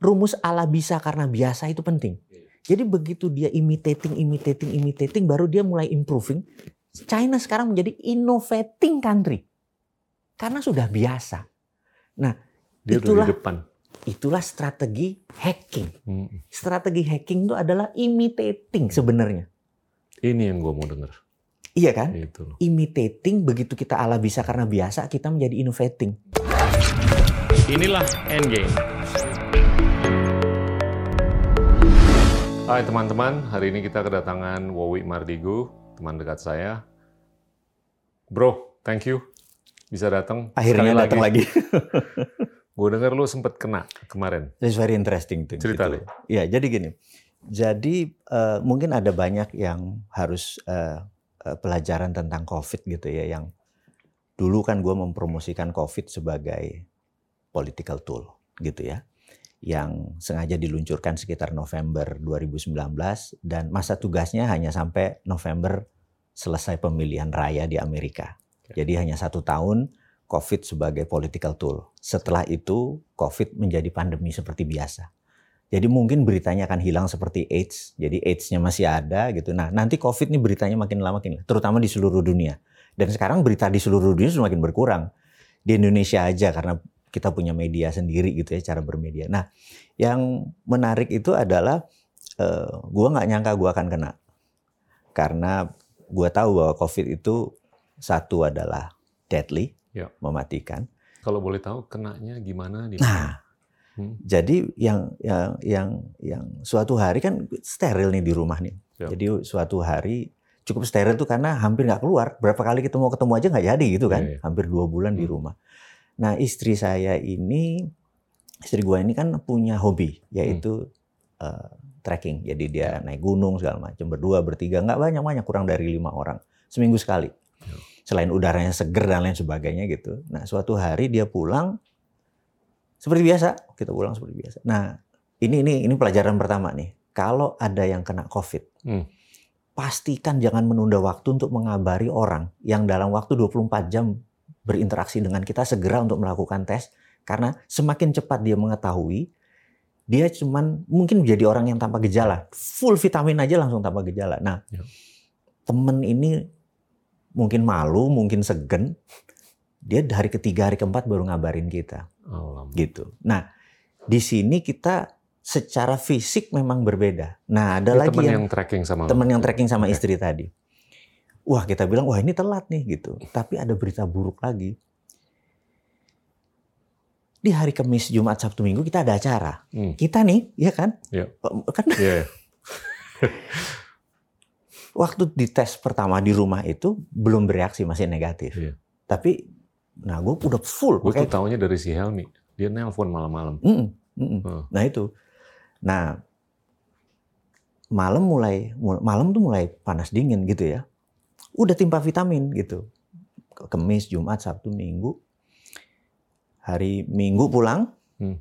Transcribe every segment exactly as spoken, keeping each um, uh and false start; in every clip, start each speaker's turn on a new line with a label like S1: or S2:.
S1: rumus ala bisa karena biasa itu penting. Jadi begitu dia imitating, imitating, imitating, baru dia mulai improving. China sekarang menjadi innovating country. Karena sudah biasa. Nah,
S2: dia
S1: itulah,
S2: di depan.
S1: Itulah strategi hacking. Hmm. Strategi hacking itu adalah imitating sebenarnya.
S2: Ini yang gue mau dengar.
S1: Iya kan?
S2: Itu.
S1: Imitating, begitu kita ala bisa karena biasa, kita menjadi innovating.
S2: Inilah Endgame. Hai teman-teman, hari ini kita kedatangan Wowi Mardigu, teman dekat saya. Bro, thank you bisa datang.
S1: Akhirnya datang lagi. lagi.
S2: Gue dengar lu sempat kena kemarin.
S1: It's very interesting thing.
S2: Cerita
S1: gitu. Ya, jadi gini. Jadi uh, mungkin ada banyak yang harus uh, uh, pelajaran tentang COVID gitu ya. Yang dulu kan gue mempromosikan COVID sebagai political tool gitu ya. Yang sengaja diluncurkan sekitar November dua ribu sembilan belas dan masa tugasnya hanya sampai November selesai pemilihan raya di Amerika. Jadi hanya satu tahun COVID sebagai political tool. Setelah itu COVID menjadi pandemi seperti biasa. Jadi mungkin beritanya akan hilang seperti AIDS. Jadi AIDS-nya masih ada gitu. Nah nanti COVID ini beritanya makin lama makin lama, terutama di seluruh dunia. Dan sekarang berita di seluruh dunia semakin berkurang. Di Indonesia aja karena kita punya media sendiri gitu ya, cara bermedia. Nah, yang menarik itu adalah uh, gue nggak nyangka gue akan kena. Karena gue tahu bahwa COVID itu satu adalah deadly, ya. Mematikan.
S2: Kalau boleh tahu kenanya gimana? Di
S1: nah, hmm. jadi yang yang yang yang suatu hari kan steril nih di rumah nih. Ya. Jadi suatu hari cukup steril tuh karena hampir nggak keluar. Berapa kali ketemu ketemu aja nggak jadi gitu kan? Ya, ya. Hampir dua bulan hmm. di rumah. Nah istri saya ini, istri gue ini kan punya hobi, yaitu hmm. uh, trekking. Jadi dia naik gunung segala macam, berdua, bertiga, nggak banyak-banyak, kurang dari lima orang. Seminggu sekali. Hmm. Selain udaranya seger dan lain sebagainya gitu. Nah suatu hari dia pulang, seperti biasa, kita pulang seperti biasa. Nah ini ini ini pelajaran pertama nih. Kalau ada yang kena COVID, hmm. pastikan jangan menunda waktu untuk mengabari orang yang dalam waktu dua puluh empat jam berinteraksi dengan kita, segera untuk melakukan tes, karena semakin cepat dia mengetahui, dia cuman mungkin menjadi orang yang tanpa gejala, full vitamin aja langsung tanpa gejala. Nah, ya. Temen ini mungkin malu, mungkin segen, dia hari ketiga, hari keempat baru ngabarin kita, oh, gitu. Nah, di sini kita secara fisik memang berbeda. Nah, ada ini lagi
S2: temen
S1: yang,
S2: yang tracking sama
S1: temen yang tracking sama
S2: okay.
S1: istri tadi. Wah kita bilang, wah ini telat nih gitu. Tapi ada berita buruk lagi. Di hari Kamis, Jumat, Sabtu, Minggu kita ada acara. Hmm. Kita nih, ya kan?
S2: Yeah.
S1: Kan?
S2: Yeah.
S1: Waktu dites pertama di rumah itu belum bereaksi, masih negatif. Yeah. Tapi, nah gue udah full.
S2: Gue tuh taunya dari si Helmi. Dia nelpon malam-malam.
S1: Mm-mm, mm-mm. Oh. Nah itu. Nah, malam mulai, malam tuh mulai panas dingin gitu ya. Udah timpa vitamin gitu. Kamis, Jumat, Sabtu, Minggu. Hari Minggu pulang. Hmm.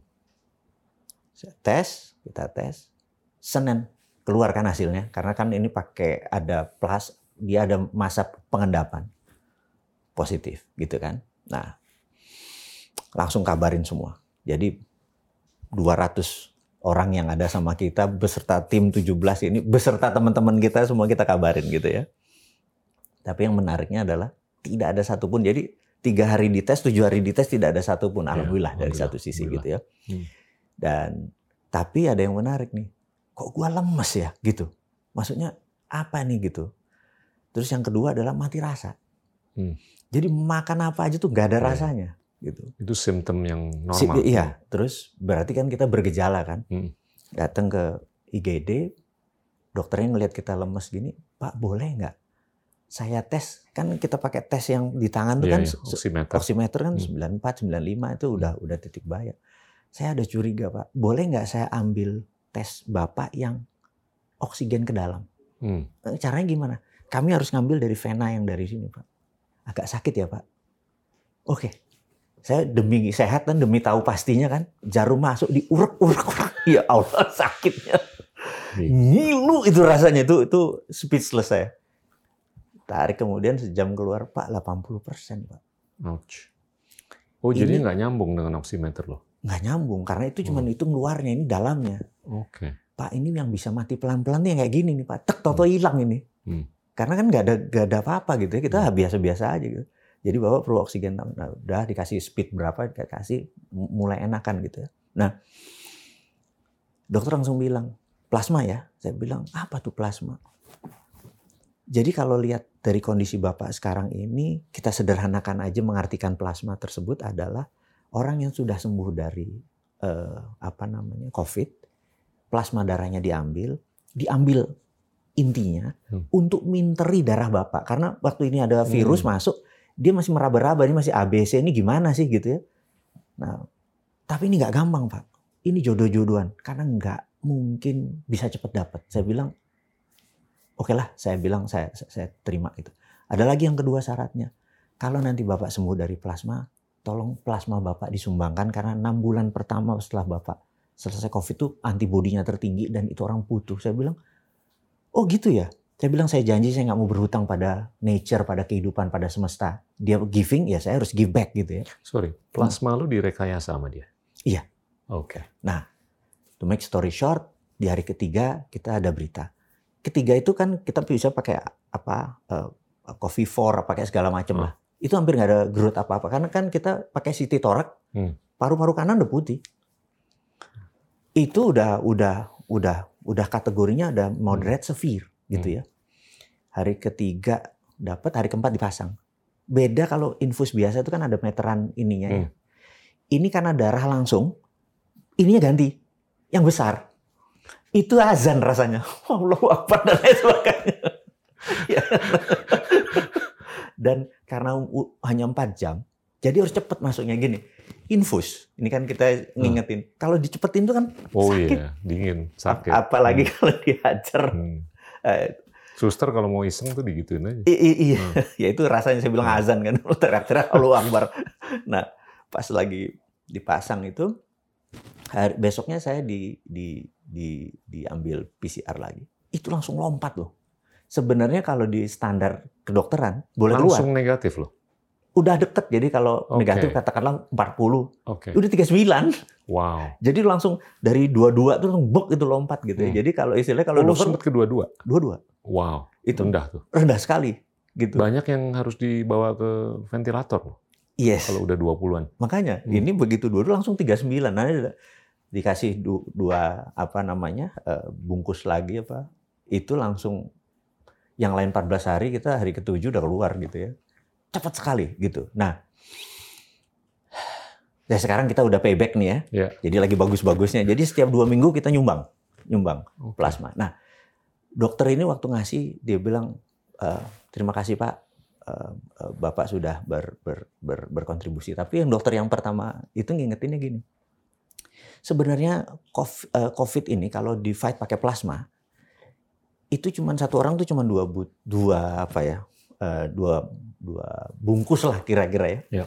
S1: Tes, kita tes. Senin keluarkan hasilnya. Karena kan ini pakai ada plus, dia ada masa pengendapan. Positif gitu kan. Nah, langsung kabarin semua. Jadi dua ratus orang yang ada sama kita beserta tim tujuh belas ini, beserta teman-teman kita semua kita kabarin gitu ya. Tapi yang menariknya adalah tidak ada satupun. Jadi tiga hari dites, tujuh hari dites tidak ada satupun. Alhamdulillah, ya, alhamdulillah dari satu sisi gitu ya. Hmm. Dan tapi ada yang menarik nih. Kok gua lemes ya gitu. Maksudnya apa nih gitu. Terus yang kedua adalah mati rasa. Hmm. Jadi makan apa aja tuh gak ada ya. Rasanya gitu.
S2: Itu simptom yang normal.
S1: Si, iya. Terus berarti kan kita bergejala kan. Hmm. Datang ke I G D, dokternya ngelihat kita lemes gini, Pak boleh nggak? Saya tes, kan kita pakai tes yang di tangan tuh yeah, kan, yeah. oximeter. oximeter kan hmm. sembilan puluh empat, sembilan puluh lima itu udah hmm. udah titik bahaya. Saya ada curiga Pak, boleh nggak saya ambil tes Bapak yang oksigen ke dalam? Hmm. Caranya gimana? Kami harus ngambil dari vena yang dari sini Pak. Agak sakit ya Pak? Oke, saya demi sehat dan demi tahu pastinya kan, jarum masuk diurek-urek. Ya Allah sakitnya. Ngilu itu rasanya, itu itu speechless saya. Tarik kemudian sejam keluar Pak delapan puluh persen Pak.
S2: Ouch. Oh ini, jadi nggak nyambung dengan oximeter loh?
S1: nggak nyambung karena itu cuma
S2: Hmm.
S1: itu luarnya, ini dalamnya.
S2: Oke.
S1: Pak, ini yang bisa mati pelan-pelan nih yang kayak gini nih Pak. Tek, toto hilang ini.
S2: Hmm.
S1: Karena kan nggak ada nggak ada apa-apa gitu ya. Kita
S2: Hmm.
S1: biasa-biasa aja gitu. Jadi Bapak perlu oksigen. Nah, udah dikasih speed berapa, dikasih mulai enakan gitu ya. Nah, dokter langsung bilang, plasma ya. Saya bilang, apa tuh plasma? Jadi kalau lihat dari kondisi Bapak sekarang ini, kita sederhanakan aja mengartikan plasma tersebut adalah orang yang sudah sembuh dari eh, apa namanya COVID, plasma darahnya diambil, diambil intinya
S2: Hmm.
S1: untuk minteri darah Bapak. Karena waktu ini ada virus
S2: Hmm.
S1: masuk, dia masih meraba-raba, ini masih A B C, ini gimana sih gitu ya. Nah, tapi ini nggak gampang Pak. Ini jodoh-jodohan, karena nggak mungkin bisa cepat dapat. Saya bilang, oke lah, saya bilang saya, saya terima itu. Ada lagi yang kedua syaratnya. Kalau nanti Bapak sembuh dari plasma, tolong plasma Bapak disumbangkan karena enam bulan pertama setelah Bapak selesai COVID itu antibodinya tertinggi dan itu orang butuh. Saya bilang, oh gitu ya. Saya bilang saya janji saya nggak mau berhutang pada nature, pada kehidupan, pada semesta. Dia giving, ya saya harus give back gitu ya.
S2: Sorry, plasma lu direkayasa sama dia?
S1: Iya.
S2: Oke.
S1: Nah, to make story short, di hari ketiga kita ada berita. Ketiga itu kan kita bisa pakai apa uh, coffee four, pakai segala macam
S2: Hmm.
S1: lah. Itu hampir nggak ada growth apa-apa karena kan kita pakai C T thorax,
S2: Hmm.
S1: paru-paru kanan udah putih. Itu udah udah udah udah kategorinya ada moderate severe gitu ya. Hari ketiga dapat, hari keempat dipasang. Beda kalau infus biasa itu kan ada meteran ininya ya.
S2: Hmm.
S1: Ini karena darah langsung, ininya ganti yang besar. Itu azan rasanya. Allahu Akbar dan lain sebagainya. Ya. Dan karena u- hanya empat jam, jadi harus cepat masuknya gini. Infus, ini kan kita ngingetin. Kalau dicepetin itu kan
S2: Oh
S1: sakit.
S2: iya, dingin, sakit.
S1: Ap- Apalagi
S2: Hmm.
S1: kalau dihajar.
S2: Hmm.
S1: Eh,
S2: Suster kalau mau iseng tuh digituin aja.
S1: i- i- iya,
S2: Hmm.
S1: ya itu rasanya saya bilang
S2: Hmm.
S1: azan kan. Teriak-teriak Allahu Akbar. Nah, pas lagi dipasang itu, hari, besoknya saya di, di, di, diambil P C R lagi. Itu langsung lompat loh. Sebenarnya kalau di standar kedokteran boleh
S2: Langsung
S1: keluar.
S2: negatif loh.
S1: Udah deket. Jadi kalau
S2: Oke.
S1: negatif katakanlah empat puluh,
S2: Oke.
S1: udah tiga puluh sembilan.
S2: Wow.
S1: Jadi langsung dari dua puluh dua tuh langsung buk itu lompat gitu ya.
S2: Hmm.
S1: Jadi kalau istilahnya kalau
S2: Oh, lu
S1: dokter
S2: sempet kedua-dua?
S1: dua puluh dua
S2: Wow.
S1: itu
S2: Rendah tuh.
S1: rendah sekali gitu.
S2: Banyak yang harus dibawa ke ventilator loh.
S1: Yes.
S2: Kalau udah dua puluhan.
S1: Makanya
S2: Hmm.
S1: ini begitu dua puluh langsung tiga puluh sembilan. Nah, dikasih du- dua apa namanya eh, bungkus lagi apa itu langsung yang lain empat belas hari, kita hari ketujuh udah keluar gitu ya. Cepat sekali gitu. Nah, ya sekarang kita udah payback nih ya.
S2: Ya.
S1: Jadi lagi bagus-bagusnya. Jadi setiap dua minggu kita nyumbang, nyumbang
S2: Oke.
S1: plasma. Nah, dokter ini waktu ngasih dia bilang e, terima kasih Pak, e, e, Bapak sudah ber, ber, ber, berkontribusi. Tapi yang dokter yang pertama itu ngingetinnya gini. Sebenarnya COVID ini kalau di fight pakai plasma itu cuma satu orang tuh cuma dua but, dua apa ya, e, dua dua bungkus lah kira-kira ya.
S2: Ya.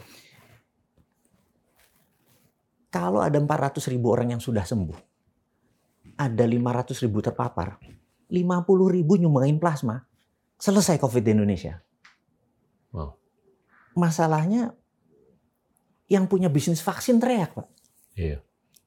S1: Kalau ada empat ratus ribu orang yang sudah sembuh, ada lima ratus ribu terpapar, lima puluh ribu nyumbangin plasma, selesai COVID di Indonesia.
S2: Wow.
S1: Masalahnya yang punya bisnis vaksin teriak, Pak.
S2: Iya.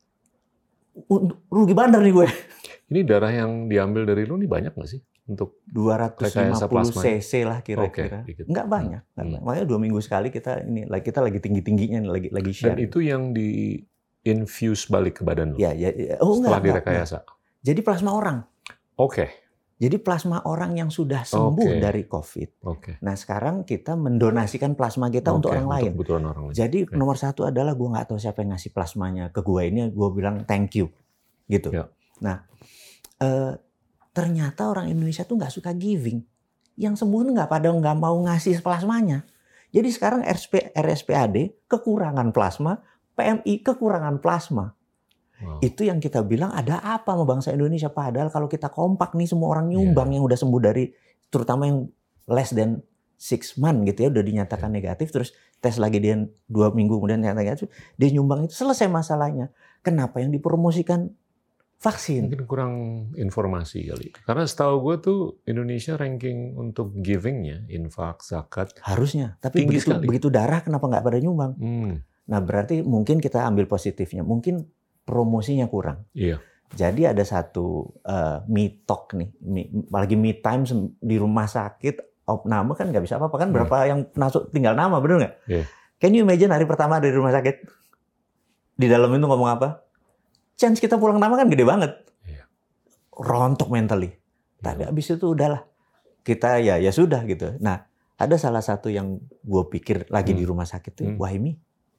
S1: Rugi bandar nih gue.
S2: Ini darah yang diambil dari lu nih banyak nggak sih? Untuk
S1: dua ratus lima puluh cc lah kira-kira.
S2: Oke, dikit.
S1: Nggak banyak. nggak
S2: Hmm.
S1: banyak. Makanya dua minggu sekali kita ini, kita lagi tinggi-tingginya, lagi lagi share.
S2: Dan itu yang di infuse balik ke badan lu?
S1: Ya, ya, ya. Oh,
S2: setelah
S1: enggak,
S2: direkayasa?
S1: enggak. Jadi plasma orang.
S2: Oke.
S1: Jadi plasma orang yang sudah sembuh
S2: Oke.
S1: dari COVID.
S2: Oke.
S1: Nah sekarang kita mendonasikan plasma kita
S2: Oke,
S1: untuk orang lain.
S2: Untuk kebutuhan orang lain.
S1: Jadi
S2: Oke.
S1: nomor satu adalah gue nggak tahu siapa yang ngasih plasmanya ke gue ini. Gue bilang thank you, gitu.
S2: Ya.
S1: Nah eh, ternyata orang Indonesia tuh nggak suka giving. Yang sembuh tuh nggak pada nggak mau ngasih plasmanya. Jadi sekarang R S P A D kekurangan plasma, P M I kekurangan plasma.
S2: Wow.
S1: Itu yang kita bilang ada apa sama bangsa Indonesia. Padahal kalau kita kompak nih semua orang nyumbang
S2: Yeah.
S1: yang udah sembuh dari, terutama yang less than six month gitu ya, udah dinyatakan negatif, terus tes lagi dia dua minggu kemudian nyata negatif, dia nyumbang itu selesai masalahnya. Kenapa yang dipromosikan vaksin?
S2: Mungkin kurang informasi kali. Karena setahu gue tuh Indonesia ranking untuk givingnya, infak, zakat.
S1: Harusnya. Tapi
S2: Tinggi
S1: begitu,
S2: sekali.
S1: begitu darah kenapa nggak pada nyumbang?
S2: Hmm.
S1: Nah berarti mungkin kita ambil positifnya, mungkin promosinya kurang.
S2: Iya.
S1: Jadi ada satu uh, me talk nih, me, apalagi me time di rumah sakit, opname kan nggak bisa apa-apa kan, hmm. berapa yang masuk tinggal nama, bener nggak?
S2: Yeah.
S1: Can you imagine hari pertama dari rumah sakit, di dalam itu ngomong apa? Chance kita pulang nama kan gede banget. Yeah. Rontok mentally. Tapi yeah. abis itu udahlah, kita ya ya sudah gitu. Nah ada salah satu yang gue pikir lagi hmm. di rumah sakit tuh, hmm. wah ini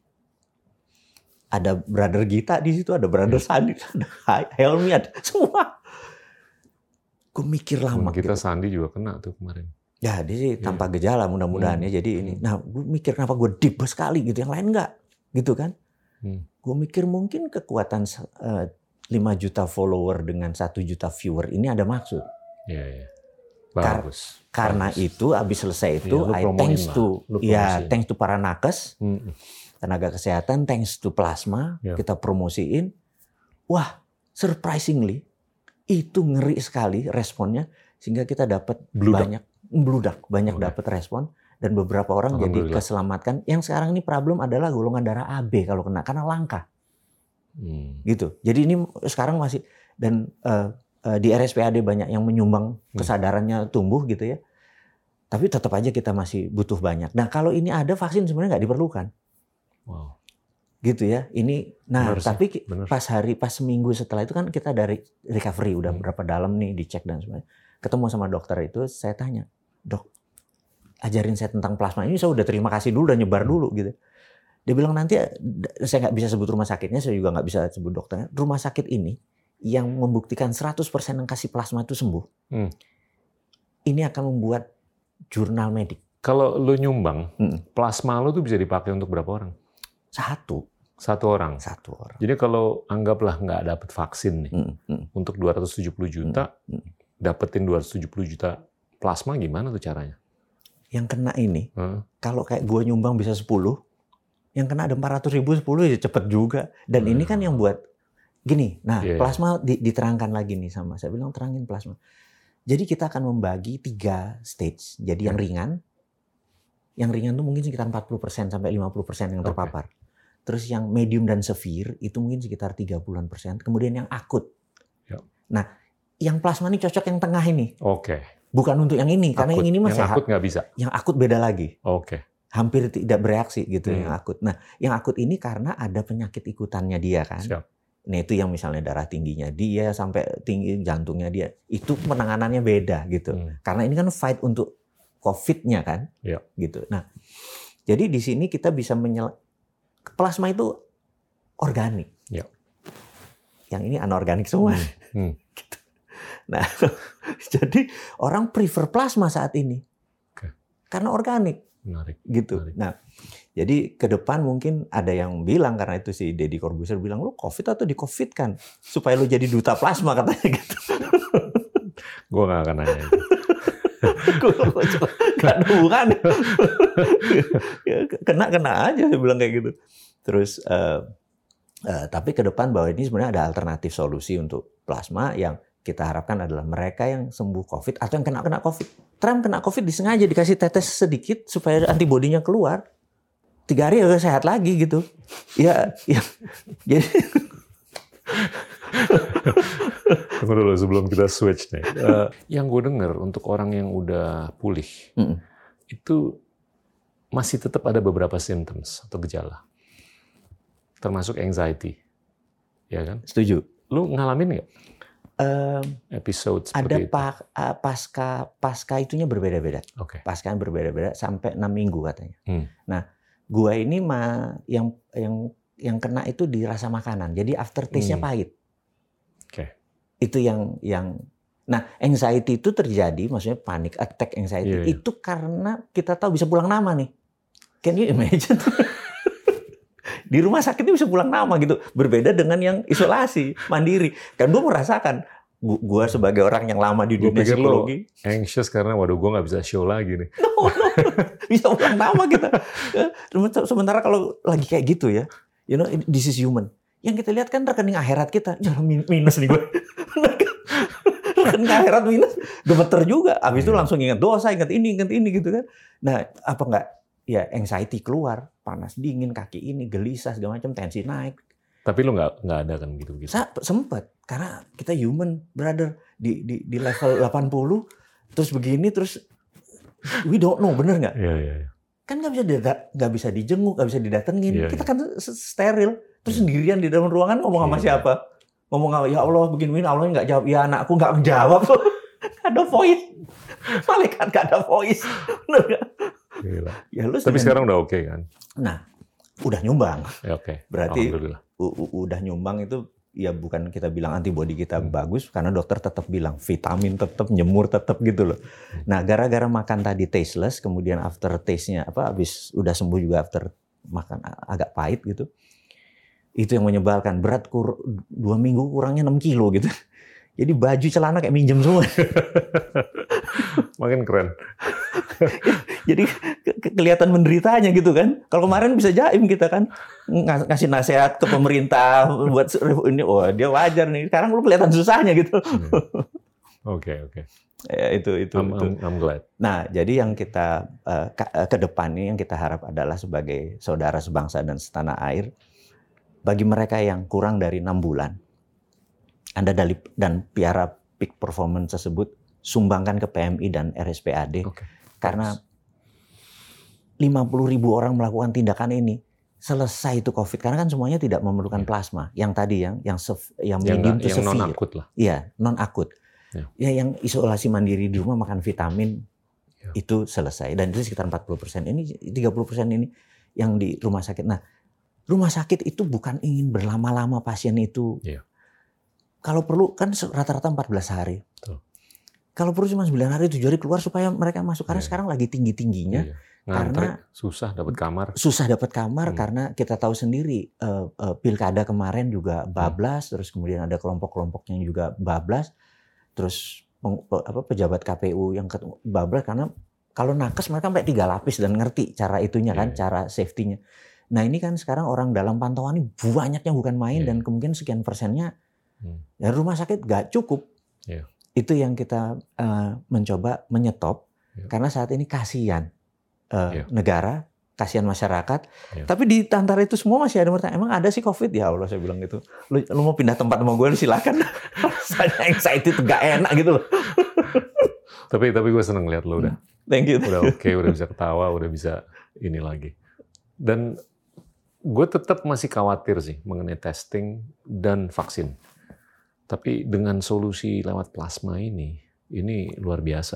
S1: ada brother Gita di situ, ada brother hmm. Sandi, ada Helmi, ada semua. Gue mikir lama.
S2: Kita
S1: gitu.
S2: Sandi juga kena tuh kemarin. Ya,
S1: dia sih tanpa yeah. gejala mudah-mudahan hmm. ya. Jadi ini, nah gue mikir kenapa gue deep sekali gitu, yang lain enggak, gitu kan? Hmm. Gue mikir mungkin kekuatan uh, lima juta follower dengan satu juta viewer ini ada maksud.
S2: Iya, yeah, yeah. Bagus.
S1: Kar karena
S2: Bagus.
S1: itu abis selesai itu,
S2: ya,
S1: I thanks to, ya thanks to para nakes. Hmm. Tenaga kesehatan, thanks to plasma, yeah. kita promosiin. Wah, surprisingly, itu ngeri sekali responnya, sehingga kita dapat banyak, bludak, banyak okay. dapat respon, dan beberapa orang jadi keselamatkan. Yang sekarang ini problem adalah golongan darah A B kalau kena, karena langka. Hmm. Gitu. Jadi ini sekarang masih, dan uh, uh, di R S P A D banyak yang menyumbang kesadarannya tumbuh gitu ya. Tapi tetap aja kita masih butuh banyak. Nah kalau ini ada, vaksin sebenarnya nggak diperlukan. Wow. Gitu ya. Ini nah bener, tapi bener. pas hari pas seminggu setelah itu kan kita dari recovery udah hmm. berapa dalam nih dicek dan sebagainya. Ketemu sama dokter itu, saya tanya, "Dok, ajarin saya tentang plasma ini, saya udah terima kasih dulu dan nyebar hmm. dulu gitu." Dia bilang nanti saya nggak bisa sebut rumah sakitnya, saya juga nggak bisa sebut dokternya. Rumah sakit ini yang membuktikan seratus persen yang kasih plasma itu sembuh. Hmm. Ini akan membuat jurnal medik.
S2: Kalau lu nyumbang, hmm. plasma lu tuh bisa dipakai untuk berapa orang?
S1: Satu.
S2: Satu orang?
S1: Satu orang.
S2: Jadi kalau anggaplah nggak dapet vaksin nih, hmm, hmm. untuk dua ratus tujuh puluh juta, hmm, hmm. dapetin dua ratus tujuh puluh juta plasma, gimana tuh caranya?
S1: Yang kena ini, hmm. kalau kayak gue nyumbang bisa sepuluh, yang kena ada empat ratus ribu sepuluh ya cepet juga. Dan hmm. ini kan yang buat, gini, nah yeah. plasma di, diterangkan lagi nih sama, saya bilang terangin plasma. Jadi kita akan membagi tiga stage, jadi hmm. yang ringan, yang ringan tuh mungkin sekitar empat puluh persen sampai lima puluh persen yang terpapar. Okay. Terus yang medium dan severe itu mungkin sekitar tiga puluhan persen. Kemudian yang akut. Yep. Nah, yang plasma ini cocok yang tengah ini. Oke. Okay. Bukan untuk yang ini, akut. Karena yang ini masih
S2: yang akut nggak bisa.
S1: Yang akut beda lagi.
S2: Oke. Okay.
S1: Hampir tidak bereaksi gitu
S2: hmm.
S1: yang akut. Nah, yang akut ini karena ada penyakit ikutannya dia kan. Siap. Nah, itu yang misalnya darah tingginya dia sampai tinggi jantungnya dia. Itu penanganannya beda gitu. Hmm. Karena ini kan fight untuk COVID-nya kan. Yep. Gitu. Nah, jadi di sini kita bisa menyel plasma itu organik. Yep. Yang ini anorganik semua. Hmm. Hmm. Gitu. Nah, jadi orang prefer plasma saat ini. Okay. Karena organik. Menarik. Gitu. Menarik. Nah, jadi ke depan mungkin ada yang bilang, karena itu si Deddy Corbuzier bilang, lu COVID atau di COVID kan? Supaya lu jadi duta plasma katanya gitu.
S2: Gue gak akan nanya itu.
S1: Gak ada hubungannya. Kena-kena aja saya bilang kayak gitu. Terus, uh, uh, tapi ke depan bahwa ini sebenarnya ada alternatif solusi untuk plasma yang kita harapkan adalah mereka yang sembuh COVID atau yang kena-kena COVID. Trump kena COVID disengaja dikasih tetes sedikit supaya antibodinya keluar. Tiga hari udah sehat lagi gitu. Ya, ya. Jadi
S2: tunggu dulu sebelum kita switch nih. Uh, yang gue dengar untuk orang yang udah pulih, mm-mm. itu masih tetap ada beberapa symptoms atau gejala. Termasuk anxiety. Ya kan?
S1: Setuju.
S2: Lu ngalamin nggak?
S1: Um,
S2: episode seperti
S1: ada
S2: itu?
S1: Pa, uh, pasca pasca itunya berbeda-beda.
S2: Okay.
S1: Pasca berbeda-beda sampai enam minggu katanya. Hmm. Nah, gua ini mah yang yang yang kena itu di rasa makanan. Jadi aftertaste-nya hmm. pahit. Okay. Itu yang yang nah, anxiety itu terjadi, maksudnya panic attack anxiety yeah, yeah. itu karena kita tahu bisa pulang nama nih. Can you imagine? Di rumah sakit itu bisa pulang nama gitu. Berbeda dengan yang isolasi, mandiri. Kan gue merasakan, gue sebagai orang yang lama di dunia psikologi.
S2: Anxious karena waduh gue gak bisa show lagi nih.
S1: No, no. Bisa pulang nama kita. Sementara kalau lagi kayak gitu ya, you know, this is human. Yang kita lihat kan rekening akhirat kita. Jangan minus nih gue. Rekening akhirat minus. Gemeter juga. Abis itu langsung ingat dosa, ingat ini, ingat ini gitu kan. Nah, apa enggak? Ya anxiety keluar. panas dingin, kaki ini gelisah segala macam, tensi naik.
S2: Tapi lu nggak nggak ada kan gitu-gitu?
S1: Sempet, karena kita human, brother. Di di, di level delapan puluh, terus begini, terus we don't know, bener nggak?
S2: Iya, iya, iya.
S1: Kan nggak bisa nggak bisa dijenguk, nggak bisa didatengin.
S2: Yeah,
S1: kita
S2: yeah.
S1: kan steril, terus yeah. sendirian di dalam ruangan ngomong sama yeah. siapa? Ngomong, ya Allah begini, Allah nggak jawab. Ya anakku nggak menjawab. Ada voice, malaikat nggak ada voice. Bener nggak?
S2: Gila.
S1: Ya, lu
S2: tapi sekarang udah oke okay, kan?
S1: Nah, udah nyumbang.
S2: Ya, oke. Okay.
S1: Berarti udah nyumbang itu ya bukan kita bilang antibodi kita hmm. bagus, karena dokter tetap bilang vitamin tetap, nyemur tetap gitu loh. Hmm. Nah, gara-gara makan tadi tasteless, kemudian after taste-nya apa habis udah sembuh juga after makan agak pahit gitu. Itu yang menyebalkan, berat kur, dua minggu kurangnya enam kilo gitu. Jadi baju celana kayak minjem semua.
S2: Makin keren.
S1: Jadi ke kelihatan menderitanya gitu kan. Kalau kemarin bisa jaim kita kan ngasih nasihat ke pemerintah buat ini, oh dia wajar nih. Sekarang lu kelihatan susahnya gitu.
S2: Oke, oke.
S1: Ya, itu itu.
S2: I'm,
S1: itu.
S2: I'm, I'm glad.
S1: Nah, jadi yang kita uh, ke, ke depan nih yang kita harap adalah sebagai saudara sebangsa dan setanah air, bagi mereka yang kurang dari enam bulan, Anda dari, dan piara peak performance tersebut sumbangkan ke P M I dan R S P A D. Okay. Karena lima puluh ribu orang melakukan tindakan ini, selesai itu COVID. Karena kan semuanya tidak memerlukan plasma. Yang tadi yang yang sef, yang medium to severe. Yang non akut lah. Iya, non akut. Ya. ya yang isolasi mandiri di rumah makan vitamin ya. Itu selesai. Dan itu sekitar empat puluh persen. Ini tiga puluh persen ini yang di rumah sakit. Nah, rumah sakit itu bukan ingin berlama-lama pasien itu. Ya. Kalau perlu kan rata-rata empat belas hari. Betul. Kalau perlu cuma sembilan hari, tujuh hari keluar supaya mereka masuk. Karena yeah. sekarang lagi tinggi-tingginya. Yeah. Karena
S2: susah dapat kamar.
S1: Susah dapat kamar hmm. karena kita tahu sendiri uh, uh, pilkada kemarin juga bablas, hmm. terus kemudian ada kelompok-kelompok yang juga bablas, terus peng, apa pejabat K P U yang bablas karena kalau nakes mereka sampai tiga lapis dan ngerti cara itunya kan, yeah. cara safety-nya. Nah ini kan sekarang orang dalam pantauan ini banyaknya bukan main yeah. dan kemungkinan sekian persennya hmm. ya rumah sakit nggak cukup. Yeah. Itu yang kita uh, mencoba menyetop yeah. karena saat ini kasihan. Uh, yeah. negara, kasihan masyarakat, yeah. tapi di antara itu semua masih ada bertanya, emang ada sih COVID? Ya Allah, saya bilang gitu. Lu, lu mau pindah tempat sama gue, lu silakan. Rasanya anxiety itu gak enak gitu loh.
S2: tapi tapi gue seneng lihat lu udah.
S1: Thank you.
S2: Udah oke, okay, udah bisa ketawa, udah bisa ini lagi. Dan gue tetap masih khawatir sih mengenai testing dan vaksin. Tapi dengan solusi lewat plasma ini, ini luar biasa.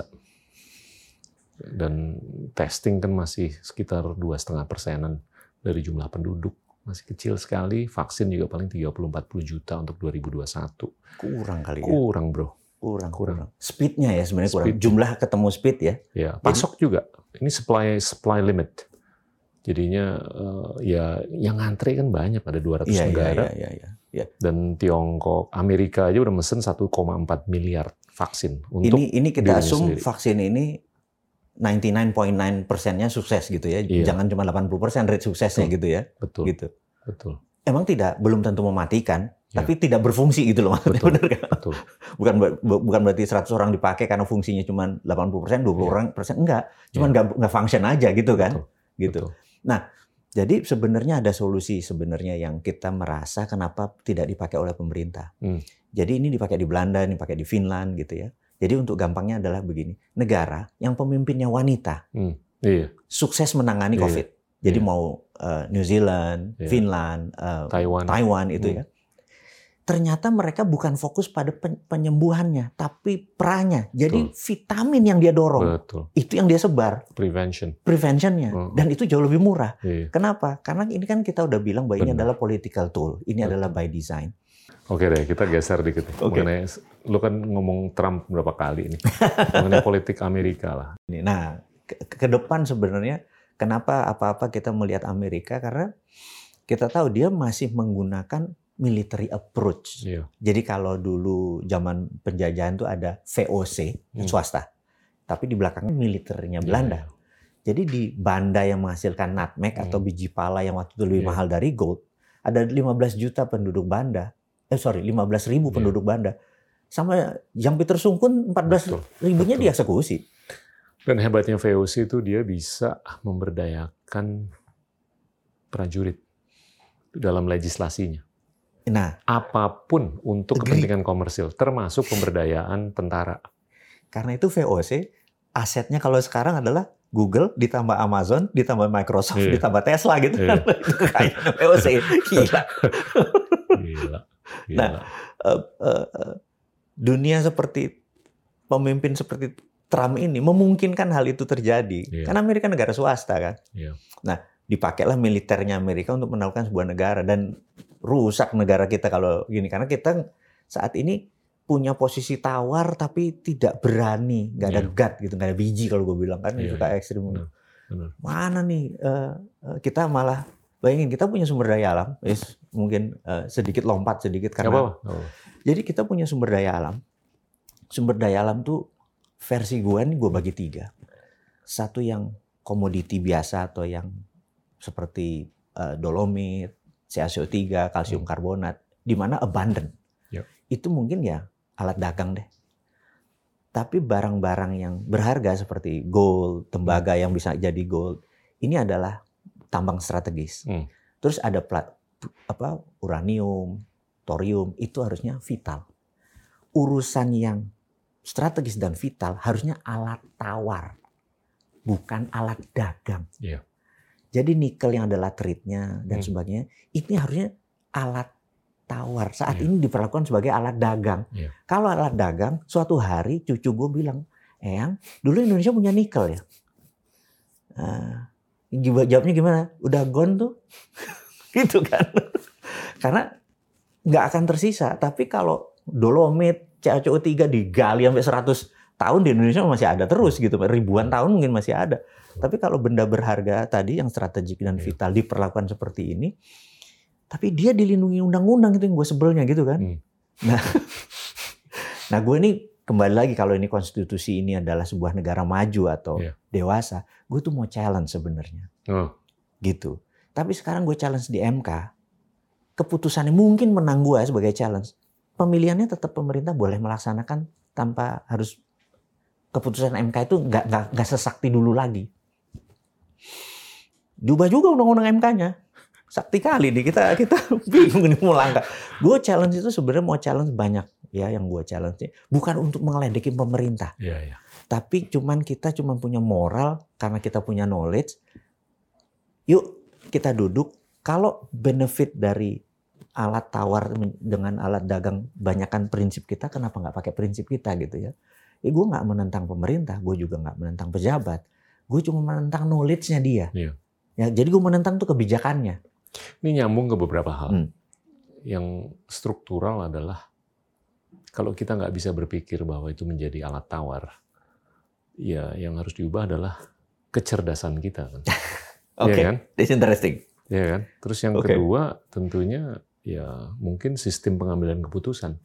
S2: Dan testing kan masih sekitar dua koma lima persenan dari jumlah penduduk. Masih kecil sekali. Vaksin juga paling tiga puluh sampai empat puluh juta untuk dua ribu dua puluh satu.
S1: Kurang kali ya?
S2: Kurang, bro.
S1: Kurang, kurang. Speed-nya ya sebenarnya kurang. Speed. Jumlah ketemu speed ya?
S2: Ya, pasok Jadi, juga. Ini supply supply limit. Jadinya uh, ya yang ngantri kan banyak, ada dua ratus
S1: ya,
S2: negara.
S1: Ya, ya, ya, ya.
S2: Dan Tiongkok, Amerika aja udah mesen satu koma empat miliar vaksin. Untuk
S1: ini ini kita asum vaksin ini sembilan puluh sembilan koma sembilan persennya sukses gitu ya. Iya. Jangan cuma delapan puluh persen rate suksesnya betul. Gitu ya.
S2: Betul.
S1: Gitu.
S2: Betul.
S1: Emang tidak belum tentu mematikan, ya. Tapi tidak berfungsi gitu loh maksudnya.
S2: Betul.
S1: Benar kan?
S2: Betul.
S1: Bukan bukan berarti seratus orang dipakai karena fungsinya cuma delapan puluh persen, dua puluh orang persen enggak. Cuma enggak ya. Enggak function aja gitu kan.
S2: Betul.
S1: Gitu. Betul. Nah, jadi sebenarnya ada solusi sebenarnya yang kita merasa kenapa tidak dipakai oleh pemerintah. Hmm. Jadi ini dipakai di Belanda, ini dipakai di Finland gitu ya. Jadi untuk gampangnya adalah begini, negara yang pemimpinnya wanita, hmm, iya. sukses menangani COVID. Iya. Jadi iya. mau uh, New Zealand, iya. Finland, uh, Taiwan. Taiwan itu hmm. ya. Ternyata mereka bukan fokus pada penyembuhannya, tapi perahnya. Jadi betul. Vitamin yang dia dorong, betul. Itu yang dia sebar.
S2: Prevention.
S1: Preventionnya, uh-huh. dan itu jauh lebih murah.
S2: Iya.
S1: Kenapa? Karena ini kan kita udah bilang bahwa ini adalah political tool, ini betul. Adalah by design.
S2: Oke deh, kita geser dikit. Okay. Mengenai, lu kan ngomong Trump berapa kali ini, mengenai politik Amerika lah.
S1: Nah, ke, ke depan sebenarnya kenapa apa-apa kita melihat Amerika, karena kita tahu dia masih menggunakan military approach. Iya. Jadi kalau dulu zaman penjajahan itu ada V O C, hmm. swasta, tapi di belakangnya militernya Belanda. Iya. Jadi di Banda yang menghasilkan nutmeg hmm. atau biji pala yang waktu itu lebih iya. mahal dari gold, ada lima belas juta penduduk Banda. Eh sorry, lima belas ribu penduduk yeah. Banda. Sama Jan Pieter Sungkun empat belas ribunya dieksekusi.
S2: Dan hebatnya V O C itu dia bisa memberdayakan prajurit dalam legislasinya.
S1: Nah,
S2: apapun untuk agree. Kepentingan komersil, termasuk pemberdayaan tentara.
S1: Karena itu V O C, asetnya kalau sekarang adalah Google, ditambah Amazon, ditambah Microsoft, yeah. ditambah Tesla gitu kan. Yeah. Itu kayaknya V O C. Gila.
S2: Gila. Gila.
S1: Nah, uh, uh, uh, dunia seperti pemimpin seperti Trump ini memungkinkan hal itu terjadi. Yeah. Karena Amerika negara swasta kan. Yeah. Nah, dipakailah militernya Amerika untuk menaklukkan sebuah negara. Dan rusak negara kita kalau gini. Karena kita saat ini punya posisi tawar tapi tidak berani, nggak ada yeah. gut gitu, nggak ada biji kalau gue bilang kan, yeah, suka yeah. ekstrim. Benar, benar. Mana nih uh, kita malah bayangin kita punya sumber daya alam, yes, mungkin uh, sedikit lompat sedikit karena.
S2: Gak apa-apa.
S1: Jadi kita punya sumber daya alam, sumber daya alam tuh versi gue nih gue bagi tiga, satu yang komoditi biasa atau yang seperti uh, dolomit, C a C O tiga, kalsium hmm. karbonat, di mana abundant, yep. itu mungkin ya alat dagang deh. Tapi barang-barang yang berharga seperti gold, tembaga hmm. yang bisa jadi gold, ini adalah tambang strategis. Hmm. Terus ada plat, apa uranium, thorium, itu harusnya vital. Urusan yang strategis dan vital harusnya alat tawar, bukan alat dagang. Yeah. Jadi nikel yang adalah lateritnya dan hmm. sebagainya, ini harusnya alat tawar. Saat yeah. ini diperlakukan sebagai alat dagang. Yeah. Kalau alat dagang, suatu hari cucu gue bilang, Eyang, dulu Indonesia punya nikel ya. Nah, jawabnya gimana? Udah gone tuh? Gitu kan. Karena nggak akan tersisa. Tapi kalau dolomit, C a C O tiga digali sampai seratus tahun di Indonesia masih ada terus gitu. Ribuan tahun mungkin masih ada. Tapi kalau benda berharga tadi yang strategik dan vital diperlakukan seperti ini, tapi dia dilindungi undang-undang, itu yang gue sebelnya gitu kan. Hmm. Nah, nah gue ini kembali lagi kalau ini konstitusi ini adalah sebuah negara maju atau yeah. dewasa, gue tuh mau challenge sebenarnya, oh. gitu. Tapi sekarang gue challenge di M K, keputusannya mungkin menang gue sebagai challenge. Pemilihannya tetap pemerintah boleh melaksanakan tanpa harus keputusan M K itu nggak nggak nggak sesakti dulu lagi. Diubah juga undang-undang M K-nya. Sakti kali nih kita kita bingung nih mau langkah. Gue challenge itu sebenarnya mau challenge banyak ya yang gue challenge bukan untuk mengeledekin pemerintah, yeah, yeah. tapi cuman kita cuman punya moral karena kita punya knowledge. Yuk kita duduk. Kalau benefit dari alat tawar dengan alat dagang banyakkan prinsip kita, kenapa nggak pakai prinsip kita gitu ya? Ya gue nggak menentang pemerintah, gue juga nggak menentang pejabat. Gue cuma menentang knowledge-nya dia. Yeah. Ya, jadi gue menentang tuh kebijakannya.
S2: Ini nyambung ke beberapa hal. Hmm. Yang struktural adalah kalau kita nggak bisa berpikir bahwa itu menjadi alat tawar, ya yang harus diubah adalah kecerdasan kita. Kan?
S1: Oke, okay.
S2: Ya kan?
S1: That's interesting.
S2: Ya kan? Terus yang okay. kedua tentunya ya mungkin sistem pengambilan keputusan.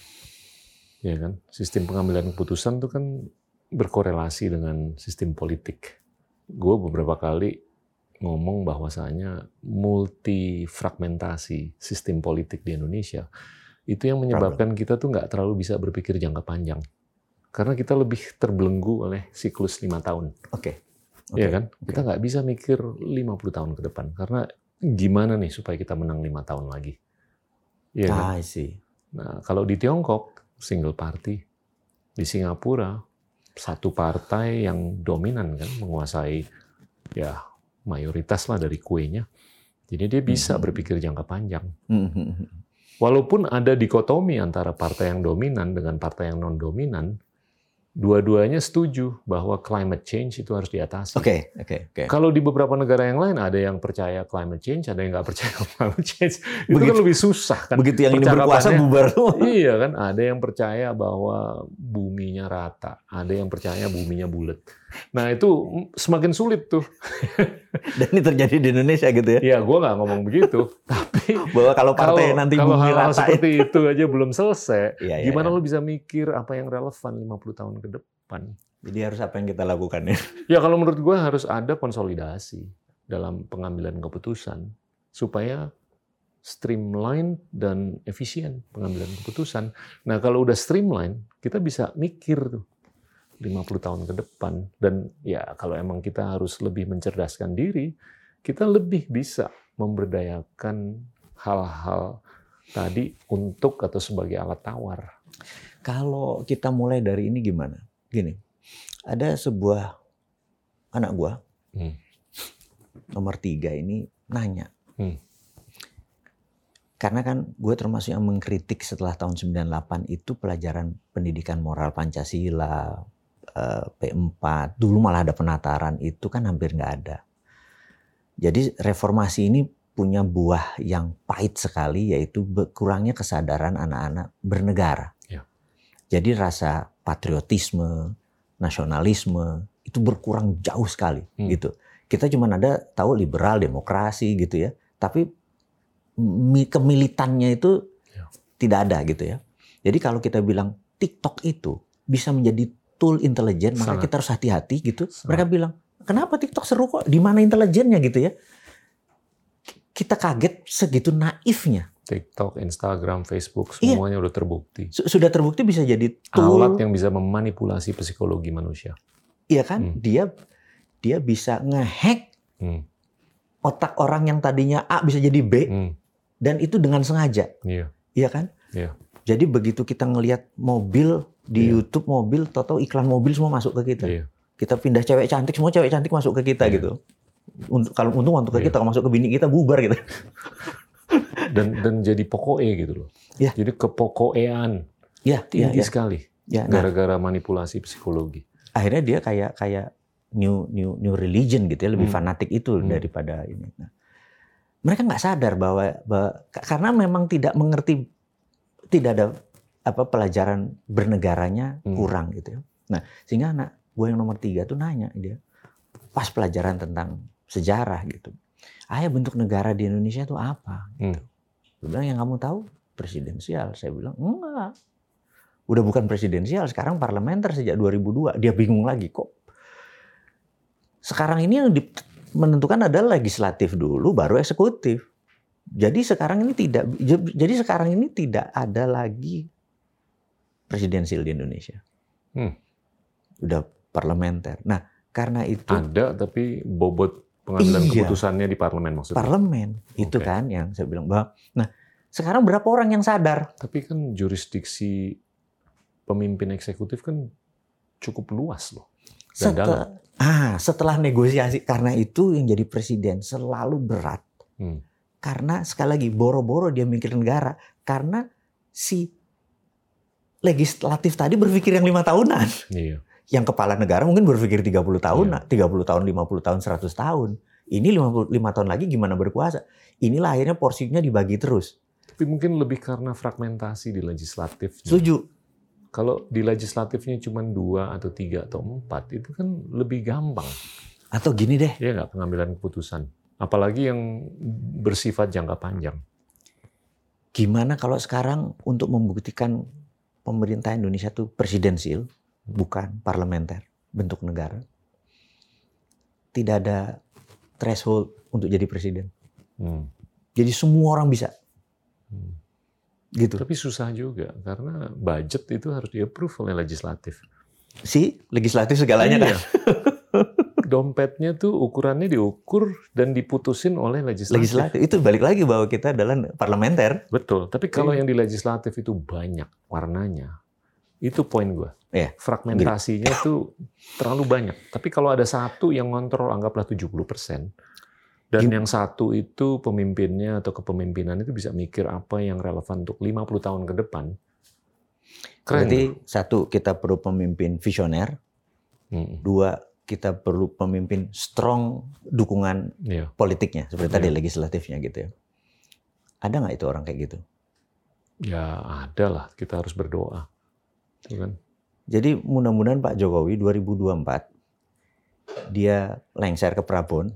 S2: Ya kan? Sistem pengambilan keputusan itu kan berkorelasi dengan sistem politik. Gue beberapa kali ngomong bahwasanya multifragmentasi sistem politik di Indonesia itu yang menyebabkan Problem. kita tuh nggak terlalu bisa berpikir jangka panjang karena kita lebih terbelenggu oleh siklus lima tahun.
S1: Oke, okay.
S2: okay. Ya kan? Okay. Kita nggak bisa mikir lima puluh tahun ke depan karena gimana nih supaya kita menang lima tahun lagi. Ya kan?
S1: I see.
S2: Nah, kalau di Tiongkok single party, di Singapura satu partai yang dominan kan menguasai ya mayoritas lah dari kuenya. Jadi dia bisa mm-hmm. berpikir jangka panjang. Mm-hmm. Walaupun ada dikotomi antara partai yang dominan dengan partai yang non-dominan, dua-duanya setuju bahwa climate change itu harus diatasi.
S1: Oke, okay, oke, okay, oke. Okay.
S2: Kalau di beberapa negara yang lain ada yang percaya climate change, ada yang nggak percaya climate change. Itu begitu, kan lebih susah kan.
S1: Begitu yang ini berkuasa bubar tuh.
S2: Iya kan, ada yang percaya bahwa buminya rata, ada yang percaya buminya bulat. Nah itu semakin sulit tuh.
S1: Dan ini terjadi di Indonesia gitu ya?
S2: Iya, gue nggak ngomong begitu. Tapi
S1: bahwa kalau partai
S2: kalau,
S1: nanti
S2: kalau
S1: bumi
S2: hal-hal
S1: rata
S2: seperti itu aja belum selesai,
S1: ya, ya,
S2: gimana
S1: ya.
S2: lo bisa mikir apa yang relevan lima puluh tahun ke depan?
S1: Jadi harus apa yang kita lakukan ya?
S2: Ya kalau menurut gue harus ada konsolidasi dalam pengambilan keputusan supaya streamline dan efisien pengambilan keputusan. Nah kalau udah streamline, kita bisa mikir tuh lima puluh tahun ke depan. Dan ya kalau emang kita harus lebih mencerdaskan diri, kita lebih bisa memberdayakan hal-hal tadi untuk atau sebagai alat tawar?
S1: Kalau kita mulai dari ini gimana? Gini, ada sebuah anak gua, hmm. nomor tiga ini nanya. Hmm. Karena kan gue termasuk yang mengkritik setelah tahun sembilan puluh delapan itu pelajaran pendidikan moral Pancasila, P empat, dulu malah ada penataran, itu kan hampir nggak ada. Jadi reformasi ini punya buah yang pahit sekali, yaitu kurangnya kesadaran anak-anak bernegara. Ya. Jadi rasa patriotisme, nasionalisme itu berkurang jauh sekali, hmm. gitu. Kita cuma ada tahu liberal, demokrasi gitu ya, tapi kemilitannya itu ya. Tidak ada gitu ya. Jadi kalau kita bilang TikTok itu bisa menjadi tool intelijen, maka kita harus hati-hati gitu. Sangat. Mereka bilang, kenapa TikTok seru kok? Di mana intelijennya gitu ya? Kita kaget segitu naifnya.
S2: TikTok, Instagram, Facebook, semuanya iya. udah terbukti.
S1: Sudah terbukti bisa jadi tool.
S2: Alat yang bisa memanipulasi psikologi manusia.
S1: Iya kan? Hmm. Dia dia bisa ngehack hmm. otak orang yang tadinya A bisa jadi B. Hmm. Dan itu dengan sengaja. Iya. Iya kan? Iya. Jadi begitu kita ngelihat mobil di iya. YouTube, mobil, tahu-tahu iklan mobil semua masuk ke kita. Iya. Kita pindah cewek cantik, semua cewek cantik masuk ke kita iya. gitu. Untuk kalau untung masuk ke iya. kita, kalau masuk ke bini kita bubar gitu.
S2: Dan dan jadi pokoknya gitu loh. Iya. Jadi kepokoean. Iya, tinggi iya, sekali. Iya. Gara-gara nah, manipulasi psikologi.
S1: Akhirnya dia kayak kayak new new new religion gitu ya, lebih hmm. fanatik itu hmm. daripada ini. Nah, mereka nggak sadar bahwa, bahwa karena memang tidak mengerti, tidak ada apa pelajaran bernegaranya kurang hmm. gitu ya. Nah sehingga anak gue yang nomor tiga tuh nanya dia pas pelajaran tentang sejarah gitu, ayah bentuk negara di Indonesia itu apa? Gitu. Hmm. Dia bilang yang kamu tahu presidensial. Saya bilang enggak, udah bukan presidensial, sekarang parlementer sejak dua ribu dua. Dia bingung lagi kok. Sekarang ini yang di menentukan adalah legislatif dulu, baru eksekutif. Jadi sekarang ini tidak, jadi sekarang ini tidak ada lagi presidensial di Indonesia. Hmm. Udah parlementer. Nah, karena itu
S2: ada, tapi bobot pengambilan iya, keputusannya di parlemen maksudnya.
S1: Parlemen itu okay. kan yang saya bilang bahwa. Nah, sekarang berapa orang yang sadar?
S2: Tapi kan jurisdiksi pemimpin eksekutif kan cukup luas loh. Dan
S1: Setel, dalam. Ah, setelah negosiasi, karena itu yang jadi presiden selalu berat. Hmm. Karena sekali lagi boro-boro dia mikir negara, karena si legislatif tadi berpikir yang lima tahunan. Iya. Yang kepala negara mungkin berpikir tiga puluh tahun, iya. tiga puluh tahun, lima puluh tahun, seratus tahun. Ini lima puluh lima tahun lagi gimana berkuasa. Inilah akhirnya porsinya dibagi terus.
S2: Tapi mungkin lebih karena fragmentasi di legislatif.
S1: Setuju.
S2: Kalau di legislatifnya cuma dua atau tiga atau empat, itu kan lebih gampang.
S1: Atau gini deh.
S2: Iya nggak, pengambilan keputusan. Apalagi yang bersifat jangka panjang.
S1: Gimana kalau sekarang untuk membuktikan pemerintah Indonesia itu presidensial, bukan parlementer, bentuk negara. Tidak ada threshold untuk jadi presiden. Hmm. Jadi semua orang bisa. Hmm. Gitu.
S2: Tapi susah juga karena budget itu harus di-approve oleh legislatif.
S1: Si legislatif segalanya iya. kan.
S2: Dompetnya tuh ukurannya diukur dan diputusin oleh legislatif.
S1: Legislatif itu balik lagi bahwa kita adalah parlementer.
S2: Betul. Tapi kalau iya. yang di legislatif itu banyak warnanya, itu poin gue. Iya. Fragmentasinya gitu. Tuh terlalu banyak. Tapi kalau ada satu yang ngontrol anggaplah tujuh puluh persen. Dan yang satu itu pemimpinnya atau kepemimpinan itu bisa mikir apa yang relevan untuk lima puluh tahun ke depan.
S1: Keren. Berarti satu, kita perlu pemimpin visioner. Hmm. Dua, kita perlu pemimpin strong dukungan yeah. politiknya. Seperti yeah. tadi legislatifnya gitu ya. Ada nggak itu orang kayak gitu?
S2: Ya ada lah, kita harus berdoa. Kan?
S1: Jadi mudah-mudahan Pak Jokowi dua ribu dua puluh empat dia lengser ke Prabon.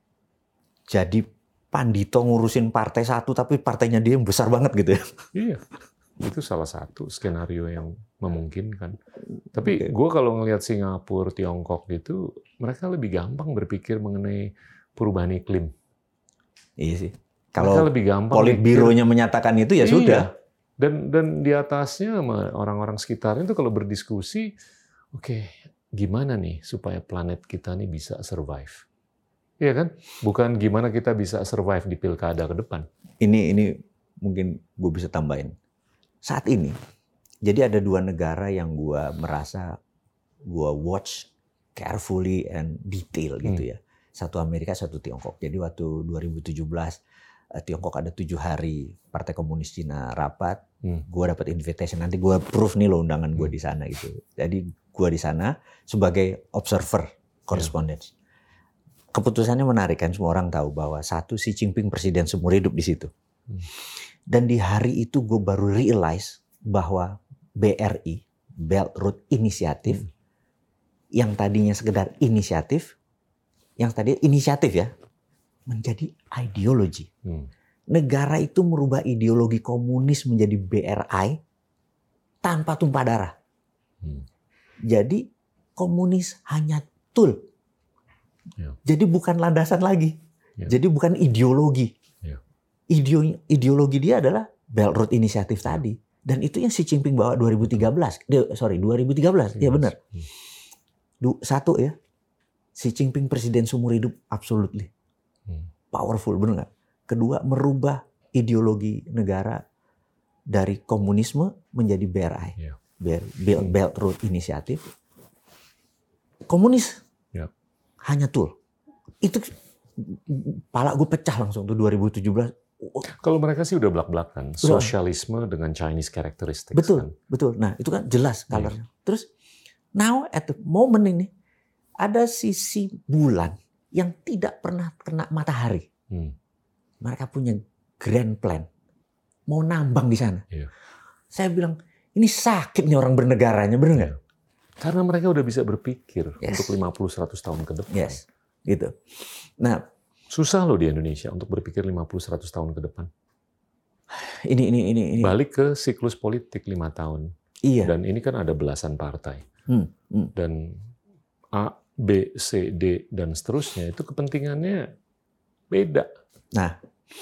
S1: Jadi Pandito ngurusin partai satu, tapi partainya dia yang besar banget gitu ya.
S2: Iya, itu salah satu skenario yang memungkinkan. Tapi okay. gue kalau ngelihat Singapura, Tiongkok gitu, mereka lebih gampang berpikir mengenai perubahan iklim.
S1: Iya sih. Kalau lebih gampang Politbironya menyatakan itu ya iya. sudah.
S2: Dan dan di atasnya sama orang-orang sekitarnya itu kalau berdiskusi, oke, okay, gimana nih supaya planet kita nih bisa survive? Iya kan? Bukan gimana kita bisa survive di pilkada ke depan.
S1: Ini ini mungkin gue bisa tambahin. Saat ini, jadi ada dua negara yang gue merasa gue watch carefully and detail gitu hmm. ya. Satu Amerika, satu Tiongkok. Jadi waktu dua ribu tujuh belas Tiongkok ada tujuh hari Partai Komunis Cina rapat, hmm. gue dapat invitation. Nanti gue proof nih lo undangan gue hmm. di sana gitu. Jadi gue di sana sebagai observer, koresponden. Yeah. Keputusannya menarik kan, semua orang tahu bahwa satu Xi Jinping presiden seumur hidup di situ. Hmm. Dan di hari itu gue baru realize bahwa B R I, Belt Road Initiative, hmm. yang tadinya sekedar inisiatif, yang tadi inisiatif ya, menjadi ideologi. Hmm. Negara itu merubah ideologi komunis menjadi B R I tanpa tumpah darah. Hmm. Jadi komunis hanya tool. Ya. Jadi bukan landasan lagi. Ya. Jadi bukan ideologi. Ya. Ideo, ideologi dia adalah Belt Road Initiative ya. Tadi. Dan itu yang Xi Jinping bawa dua ribu tiga belas. Sorry, dua ribu tiga belas. Ya benar. Hmm. Satu ya. Xi Jinping presiden seumur hidup absolutely. Powerful, benar nggak? Kedua, merubah ideologi negara dari komunisme menjadi B R I, yeah. Belt, Belt Road Initiative. Komunis yeah. hanya tool. Itu pala gue pecah langsung tuh dua ribu tujuh belas.
S2: Kalau mereka sih udah belak-belakan, sosialisme dengan Chinese characteristics.
S1: Betul,
S2: kan?
S1: betul. Nah itu kan jelas colornya. Yeah. Terus now at the moment ini ada sisi bulan yang tidak pernah kena matahari. Hmm. Mereka punya grand plan. Mau nambang di sana. Yeah. Saya bilang, ini sakit nih orang bernegaranya, benar nggak? Yeah.
S2: Karena mereka udah bisa berpikir yes. untuk lima puluh seratus tahun ke depan.
S1: Yes, gitu. Nah,
S2: susah loh di Indonesia untuk berpikir lima puluh seratus tahun ke depan.
S1: Ini, ini, ini, ini.
S2: Balik ke siklus politik lima tahun.
S1: Iya.
S2: Dan ini kan ada belasan partai.
S1: Hmm. Hmm.
S2: Dan A, B, C, D, dan seterusnya, itu kepentingannya beda.
S1: Nah,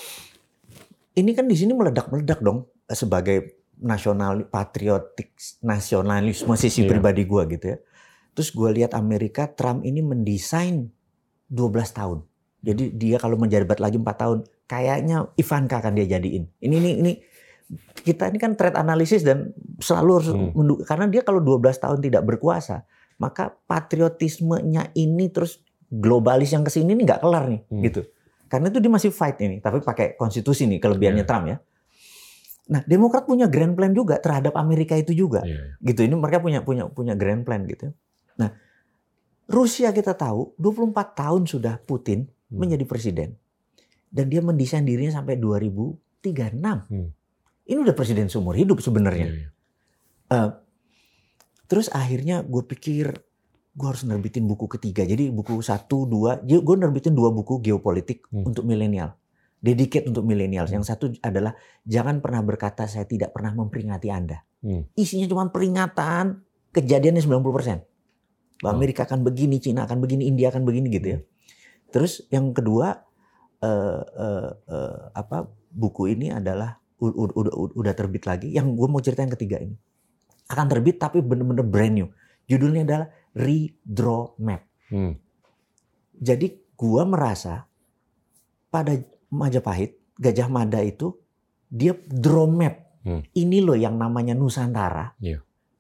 S1: ini kan di sini meledak-meledak dong sebagai nasional, patriotik, nasionalisme sisi yeah. pribadi gue gitu ya. Terus gue lihat Amerika, Trump ini mendesain dua belas tahun. Jadi dia kalau menjabat lagi empat tahun, kayaknya Ivanka akan dia jadiin. Ini, ini, ini kita ini kan trade analysis dan selalu harus hmm. mendukung. Karena dia kalau dua belas tahun tidak berkuasa, maka patriotismenya ini terus globalis yang kesini ini nggak kelar nih, hmm. gitu. Karena itu dia masih fight ini, tapi pakai konstitusi nih kelebihannya yeah. Trump ya. Nah, Demokrat punya grand plan juga terhadap Amerika itu juga, yeah. gitu. Ini mereka punya punya punya grand plan gitu. Nah, Rusia kita tahu dua puluh empat tahun sudah Putin hmm. menjadi presiden dan dia mendesain dirinya sampai dua ribu tiga puluh enam. Hmm. Ini udah presiden seumur hidup sebenarnya. Yeah, yeah. Uh, Terus akhirnya gue pikir gue harus nerbitin buku ketiga. Jadi buku satu, dua, gue nerbitin dua buku geopolitik hmm. untuk milenial. Dedicate untuk milenial. Yang satu adalah jangan pernah berkata saya tidak pernah memperingati Anda. Hmm. Isinya cuma peringatan, kejadiannya sembilan puluh persen. Bahwa Amerika akan begini, Cina akan begini, India akan begini gitu ya. Terus yang kedua, uh, uh, uh, apa buku ini adalah udah, udah, udah terbit lagi. Yang gue mau cerita yang ketiga ini. Akan terbit tapi benar-benar brand new. Judulnya adalah Redraw Map. Hmm. Jadi gua merasa pada Majapahit, Gajah Mada itu dia draw map. Hmm. Ini loh yang namanya Nusantara. Yeah.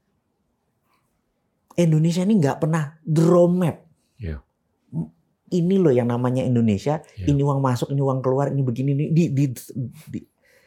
S1: Indonesia ini nggak pernah draw map. Yeah. Ini loh yang namanya Indonesia. Yeah. Ini uang masuk, ini uang keluar, ini begini, ini di, di, di.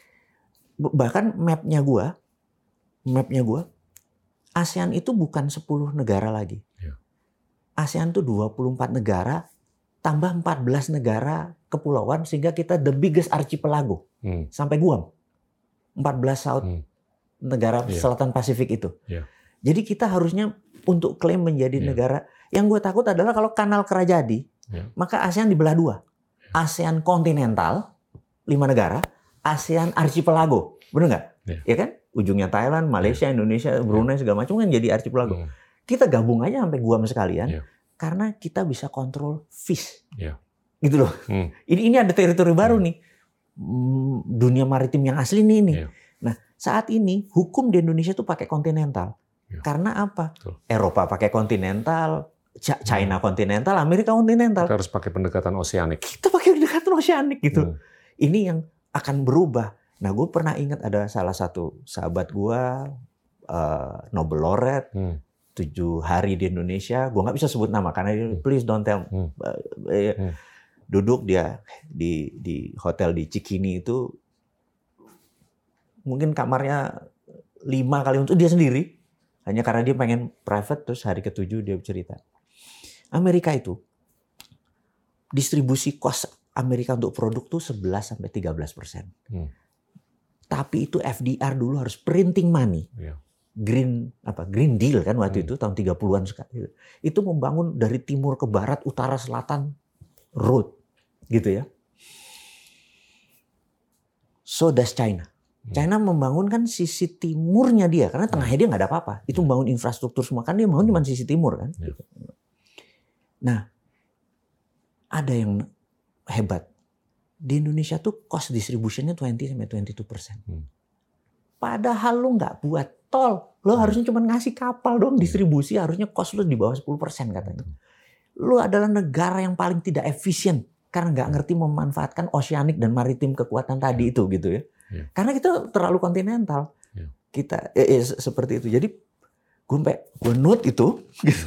S1: Bahkan mapnya gua, mapnya gua. ASEAN itu bukan sepuluh negara lagi. Ya. ASEAN itu dua puluh empat negara, tambah empat belas negara kepulauan, sehingga kita the biggest archipelago. Hmm. Sampai Guam. empat belas South hmm. negara ya. Selatan Pasifik itu. Ya. Jadi kita harusnya untuk klaim menjadi ya. Negara. Yang gue takut adalah kalau kanal kerajadi, ya. Maka ASEAN dibelah dua. Ya. ASEAN kontinental, lima negara. ASEAN archipelago. Benar nggak? Ya. Ya kan? Ujungnya Thailand, Malaysia, Indonesia, Brunei segala macam kan jadi archipelago. Hmm. Kita gabung aja sampai Guam sekalian, yeah. karena kita bisa kontrol fish, yeah. gitu loh. Hmm. Ini ini ada teritori baru hmm. nih, dunia maritim yang asli nih ini. Yeah. Nah saat ini hukum di Indonesia tuh pakai kontinental, yeah. karena apa? Betul. Eropa pakai kontinental, China kontinental, Amerika kontinental.
S2: Kita harus pakai pendekatan oseanik.
S1: Kita pakai pendekatan oseanik gitu. Hmm. Ini yang akan berubah. Nah, gue pernah ingat ada salah satu sahabat gue, uh, Nobel laureate, hmm. tujuh hari di Indonesia. Gue nggak bisa sebut nama karena dia, please don't tell. Hmm. Uh, uh, hmm. Duduk dia di di hotel di Cikini itu, mungkin kamarnya lima kali untuk dia sendiri. Hanya karena dia pengen private, terus hari ketujuh dia cerita. Amerika itu, distribusi cost Amerika untuk produk tuh sebelas sampai tiga belas persen. Hmm. Tapi itu F D R dulu harus printing money. Yeah. Green apa Green Deal kan waktu hmm. itu tahun tiga puluhan sekali. Itu membangun dari timur ke barat, utara, selatan, road. Gitu ya. So does China. China membangun kan sisi timurnya dia, karena tengahnya dia nggak ada apa-apa. Itu membangun infrastruktur semua, kan dia membangun cuma sisi timur kan. Ya. Nah, ada yang hebat. Di Indonesia tuh cost distributionnya dua puluh sampai dua puluh dua persen. Hmm. Padahal lo nggak buat tol, lo hmm. harusnya cuma ngasih kapal dong distribusi, harusnya cost lo di bawah sepuluh persen katanya. Lo adalah negara yang paling tidak efisien karena nggak ngerti memanfaatkan oceanic dan maritim kekuatan tadi itu gitu ya. Ya. Karena kita terlalu kontinental, ya. kita eh, eh, seperti itu. Jadi gue sampai gue note itu, gitu.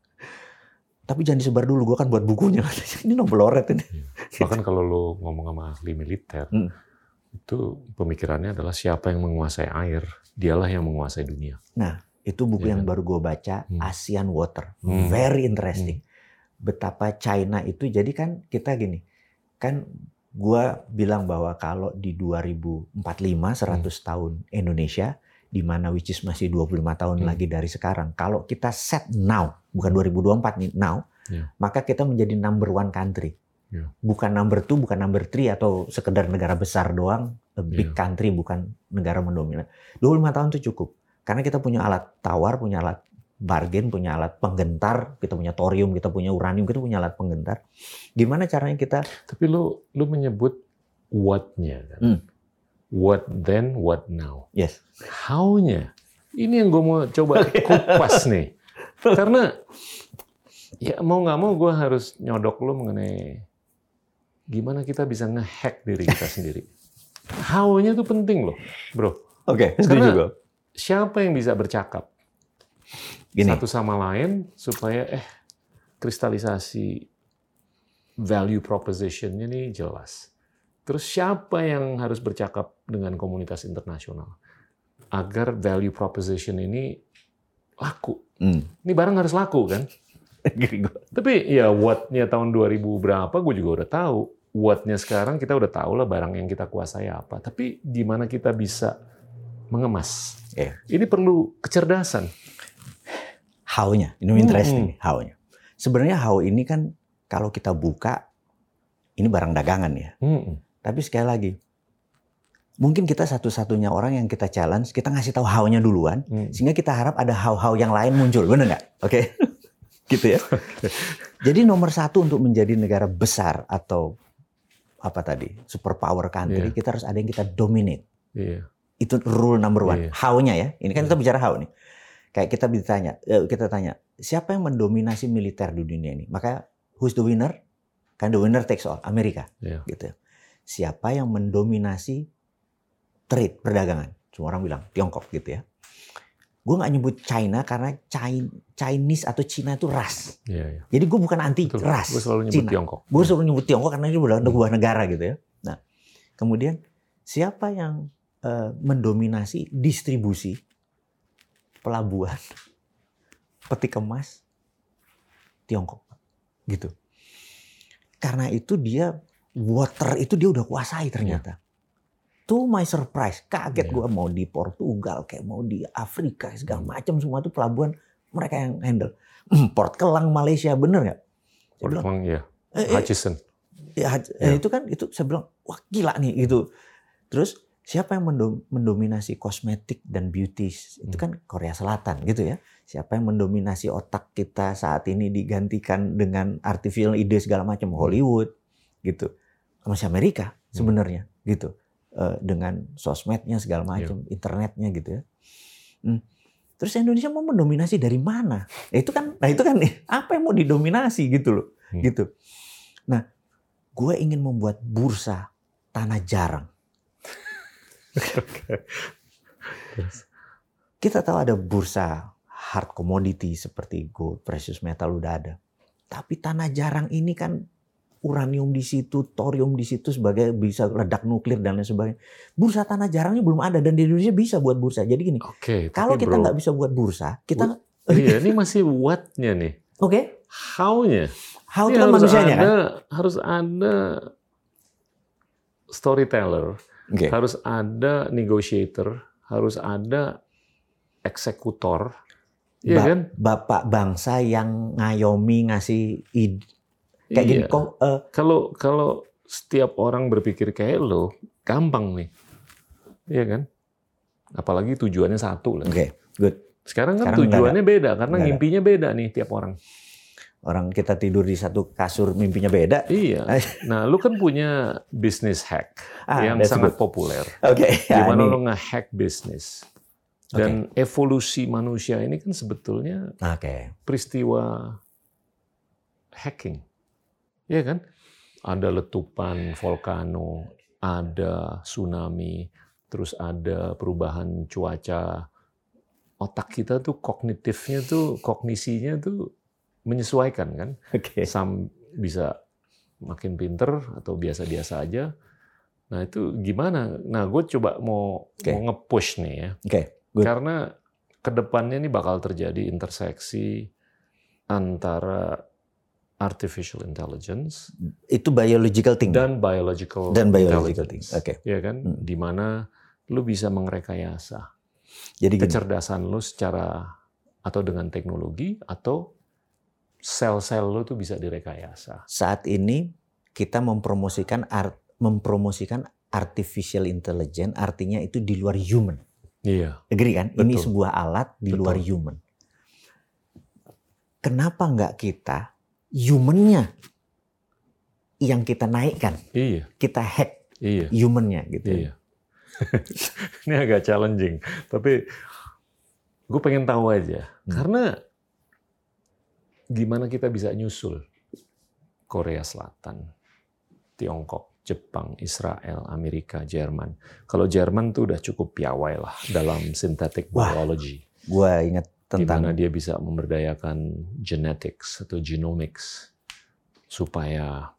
S1: Tapi jangan disebar dulu. Gue kan buat bukunya. Ini Nobel laureate ini.
S2: Ya. Bahkan kalau lo ngomong sama ahli militer, hmm. itu pemikirannya adalah siapa yang menguasai air, dialah yang menguasai dunia.
S1: Nah, itu buku ya, yang kan? baru gue baca, hmm. Asian Water, hmm. very interesting. Hmm. Betapa China itu, jadi kan kita gini, kan. Gua bilang bahwa kalau di dua ribu empat puluh lima, seratus hmm. tahun Indonesia, di mana which is masih dua puluh lima tahun hmm. lagi dari sekarang, kalau kita set now, bukan dua ribu dua puluh empat nih, now, yeah. maka kita menjadi number one country. Yeah. Bukan number two, bukan number three, atau sekedar negara besar doang, a big yeah. country, bukan negara mendominan. dua puluh lima tahun itu cukup. Karena kita punya alat tawar, punya alat bargain, punya alat penggentar, kita punya thorium, kita punya uranium, kita punya alat penggentar. Gimana caranya kita?
S2: Tapi lu lu menyebut what-nya kan? Hmm. What then, what now?
S1: Yes.
S2: How-nya? Ini yang gue mau coba kupas nih. Karena ya mau nggak mau gue harus nyodok lu mengenai gimana kita bisa nge-hack diri kita sendiri. How-nya tuh penting loh, bro.
S1: Oke, okay,
S2: setuju gue. Siapa yang bisa bercakap?
S1: Gini.
S2: Satu sama lain supaya eh kristalisasi value proposition-nya nih jelas. Terus siapa yang harus bercakap dengan komunitas internasional agar value proposition ini laku? Hmm. Ini barang harus laku kan? Tapi ya what-nya tahun dua ribu berapa gue juga udah tahu. What-nya sekarang kita udah tahu lah barang yang kita kuasai apa. Tapi gimana kita bisa mengemas? Yeah. Ini perlu kecerdasan.
S1: How-nya, ini interesting, hmm. how-nya. Sebenarnya how ini kan kalau kita buka, ini barang dagangan ya. Hmm. Tapi sekali lagi, mungkin kita satu-satunya orang yang kita challenge, kita ngasih tahu how-nya duluan, hmm. sehingga kita harap ada how-how yang lain muncul, benar nggak? Oke, okay? Gitu ya. Jadi nomor satu untuk menjadi negara besar atau apa tadi, superpower country, yeah. kita harus ada yang kita dominate. Yeah. Itu rule number one. Yeah. How-nya ya. Ini kan yeah. kita bicara how nih. Kayak kita ditanya, kita tanya, siapa yang mendominasi militer di dunia ini? Maka who's the winner? Kan the winner takes all, Amerika. Yeah. Gitu. Siapa yang mendominasi trade, perdagangan? Semua orang bilang Tiongkok gitu ya. Gue nggak nyebut China karena Chinese atau Cina itu ras. Yeah, yeah. Jadi gue bukan anti Betul. ras.
S2: Gue selalu nyebut Cina. Tiongkok.
S1: Gue selalu nyebut Tiongkok karena ini bukan sebuah negara gitu ya. Nah, kemudian siapa yang uh, mendominasi distribusi pelabuhan, peti kemas, Tiongkok, gitu. Karena itu dia water itu dia udah kuasai ternyata. Yeah. To my surprise, kaget yeah. gue mau di Portugal, kayak mau di Afrika segala macam semua itu pelabuhan mereka yang handle. Port Kelang Malaysia, bener nggak?
S2: Port Kelang ya, Hutchison.
S1: Eh, ya, yeah. itu kan itu saya bilang wah gila nih gitu. Terus siapa yang mendominasi kosmetik dan beauty? Itu kan Korea Selatan gitu ya. Siapa yang mendominasi otak kita saat ini digantikan dengan artificial ide segala macam? Hollywood gitu. Masih Amerika sebenarnya hmm. gitu. Dengan sosmednya segala macam, yeah. internetnya gitu ya. Hmm. Terus Indonesia mau mendominasi dari mana? Nah, itu kan, nah itu kan apa yang mau didominasi gitu loh, hmm. gitu. Nah, gue ingin membuat bursa tanah jarang.
S2: Okay.
S1: Kita tahu ada bursa hard commodity seperti gold, precious metal udah ada. Tapi tanah jarang ini kan uranium di situ, thorium di situ sebagai bisa ledak nuklir dan lain sebagainya. Bursa tanah jarangnya belum ada dan di Indonesia bisa buat bursa. Jadi gini,
S2: okay,
S1: kalau kita nggak bisa buat bursa, kita
S2: bu, iya ini masih what-nya nih.
S1: Oke. Okay.
S2: How-nya.
S1: How itu kan manusianya
S2: ada,
S1: kan?
S2: Harus ada storyteller, okay. Harus ada negotiator, harus ada eksekutor. Iya
S1: ba-
S2: kan?
S1: Bapak bangsa yang ngayomi ngasih ide. Kayak
S2: iya.
S1: gini kok. Uh,
S2: kalau kalau setiap orang berpikir kayak lo, gampang nih. Iya kan? Apalagi tujuannya satu lah.
S1: Oke, okay, good.
S2: Sekarang kan
S1: Sekarang
S2: tujuannya beda karena
S1: ada.
S2: Mimpinya beda nih tiap orang.
S1: Orang kita tidur di satu kasur mimpinya beda.
S2: Iya. Nah, lu kan punya business hack ah, yang sangat good. populer.
S1: Oke. Okay.
S2: Gimana
S1: Ya,
S2: lu nge-hack bisnis? Dan okay. evolusi manusia ini kan sebetulnya
S1: okay.
S2: peristiwa hacking. Iya kan? Ada letupan volcano, ada tsunami, terus ada perubahan cuaca. Otak kita tuh kognitifnya tuh, kognisinya tuh menyesuaikan kan.
S1: Okay.
S2: Sam bisa makin pinter atau biasa-biasa aja. Nah itu gimana? Nah gue coba mau, okay. mau nge-push nih ya.
S1: Okay.
S2: Karena kedepannya ini bakal terjadi interseksi antara artificial intelligence
S1: itu biological thing
S2: dan biological
S1: dan biological thing. Oke.
S2: Okay. Ya kan? Hmm. Di mana lu bisa mengrekayasa
S1: jadi
S2: kecerdasan gini. Lu secara atau dengan teknologi atau sel-sel lu tuh bisa direkayasa.
S1: Saat ini kita mempromosikan art, mempromosikan artificial intelligence, artinya itu di luar human.
S2: Iya.
S1: Agree kan?
S2: Betul.
S1: Ini sebuah alat di
S2: Betul.
S1: luar human. Kenapa nggak kita human-nya yang kita naikkan?
S2: Iya.
S1: Kita hack
S2: iya.
S1: human-nya gitu.
S2: Iya. Ini agak challenging, tapi gue pengen tahu aja. Hmm. Karena gimana kita bisa nyusul Korea Selatan, Tiongkok, Jepang, Israel, Amerika, Jerman. Kalau Jerman tuh udah cukup piawai lah dalam synthetic biology.
S1: Gua ingat tentang
S2: gimana dia bisa memberdayakan genetics atau genomics supaya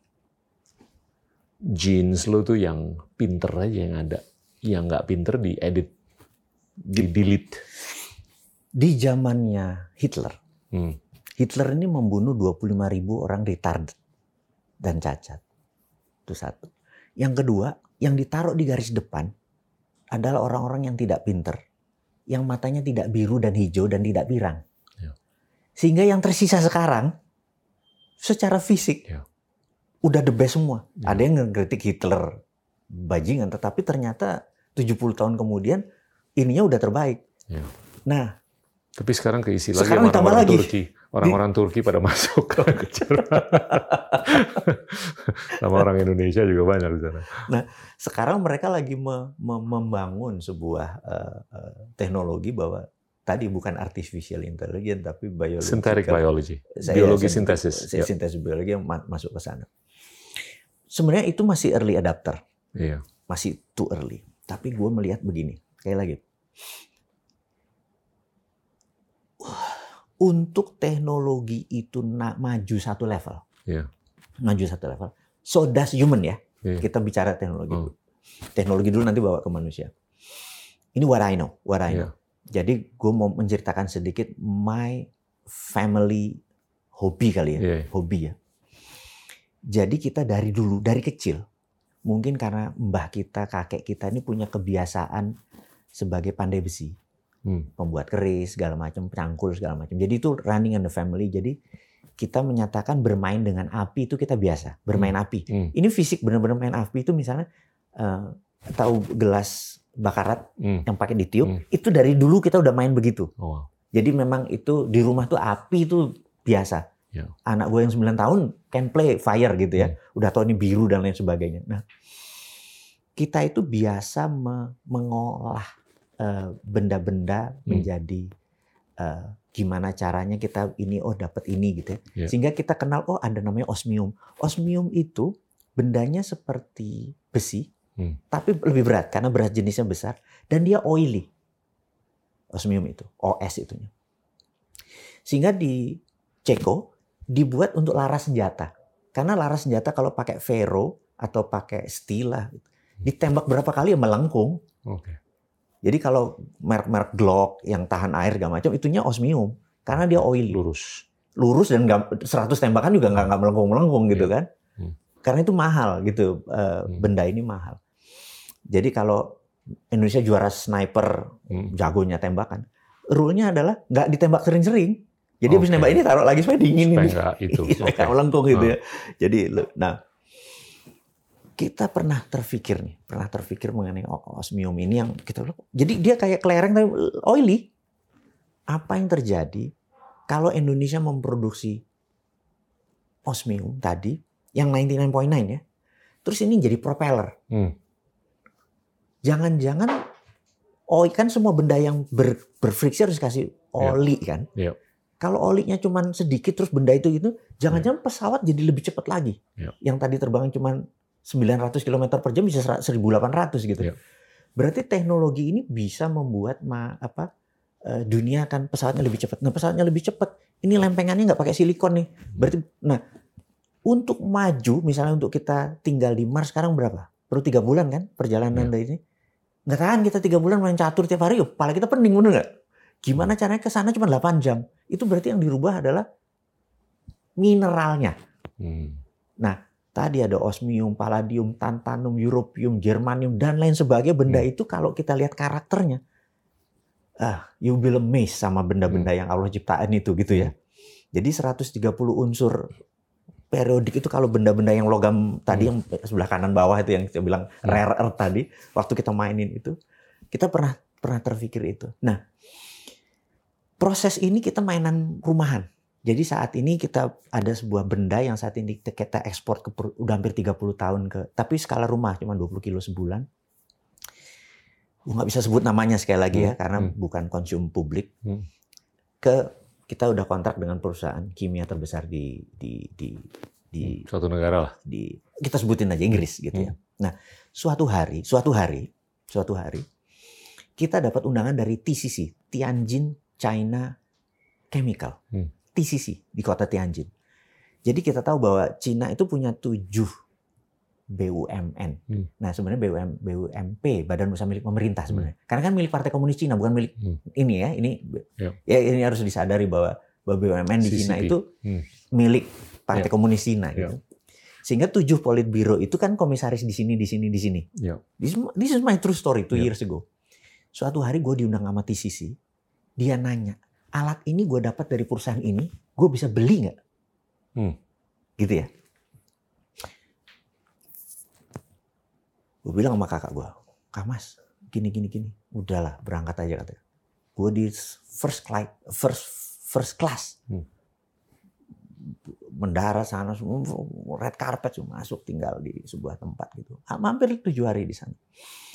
S2: genes lo tuh yang pinter aja yang ada, yang nggak pinter diedit, di delete.
S1: Di zamannya Hitler,
S2: hmm.
S1: Hitler ini membunuh dua puluh lima ribu orang retarded dan cacat. Itu satu. Yang kedua, yang ditaruh di garis depan adalah orang-orang yang tidak pinter, yang matanya tidak biru dan hijau dan tidak pirang.
S2: Ya.
S1: Sehingga yang tersisa sekarang, secara fisik,
S2: ya.
S1: udah the best semua.
S2: Ya.
S1: Ada yang ngekritik Hitler bajingan, tetapi ternyata tujuh puluh tahun kemudian ininya udah terbaik.
S2: Ya.
S1: Nah,
S2: tapi sekarang keisi lagi
S1: sekarang
S2: orang-orang
S1: lagi.
S2: Turki. Orang-orang di... Turki pada masuk ke Jerman. Sama orang Indonesia juga banyak di sana.
S1: Nah, sekarang mereka lagi me- me- membangun sebuah uh, uh, teknologi bahwa tadi bukan artificial intelligence tapi biological.
S2: Synthetic biology.
S1: Saya,
S2: biologi
S1: saya,
S2: sintesis.
S1: Saya, sintesis biologi yang ma- masuk ke sana. Sebenarnya itu masih early adapter.
S2: Iya.
S1: Masih too early. Tapi gue melihat begini. Kayak lagi. Untuk teknologi itu na- maju satu level,
S2: yeah.
S1: maju satu level. So does human ya.
S2: Yeah.
S1: Kita bicara teknologi.
S2: Oh.
S1: Teknologi dulu nanti bawa ke manusia. Ini what I know, what I know.
S2: Yeah.
S1: Jadi gue mau menceritakan sedikit my family hobi kali ya,
S2: yeah.
S1: hobi ya. Jadi kita dari dulu, dari kecil, mungkin karena mbah kita, kakek kita ini punya kebiasaan sebagai pandai besi. Hmm. Pembuat keris, segala macam, cangkul, segala macam. Jadi itu running in the family. Jadi kita menyatakan bermain dengan api itu kita biasa. Bermain hmm. api. Hmm. Ini fisik benar-benar main api itu misalnya uh, tahu gelas bakarat hmm. yang pakai ditiup. Hmm. Itu dari dulu kita udah main begitu.
S2: Oh.
S1: Jadi memang itu di rumah tuh api itu biasa.
S2: Yeah.
S1: Anak gue yang sembilan tahun can play fire gitu ya. Hmm. Udah tahu ini biru dan lain sebagainya. Nah, kita itu biasa me- mengolah benda-benda hmm. menjadi uh, gimana caranya kita ini oh dapat ini gitu ya.
S2: Yeah.
S1: Sehingga kita kenal oh ada namanya osmium. Osmium itu bendanya seperti besi, hmm. tapi lebih berat karena berat jenisnya besar dan dia oily. Osmium itu, O S itunya. Sehingga di Ceko dibuat untuk laras senjata. Karena laras senjata kalau pakai ferro atau pakai steel lah, ditembak berapa kali ya melengkung.
S2: Okay.
S1: Jadi kalau merek-merek Glock yang tahan air segala macam, itunya osmium. Karena dia oily.
S2: Lurus.
S1: Lurus dan gak, seratus tembakan juga nggak melengkung-melengkung gitu kan.
S2: Hmm.
S1: Karena itu mahal gitu, uh, hmm. benda ini mahal. Jadi kalau Indonesia juara sniper, hmm. jagonya tembakan, rule-nya adalah nggak ditembak sering-sering. Jadi habis okay. nembak ini taruh lagi supaya dingin
S2: supaya
S1: ini.
S2: Nggak itu.
S1: Supaya nggak melengkung gitu ya. Jadi, nah kita pernah terpikir nih, pernah terpikir mengenai osmium ini yang kita, jadi dia kayak kelereng tapi oily. Apa yang terjadi kalau Indonesia memproduksi osmium tadi yang sembilan puluh sembilan koma sembilan ya, terus ini jadi propeller. Hmm. Jangan-jangan, oh kan semua benda yang ber, berfriksi harus kasih oli yeah. kan. Yeah. Kalau olinya cuma sedikit terus benda itu gitu, jangan-jangan yeah. pesawat jadi lebih cepat lagi. Yeah. Yang tadi terbang cuma sembilan ratus kilometer per jam bisa seribu delapan ratus gitu. Yeah. Berarti teknologi ini bisa membuat ma, apa dunia kan pesawatnya lebih cepat. Nah pesawatnya lebih cepat, ini lempengannya nggak pakai silikon nih. Berarti, nah untuk maju misalnya untuk kita tinggal di Mars sekarang berapa? Perlu tiga bulan kan perjalanan yeah. dari ini. Nggak tahan kita tiga bulan main catur tiap hari, yuk, kepala kita pening, bener nggak? Gimana caranya ke sana cuma delapan jam? Itu berarti yang dirubah adalah mineralnya. Hmm. Nah, tadi ada osmium, palladium, tantalum, europium, germanium, dan lain sebagainya. Benda hmm. itu kalau kita lihat karakternya, ah, you will amazed sama benda-benda hmm. yang Allah ciptain itu gitu ya. Jadi seratus tiga puluh unsur periodik itu kalau benda-benda yang logam tadi hmm. yang sebelah kanan bawah itu yang saya bilang hmm. rare earth tadi waktu kita mainin itu kita pernah pernah terpikir itu. Nah, proses ini kita mainan rumahan. Jadi saat ini kita ada sebuah benda yang saat ini kita ekspor ke udah hampir tiga puluh tahun ke tapi skala rumah cuma dua puluh kilo sebulan. Gue nggak bisa sebut namanya sekali lagi ya hmm. karena hmm. bukan konsum publik. Hmm. Ke kita udah kontrak dengan perusahaan kimia terbesar di di di di
S2: suatu negara lah.
S1: Di kita sebutin aja Inggris gitu hmm. ya. Nah, suatu hari, suatu hari, suatu hari kita dapat undangan dari T C C, Tianjin China Chemical. Hmm. T C C di kota Tianjin. Jadi kita tahu bahwa Cina itu punya tujuh B U M N. Hmm. Nah, sebenarnya B U M, B U M P, Badan Usaha Milik Pemerintah sebenarnya. Hmm. Karena kan milik Partai Komunis Cina, bukan milik hmm. ini ya. Ini yep. ya ini harus disadari bahwa, bahwa B U M N di C C P. Cina itu hmm. milik Partai yep. Komunis Cina gitu. Yep. Sehingga tujuh politbiro itu kan komisaris di sini, di sini, di sini. Yep. This, this is my true story two yep. years ago. Suatu hari gue diundang sama T C C, dia nanya, alat ini gue dapat dari perusahaan ini, gue bisa beli nggak? Hmm. Gitu ya. Gue bilang sama kakak gue, Kak Mas, gini gini gini, udahlah berangkat aja katanya. Gue di first class, first first class, hmm. mendarat sana, red carpet, masuk tinggal di sebuah tempat gitu. Hampir tujuh hari di sana.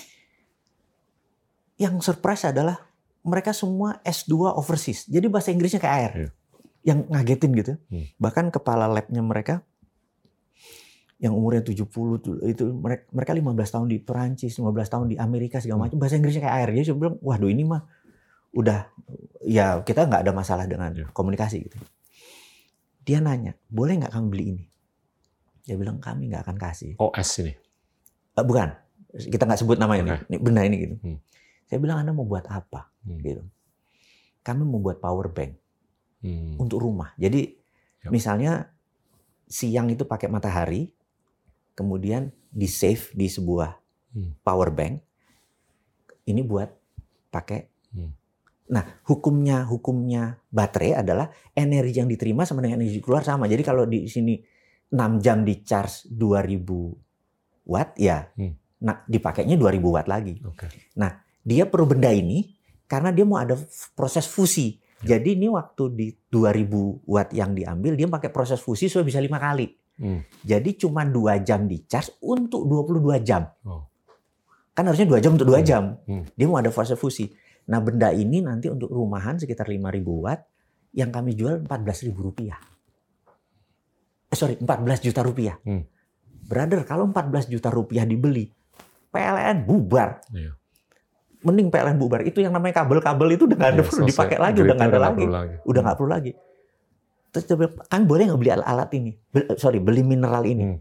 S1: Yang surprise adalah mereka semua S dua overseas, jadi bahasa Inggrisnya kayak air, yeah. yang ngagetin gitu. Hmm. Bahkan kepala labnya mereka yang umurnya tujuh puluh itu mereka mereka lima belas tahun di Perancis, lima belas tahun di Amerika segala macam, bahasa Inggrisnya kayak air. Jadi saya bilang, waduh ini mah udah ya kita nggak ada masalah dengan yeah. komunikasi gitu. Dia nanya, boleh nggak kamu beli ini? Dia bilang kami nggak akan kasih.
S2: O S ini?
S1: Uh, bukan, kita nggak sebut namanya okay. ini, benda ini gitu. Hmm. Saya bilang Anda mau buat apa? Hmm. Gitu. Kami mau buat power bank hmm. untuk rumah. Jadi yep. misalnya siang itu pakai matahari. Kemudian di save di sebuah hmm. power bank, ini buat pakai. Hmm. Nah, hukumnya hukumnya baterai adalah energi yang diterima sama dengan energi keluar sama. Jadi kalau di sini enam jam di charge dua ribu watt, ya, hmm. nah dipakainya dua ribu watt lagi. Okay. Nah, dia perlu benda ini karena dia mau ada proses fusi. Ya. Jadi ini waktu di dua ribu watt yang diambil, dia pakai proses fusi supaya bisa lima kali. Hmm. Jadi cuma dua jam di charge untuk dua puluh dua jam. Oh. Kan harusnya dua jam untuk dua jam. Hmm. Dia mau ada fase fusi. Nah benda ini nanti untuk rumahan sekitar lima ribu watt, yang kami jual empat belas ribu rupiah. Eh, sorry, empat belas juta rupiah. Hmm. Brother, kalau empat belas juta rupiah dibeli, P L N bubar. Iya. Mending P L N bubar. Itu yang namanya kabel-kabel itu udah nggak ada ya, perlu dipakai lagi, udah nggak ada lagi. lagi. Udah nggak perlu lagi. Terus dia bilang, kami boleh nggak beli alat ini? Be- sorry, beli mineral ini. Hmm.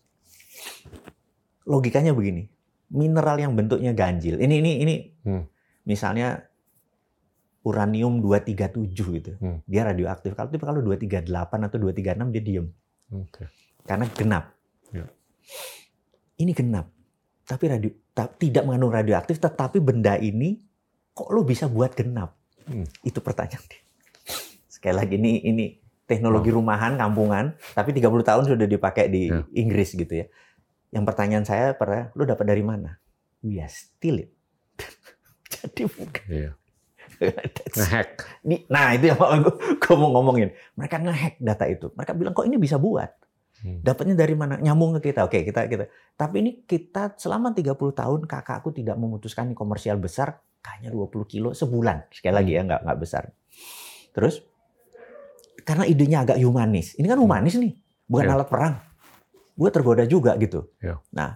S1: Logikanya begini, mineral yang bentuknya ganjil. Ini ini ini, hmm. misalnya uranium dua tiga tujuh gitu, hmm. dia radioaktif. Kalau kalau dua tiga delapan atau dua tiga enam dia diem. Okay. Karena genap. Ya. Ini genap. Tapi radio, tidak mengandung radioaktif, tetapi benda ini kok lo bisa buat genap? Hmm. Itu pertanyaan. Sekali lagi ini ini teknologi oh. rumahan, kampungan, tapi tiga puluh tahun sudah dipakai di ya. Inggris gitu ya. Yang pertanyaan saya pernah, lo dapat dari mana? We are steal it. Jadi bukan. Yeah. Ngehack. Nah itu yang gue mau ngomongin. Mereka ngehack data itu. Mereka bilang kok ini bisa buat. Hmm. Dapatnya dari mana? Nyambung ke kita. Oke, kita kita. Tapi ini kita selama tiga puluh tahun kakakku tidak memutuskan komersial besar, hanya dua puluh kilo sebulan. Sekali lagi ya, nggak nggak besar. Terus karena idenya agak humanis. Ini kan humanis nih, bukan yeah. alat perang. Gue tergoda juga gitu. Yeah. Nah,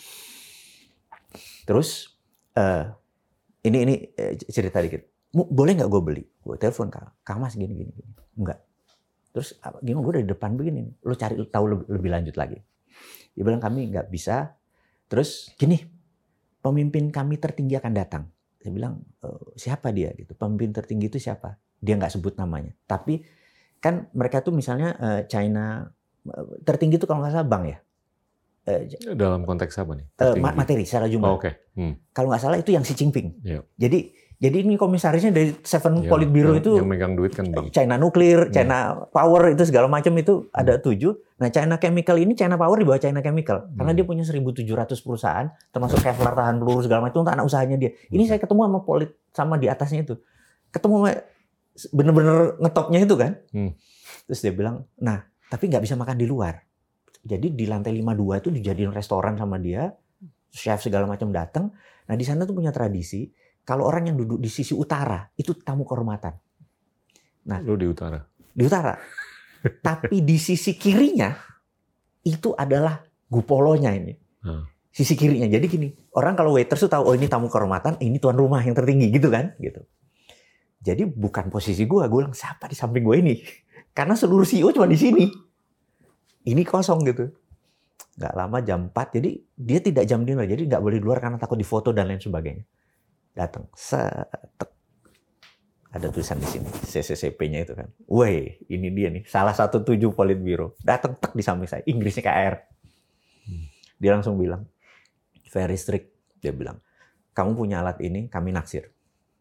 S1: terus uh, ini ini cerita dikit. Boleh nggak gue beli? Gue telepon Kak, Kak Mas gini gini gini. Enggak. Terus gimana, gue dari depan begini, lo cari tahu lebih, lebih lanjut lagi. Dia bilang kami nggak bisa. Terus gini, pemimpin kami tertinggi akan datang. Saya bilang e, siapa dia gitu. Pemimpin tertinggi itu siapa? Dia nggak sebut namanya. Tapi kan mereka tuh misalnya China tertinggi itu kalau nggak salah bank ya.
S2: Dalam konteks apa nih?
S1: Tertinggi. Materi secara jumlah.
S2: Oh, Oke. Okay. Hmm.
S1: Kalau nggak salah itu yang Xi Jinping.
S2: Yeah.
S1: Jadi Jadi ini komisarisnya dari Seven
S2: ya,
S1: Politburo
S2: yang,
S1: itu
S2: yang megang duit kan bank.
S1: China Nuklir, China hmm. Power itu segala macam itu hmm. ada tujuh. Nah China Chemical ini China Power di bawah China Chemical hmm. karena dia punya seribu tujuh ratus perusahaan termasuk Kevlar tahan peluru segala macam itu untuk anak usahanya dia. Ini hmm. saya ketemu sama polit sama di atasnya itu, ketemu sama bener-bener ngetopnya itu kan. Hmm. Terus dia bilang, nah tapi nggak bisa makan di luar. Jadi di lantai lima puluh dua itu dijadiin restoran sama dia, chef segala macam datang. Nah di sana tuh punya tradisi. Kalau orang yang duduk di sisi utara, itu tamu kehormatan. Nah,
S2: lu di utara?
S1: Di utara. Tapi di sisi kirinya, itu adalah gupolonya ini. Hmm. Sisi kirinya. Jadi gini, orang kalau waiters tuh tahu, oh ini tamu kehormatan, ini tuan rumah yang tertinggi, gitu kan? Gitu. Jadi bukan posisi gue, gue bilang, siapa di samping gue ini? Karena seluruh C E O cuma di sini. Ini kosong gitu. Nggak lama jam empat, jadi dia tidak jam dinner, jadi nggak boleh di luar karena takut difoto dan lain sebagainya. Datang, setek. Ada tulisan di sini, C C C P-nya itu kan. Woi, ini dia nih, salah satu tujuh Politburo. Datang, tek di samping saya, Inggrisnya K R. Dia langsung bilang, very strict. Dia bilang, kamu punya alat ini, kami naksir.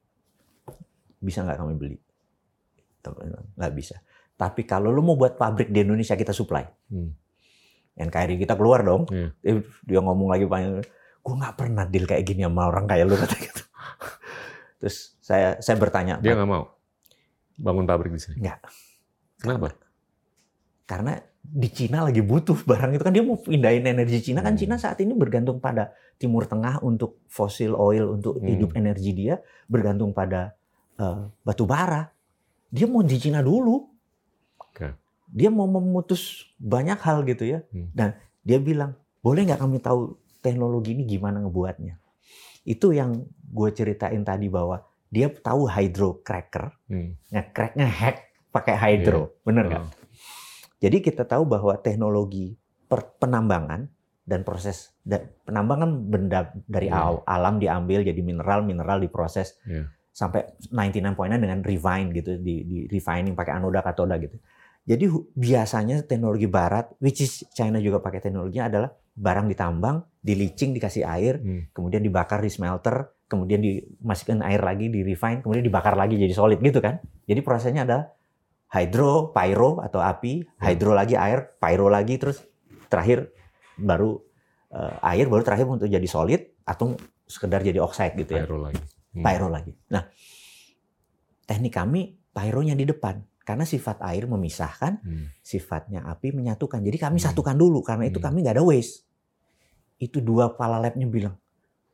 S1: Bisa nggak kami beli? Nggak bisa. Tapi kalau lo mau buat pabrik di Indonesia, kita supply. Hmm. N K R I kita keluar dong. Yeah. Dia ngomong lagi panjang, gue nggak pernah deal kayak gini sama orang kayak lo, kata gitu. Terus saya saya bertanya,
S2: dia nggak mau bangun pabrik di sini?
S1: Nggak.
S2: Kenapa?
S1: Karena di Cina lagi butuh barang itu kan, dia mau pindahin energi Cina. Kan Cina saat ini bergantung pada Timur Tengah untuk fossil oil, untuk hidup hmm. energi dia bergantung pada uh, batu bara. Dia mau di Cina dulu. Okay. Dia mau memutus banyak hal gitu ya. Hmm. Dan dia bilang, boleh nggak kami tahu teknologi ini gimana ngebuatnya? Itu yang gue ceritain tadi bahwa dia tahu hydro cracker, hmm. nge-crack, nge-hack pakai hydro, yeah. bener nggak? Oh. Jadi kita tahu bahwa teknologi per penambangan dan proses dan penambangan benda dari yeah. alam diambil jadi mineral, mineral diproses yeah. sampai sembilan puluh sembilan poin sembilan dengan refine gitu, di, di refining pakai anoda katoda gitu. Jadi biasanya teknologi barat, which is China juga pakai teknologinya, adalah barang ditambang, di leaching, dikasih air, hmm. kemudian dibakar di smelter, kemudian dimasukkan air lagi, di refine, kemudian dibakar lagi jadi solid gitu kan. Jadi prosesnya adalah hydro, pyro atau api, hydro lagi air, pyro lagi, terus terakhir baru uh, air, baru terakhir untuk jadi solid atau sekedar jadi oxide gitu ya.
S2: Pyro lagi.
S1: Hmm. Pyro lagi. Nah, teknik kami pyronya di depan. Karena sifat air memisahkan, hmm. sifatnya api menyatukan. Jadi kami hmm. satukan dulu, karena itu hmm. kami nggak ada waste. Itu dua kepala labnya bilang,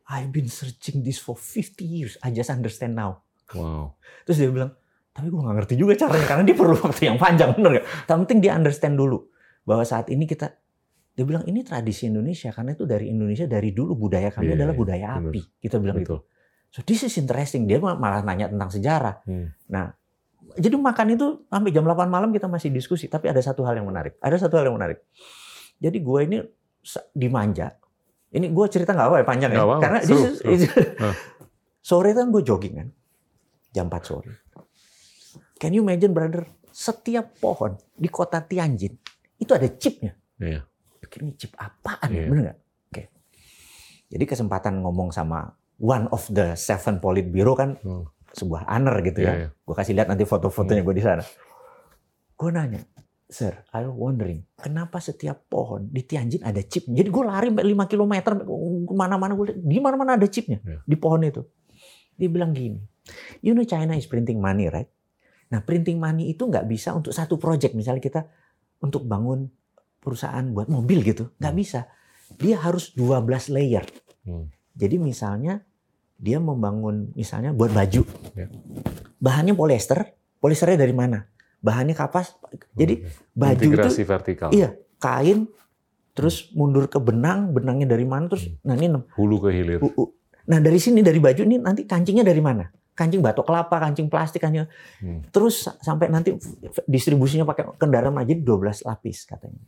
S1: I've been searching this for fifty years. I just understand now.
S2: Wow.
S1: Terus dia bilang, tapi gue nggak ngerti juga caranya karena dia perlu waktu yang panjang, bener gak? Tapi penting dia understand dulu bahwa saat ini kita, dia bilang ini tradisi Indonesia karena itu dari Indonesia dari dulu budaya kami yeah, adalah budaya yeah, api. Bener. Kita bilang Betul. gitu. So this is interesting. Dia malah nanya tentang sejarah. Hmm. Nah, jadi makan itu sampai jam delapan malam kita masih diskusi. Tapi ada satu hal yang menarik. Ada satu hal yang menarik. Jadi gue ini dimanja. Ini gue cerita nggak apa ya panjang ya. Apa, karena seru, is, is, huh. sore kan gue jogging kan, jam empat sore. Can you imagine brother? Setiap pohon di kota Tianjin itu ada chipnya. Yeah. Ini chip apaan? Yeah. Bener nggak? Oke. Okay. Jadi kesempatan ngomong sama one of the seven Politburo kan hmm. sebuah honor gitu yeah, ya. Yeah. Gue kasih lihat nanti foto-fotonya hmm. gue di sana. Gue nanya. Sir, I was wondering, kenapa setiap pohon di Tianjin ada chipnya? Jadi gue lari lima kilometer kemana-mana, gue di mana-mana ada chipnya yeah. di pohon itu. Dia bilang gini, you know China is printing money, right? Nah, printing money itu nggak bisa untuk satu project. Misalnya kita untuk bangun perusahaan buat mobil gitu, nggak hmm. bisa. Dia harus dua belas layer. Hmm. Jadi misalnya dia membangun, misalnya buat baju, yeah. bahannya polyester, polyesternya dari mana? Bahannya kapas, jadi baju integrasi itu
S2: vertikal.
S1: Iya, kain, terus mundur ke benang, benangnya dari mana, terus hmm. nah ini
S2: hulu ke hilir.
S1: Uh, uh. Nah dari sini dari baju ini nanti kancingnya dari mana? Kancing batok kelapa, kancing plastik, kancing, hmm. terus sampai nanti distribusinya pakai kendaraan aja dua belas lapis katanya.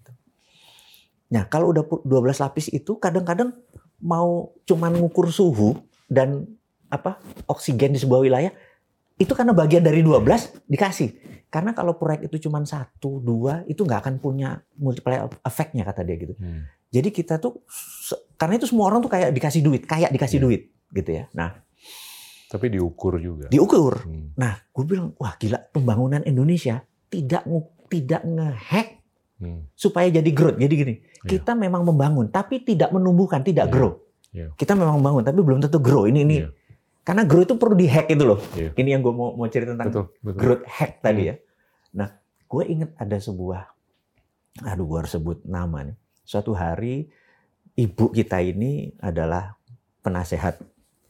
S1: Nah kalau udah dua belas lapis itu kadang-kadang mau cuman ngukur suhu dan apa oksigen di sebuah wilayah itu karena bagian dari dua belas dikasih. Karena kalau proyek itu cuma satu, dua, itu nggak akan punya multiplier effect-nya kata dia gitu. Hmm. Jadi kita tuh, karena itu semua orang tuh kayak dikasih duit, kayak dikasih yeah. duit gitu ya. Nah,
S2: tapi diukur juga.
S1: Diukur. Hmm. Nah, gue bilang, wah gila pembangunan Indonesia tidak tidak ngehack hmm. supaya jadi growth. Jadi gini, yeah. kita memang membangun, tapi tidak menumbuhkan, tidak yeah. grow. Yeah. Kita memang membangun, tapi belum tentu grow. Ini ini. Yeah. Karena growth itu perlu di-hack itu loh. Iya. Ini yang gue mau, mau cerita tentang betul, betul. growth hack tadi ya. Nah, gue ingat ada sebuah, aduh gue harus sebut nama nih. Suatu hari ibu kita ini adalah penasehat,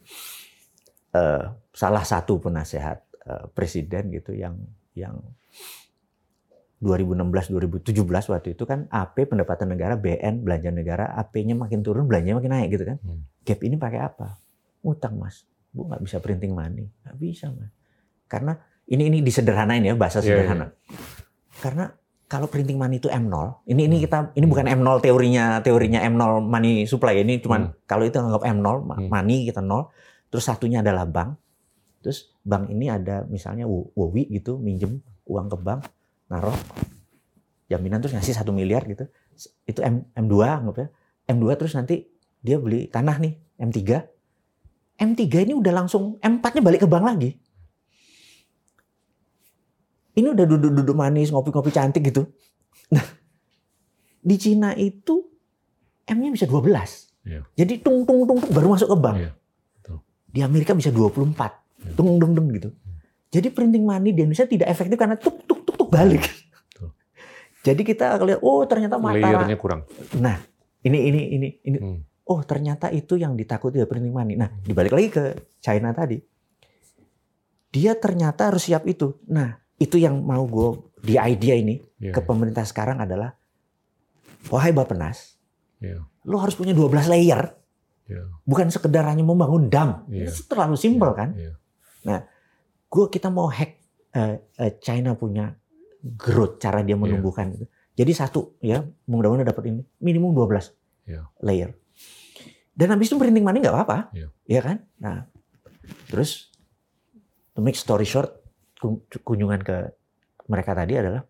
S1: uh, salah satu penasehat uh, presiden gitu yang yang dua ribu enam belas dua ribu tujuh belas waktu itu kan A P pendapatan negara, B N belanja negara, A P-nya makin turun, belanjanya makin naik gitu kan. Hmm. Gap ini pakai apa? Utang mas. Bu nggak bisa printing money, nggak bisa mas. Karena ini ini disederhanain ya bahasa sederhana. Yeah, yeah. Karena kalau printing money itu M nol, ini ini kita ini bukan M nol teorinya teorinya M nol money supply, ini cuman hmm. kalau itu anggap M nol money kita nol, terus satunya adalah bank, terus bank ini ada misalnya Wowi gitu minjem uang ke bank, naruh jaminan terus ngasih satu miliar gitu, itu M M2 anggap ya, M dua terus nanti dia beli tanah nih M tiga. M tiga ini udah langsung, M empat-nya balik ke bank lagi. Ini udah duduk-duduk manis, ngopi-ngopi cantik gitu. Nah, di Cina itu M-nya bisa dua belas. Yeah. Jadi tung tung tung baru masuk ke bank. Yeah. Di Amerika bisa dua puluh empat. Yeah. Tung tung tung gitu. Jadi printing money di Indonesia tidak efektif karena tuk tuk tuk tuk balik. Yeah. Jadi kita lihat, oh ternyata mata.
S2: Layernya kurang.
S1: Nah, ini ini ini ini. Hmm. Oh ternyata itu yang ditakuti dari printing money. Nah dibalik lagi ke China tadi. Dia ternyata harus siap itu. Nah itu yang mau gue di idea ini yeah, ke pemerintah yeah. sekarang adalah. Wahai Bappenas. Yeah. Lo harus punya dua belas layer. Yeah. Bukan sekedar hanya membangun dam. Yeah. Itu terlalu simpel yeah, kan. Yeah. Nah gue kita mau hack uh, uh, China punya growth. Cara dia menumbuhkan. Yeah. Jadi satu ya mudah-mudahan dapat ini. Minimum dua belas yeah. layer. Dan habis itu printing money nggak apa-apa, yeah. ya kan? Nah, terus to make story short, kunjungan ke mereka tadi adalah,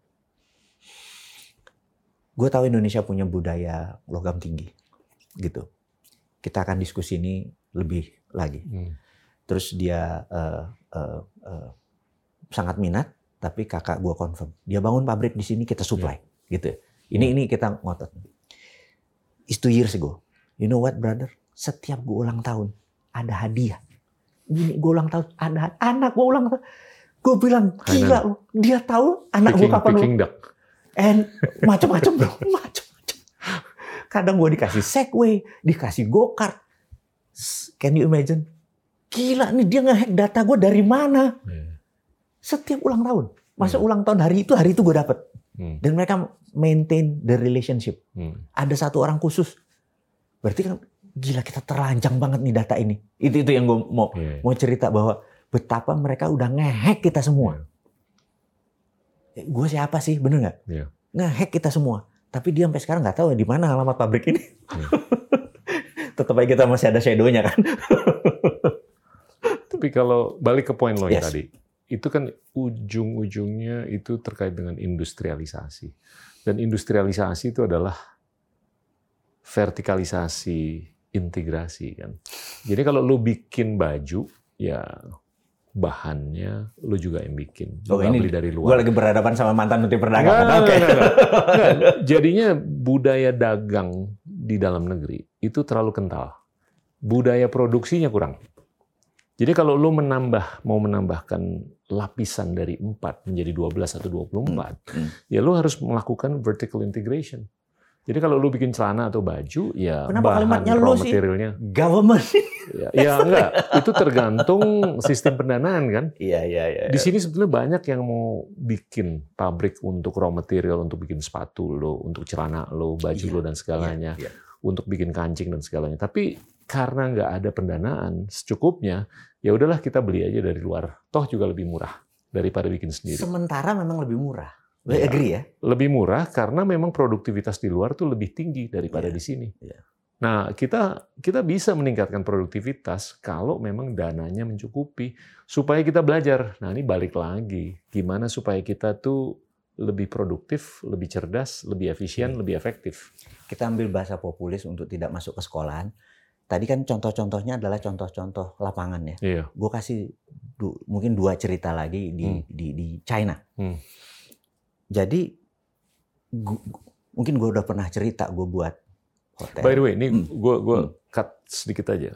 S1: gue tahu Indonesia punya budaya logam tinggi, gitu. Kita akan diskusi ini lebih lagi. Hmm. Terus dia uh, uh, uh, sangat minat, tapi kakak gue confirm, dia bangun pabrik di sini kita supply, yeah. gitu. Ini hmm. ini kita ngotot. It's two years ago. You know what, brother? Setiap gue ulang tahun ada hadiah. Gini gue ulang tahun ada anak gue ulang tahun. Gue bilang gila lu. Dia tahu anak gue kapan lu. And macam-macam bro, macam-macam. Kadang gue dikasih Segway, dikasih go-kart. Can you imagine? Gila nih dia nge-hack data gue dari mana? Yeah. Setiap ulang tahun. Masa yeah. ulang tahun hari itu, hari itu gue dapet. Hmm. Dan mereka maintain the relationship. Hmm. Ada satu orang khusus. Berarti kan gila kita terlanjang banget nih data ini. Itu itu yang gue mau yeah. mau cerita bahwa betapa mereka udah nge-hack kita semua. Yeah. Gue siapa sih, bener nggak? Yeah. Nge-hack kita semua. Tapi dia sampai sekarang nggak tahu di mana alamat pabrik ini. Yeah. Tetap aja kita masih ada shadow-nya kan.
S2: Tapi kalau balik ke poin lo yes. tadi, itu kan ujung-ujungnya itu terkait dengan industrialisasi. Dan industrialisasi itu adalah vertikalisasi integrasi kan. Jadi kalau lo bikin baju, ya bahannya lo juga yang bikin.
S1: Oh, ini beli dari luar. Gue lagi berhadapan sama mantan menteri perdagangan.
S2: Nah, okay. nah, nah, nah. Jadinya budaya dagang di dalam negeri itu terlalu kental. Budaya produksinya kurang. Jadi kalau lo menambah, mau menambahkan lapisan dari empat menjadi dua belas atau dua puluh empat, hmm. Hmm. ya lo harus melakukan vertical integration. Jadi kalau lo bikin celana atau baju, ya
S1: kenapa
S2: bahan raw materialnya.
S1: Government.
S2: Ya, ya enggak, itu tergantung sistem pendanaan kan.
S1: Iya, iya, iya.
S2: Di sini sebetulnya banyak yang mau bikin pabrik untuk raw material, untuk bikin sepatu lo, untuk celana lo, baju iya, lo dan segalanya, iya, iya. untuk bikin kancing dan segalanya. Tapi karena nggak ada pendanaan secukupnya, ya udahlah kita beli aja dari luar. Toh juga lebih murah daripada bikin sendiri.
S1: Sementara memang lebih murah. Ya, agree ya?
S2: Lebih murah karena memang produktivitas di luar tuh lebih tinggi daripada yeah. di sini. Yeah. Nah, kita kita bisa meningkatkan produktivitas kalau memang dananya mencukupi supaya kita belajar. Nah, ini balik lagi, gimana supaya kita tuh lebih produktif, lebih cerdas, lebih efisien, yeah. lebih efektif.
S1: Kita ambil bahasa populis untuk tidak masuk ke sekolahan. Tadi kan contoh-contohnya adalah contoh-contoh lapangan ya. Yeah. Gue kasih du, mungkin dua cerita lagi di hmm. di, di China. Hmm. Jadi gua, mungkin gue udah pernah cerita gue buat hotel.
S2: By the way, ini hmm. gue gue hmm. cut sedikit aja.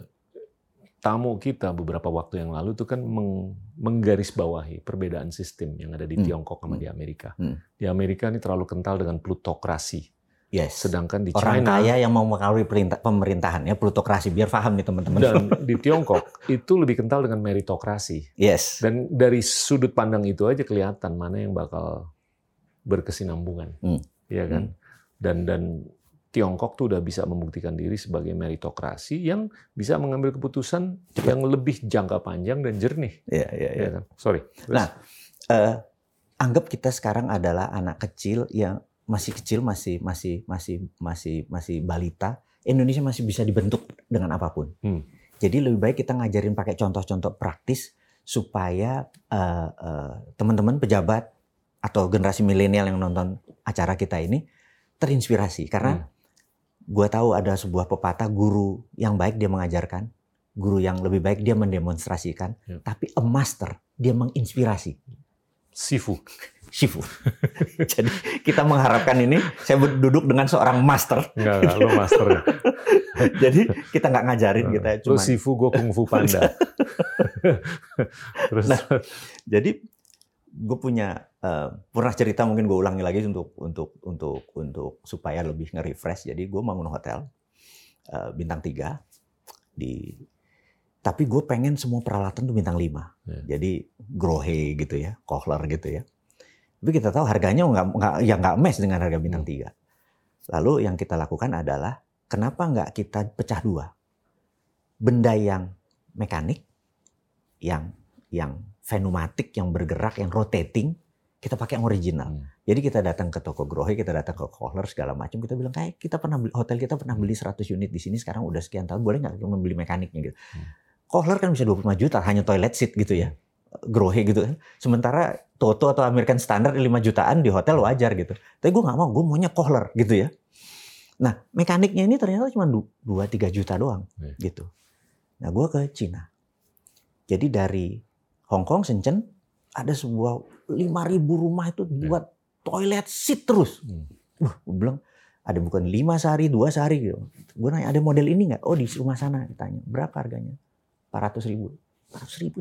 S2: Tamu kita beberapa waktu yang lalu itu kan meng, menggarisbawahi perbedaan sistem yang ada di hmm. Tiongkok sama hmm. di Amerika. Hmm. Di Amerika ini terlalu kental dengan plutokrasi.
S1: Yes.
S2: Sedangkan di
S1: orang
S2: China,
S1: kaya yang mau mengaruhi pemerintahan ya plutokrasi, biar paham nih teman-teman.
S2: Dan di Tiongkok itu lebih kental dengan meritokrasi.
S1: Yes.
S2: Dan dari sudut pandang itu aja kelihatan mana yang bakal berkesinambungan, hmm. ya kan? Hmm. Dan dan Tiongkok tuh udah bisa membuktikan diri sebagai meritokrasi yang bisa mengambil keputusan cepat, yang lebih jangka panjang dan jernih.
S1: Iya, iya, iya.
S2: Kan? Sorry. Terus?
S1: Nah, uh, anggap kita sekarang adalah anak kecil yang masih kecil, masih masih masih masih masih balita. Indonesia masih bisa dibentuk dengan apapun. Hmm. Jadi lebih baik kita ngajarin pakai contoh-contoh praktis supaya uh, uh, teman-teman pejabat atau generasi milenial yang nonton acara kita ini terinspirasi. Karena hmm. gue tahu ada sebuah pepatah, guru yang baik dia mengajarkan, guru yang lebih baik dia mendemonstrasikan, ya. Tapi a master dia menginspirasi.
S2: Sifu.
S1: Sifu. Jadi kita mengharapkan ini, saya duduk dengan seorang master.
S2: Enggak, enggak, lo master.
S1: Jadi kita nggak ngajarin, kita
S2: cuma. Lo Sifu, gue Kung Fu Panda. Terus.
S1: Nah, jadi gue punya uh, pernah cerita, mungkin gue ulangi lagi untuk untuk untuk untuk supaya lebih nge-refresh. Jadi gue bangun hotel uh, bintang tiga di, tapi gue pengen semua peralatan tuh bintang lima. Yeah. Jadi grohe gitu ya, Kohler gitu ya. Tapi kita tahu harganya nggak nggak ya nggak match dengan harga bintang tiga. Lalu yang kita lakukan adalah kenapa nggak kita pecah dua, benda yang mekanik, yang yang pneumatik, yang bergerak, yang rotating, kita pakai yang original. Hmm. Jadi kita datang ke toko grohe, kita datang ke Kohler segala macam, kita bilang kayak kita pernah beli, hotel kita pernah beli seratus unit di sini, sekarang udah sekian tahun, boleh nggak kita membeli mekaniknya gitu. Hmm. Kohler kan bisa dua puluh lima juta hanya toilet seat gitu ya. Grohe gitu kan. Sementara Toto atau American Standard lima jutaan di hotel wajar gitu. Tapi gue nggak mau, gue maunya Kohler gitu ya. Nah, mekaniknya ini ternyata cuma dua tiga juta doang hmm. gitu. Nah, gue ke Cina. Jadi dari Hong Kong, Shenzhen, ada sebuah lima ribu rumah itu buat toilet seat terus. Hmm. Wah, gue bilang, ada bukan lima sehari, dua sehari gitu. Gue nanya, ada model ini nggak? Oh, di rumah sana. Ditanya, berapa harganya? empat ratus ribu. empat ratus ribu.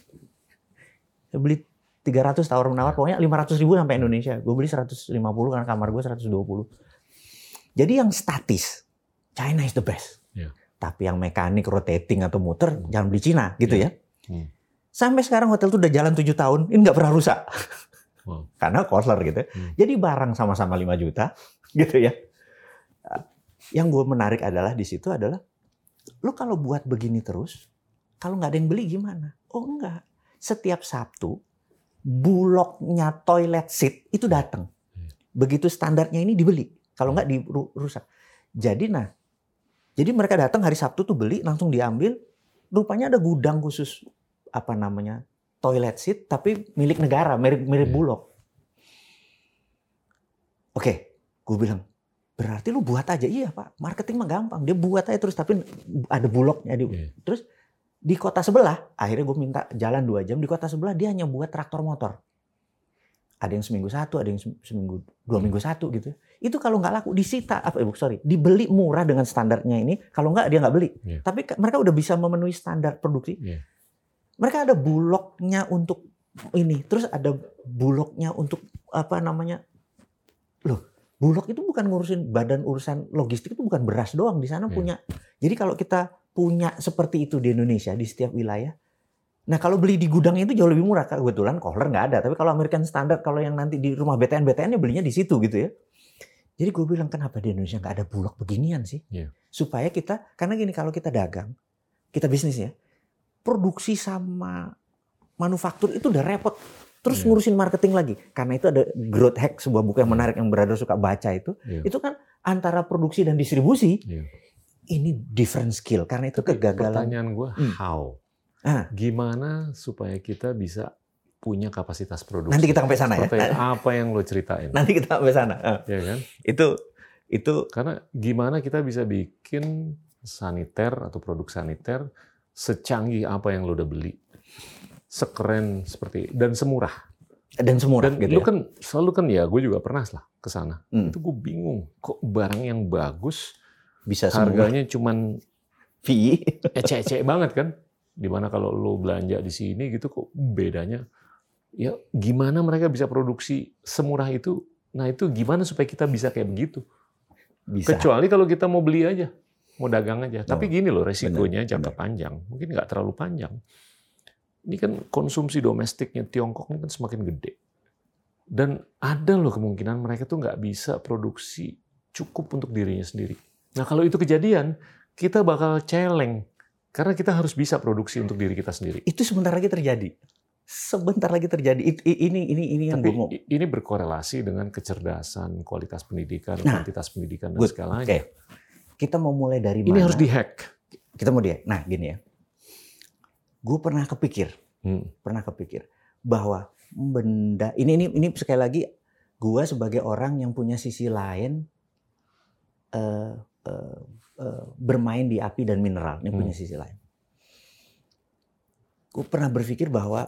S1: Saya beli tiga ratus tawar-menawar, pokoknya lima ratus ribu sampai Indonesia. Gue beli seratus lima puluh karena kamar gue seratus dua puluh. Jadi yang statis, China is the best. Yeah. Tapi yang mekanik, rotating atau muter, hmm. jangan beli Cina gitu ya.
S2: Hmm.
S1: Sampai sekarang hotel itu udah jalan tujuh tahun, ini nggak pernah rusak.
S2: Wow.
S1: Karena Kostler gitu. Hmm. Jadi barang sama-sama lima juta gitu ya. Yang gue menarik adalah di situ adalah, lo kalau buat begini terus, kalau nggak ada yang beli gimana? Oh enggak. Setiap Sabtu, bulognya toilet seat itu datang. Begitu standarnya ini dibeli. Kalau nggak dirusak. Jadi nah, jadi mereka datang hari Sabtu tuh beli, langsung diambil. Rupanya ada gudang khusus apa namanya toilet seat, tapi milik negara, mirip mirip Bulog. Oke, gue bilang berarti lu buat aja. Iya Pak, marketing mah gampang. Dia buat aja terus, tapi ada Bulognya. Terus di kota sebelah, akhirnya gue minta jalan dua jam. Di kota sebelah dia hanya buat traktor motor. Ada yang seminggu satu, ada yang seminggu dua minggu satu gitu. Itu kalau nggak laku disita, apa eh, sorry, dibeli murah dengan standarnya ini. Kalau nggak dia nggak beli. Yeah. Tapi mereka udah bisa memenuhi standar produksi. Yeah. Mereka ada bulognya untuk ini, terus ada bulognya untuk apa namanya? Loh, bulog itu bukan ngurusin badan urusan logistik, itu bukan beras doang di sana yeah. punya. Jadi kalau kita punya seperti itu di Indonesia di setiap wilayah. Nah kalau beli di gudang itu jauh lebih murah. Kebetulan Kohler nggak ada. Tapi kalau American Standard, kalau yang nanti di rumah B T N B T N-nya belinya di situ gitu ya. Jadi gue bilang kenapa di Indonesia nggak ada bulog beginian sih? Yeah. Supaya kita, karena gini kalau kita dagang, kita bisnis ya, produksi sama manufaktur itu udah repot. Terus yeah. ngurusin marketing lagi. Karena itu ada Growth Hack, sebuah buku yang menarik yang Brother suka baca itu. Yeah. Itu kan antara produksi dan distribusi. Yeah. Ini different skill. Karena itu
S2: tapi
S1: kegagalan.
S2: Pertanyaan gue, hmm. how? Ah. Gimana supaya kita bisa punya kapasitas produksi?
S1: Nanti kita sampai sana
S2: seperti
S1: ya.
S2: Apa yang lo ceritain?
S1: Nanti kita sampai sana. Ah.
S2: Ya kan?
S1: Itu itu
S2: karena gimana kita bisa bikin saniter atau produk saniter secanggih apa yang lo udah beli, sekeren seperti dan semurah.
S1: Dan semurah.
S2: Dan
S1: gitu
S2: lu
S1: ya?
S2: kan selalu kan ya, gue juga pernah lah ke sana.
S1: Hmm.
S2: Itu gue bingung, kok barang yang bagus
S1: bisa
S2: harganya cuman
S1: V I
S2: ecek-ecek banget kan? Dimana kalau lo belanja di sini gitu kok bedanya. Ya gimana mereka bisa produksi semurah itu? Nah itu gimana supaya kita bisa kayak begitu? Bisa. Kecuali kalau kita mau beli aja, mau dagang aja. Oh, tapi gini loh resikonya bener, jangka bener. panjang. Mungkin nggak terlalu panjang. Ini kan konsumsi domestiknya Tiongkok ini kan semakin gede. Dan ada loh kemungkinan mereka tuh nggak bisa produksi cukup untuk dirinya sendiri. Nah kalau itu kejadian, kita bakal celeng. Karena kita harus bisa produksi untuk diri kita sendiri.
S1: Itu sebentar lagi terjadi. Sebentar lagi terjadi. Ini ini ini yang
S2: Tapi
S1: gue mau.
S2: Ini berkorelasi dengan kecerdasan, kualitas pendidikan,
S1: nah,
S2: kuantitas pendidikan dan
S1: good.
S2: segalanya.
S1: Okay. Kita mau mulai dari
S2: ini
S1: mana?
S2: Ini harus dihack.
S1: Kita mau dihack. Nah, gini ya. Gue pernah kepikir, hmm. pernah kepikir bahwa benda ini ini ini sekali lagi gue sebagai orang yang punya sisi lain uh, uh, uh, bermain di api dan mineral, ini hmm. punya sisi lain. Gue pernah berpikir bahwa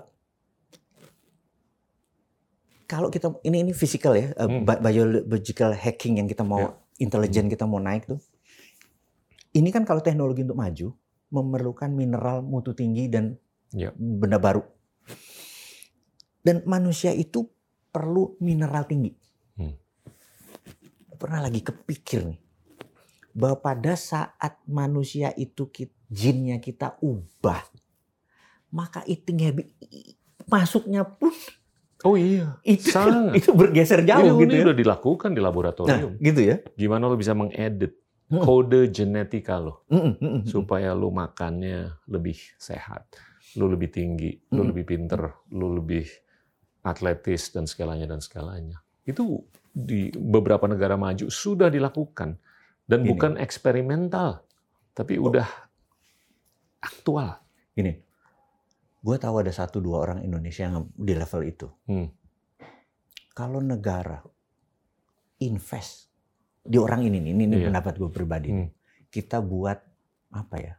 S1: kalau kita ini ini physical ya, hmm. biological hacking yang kita mau yeah. intelijen kita mau naik tuh. Ini kan kalau teknologi untuk maju memerlukan mineral mutu tinggi dan yeah. benda baru. Dan manusia itu perlu mineral tinggi. Hmm. Pernah lagi kepikir nih bahwa pada saat manusia itu jinnya kita ubah, maka eating habit masuknya pun
S2: oh iya,
S1: itu,
S2: sangat.
S1: Itu bergeser jauh
S2: ini,
S1: gitu
S2: ini
S1: ya.
S2: udah dilakukan di laboratorium.
S1: Nah, gitu ya.
S2: Gimana lo bisa mengedit hmm. kode genetika lo
S1: hmm, hmm, hmm,
S2: supaya lo makannya lebih sehat, lo lebih tinggi, hmm. lo lebih pinter, lo lebih atletis dan segalanya dan segalanya. Itu di beberapa negara maju sudah dilakukan dan Gini. bukan eksperimental, tapi oh. udah aktual.
S1: Gini. Gue tahu ada satu dua orang Indonesia yang di level itu. Hmm. Kalau negara invest di orang ini, ini, ini iya. pendapat gue pribadi. Hmm. Kita buat apa ya?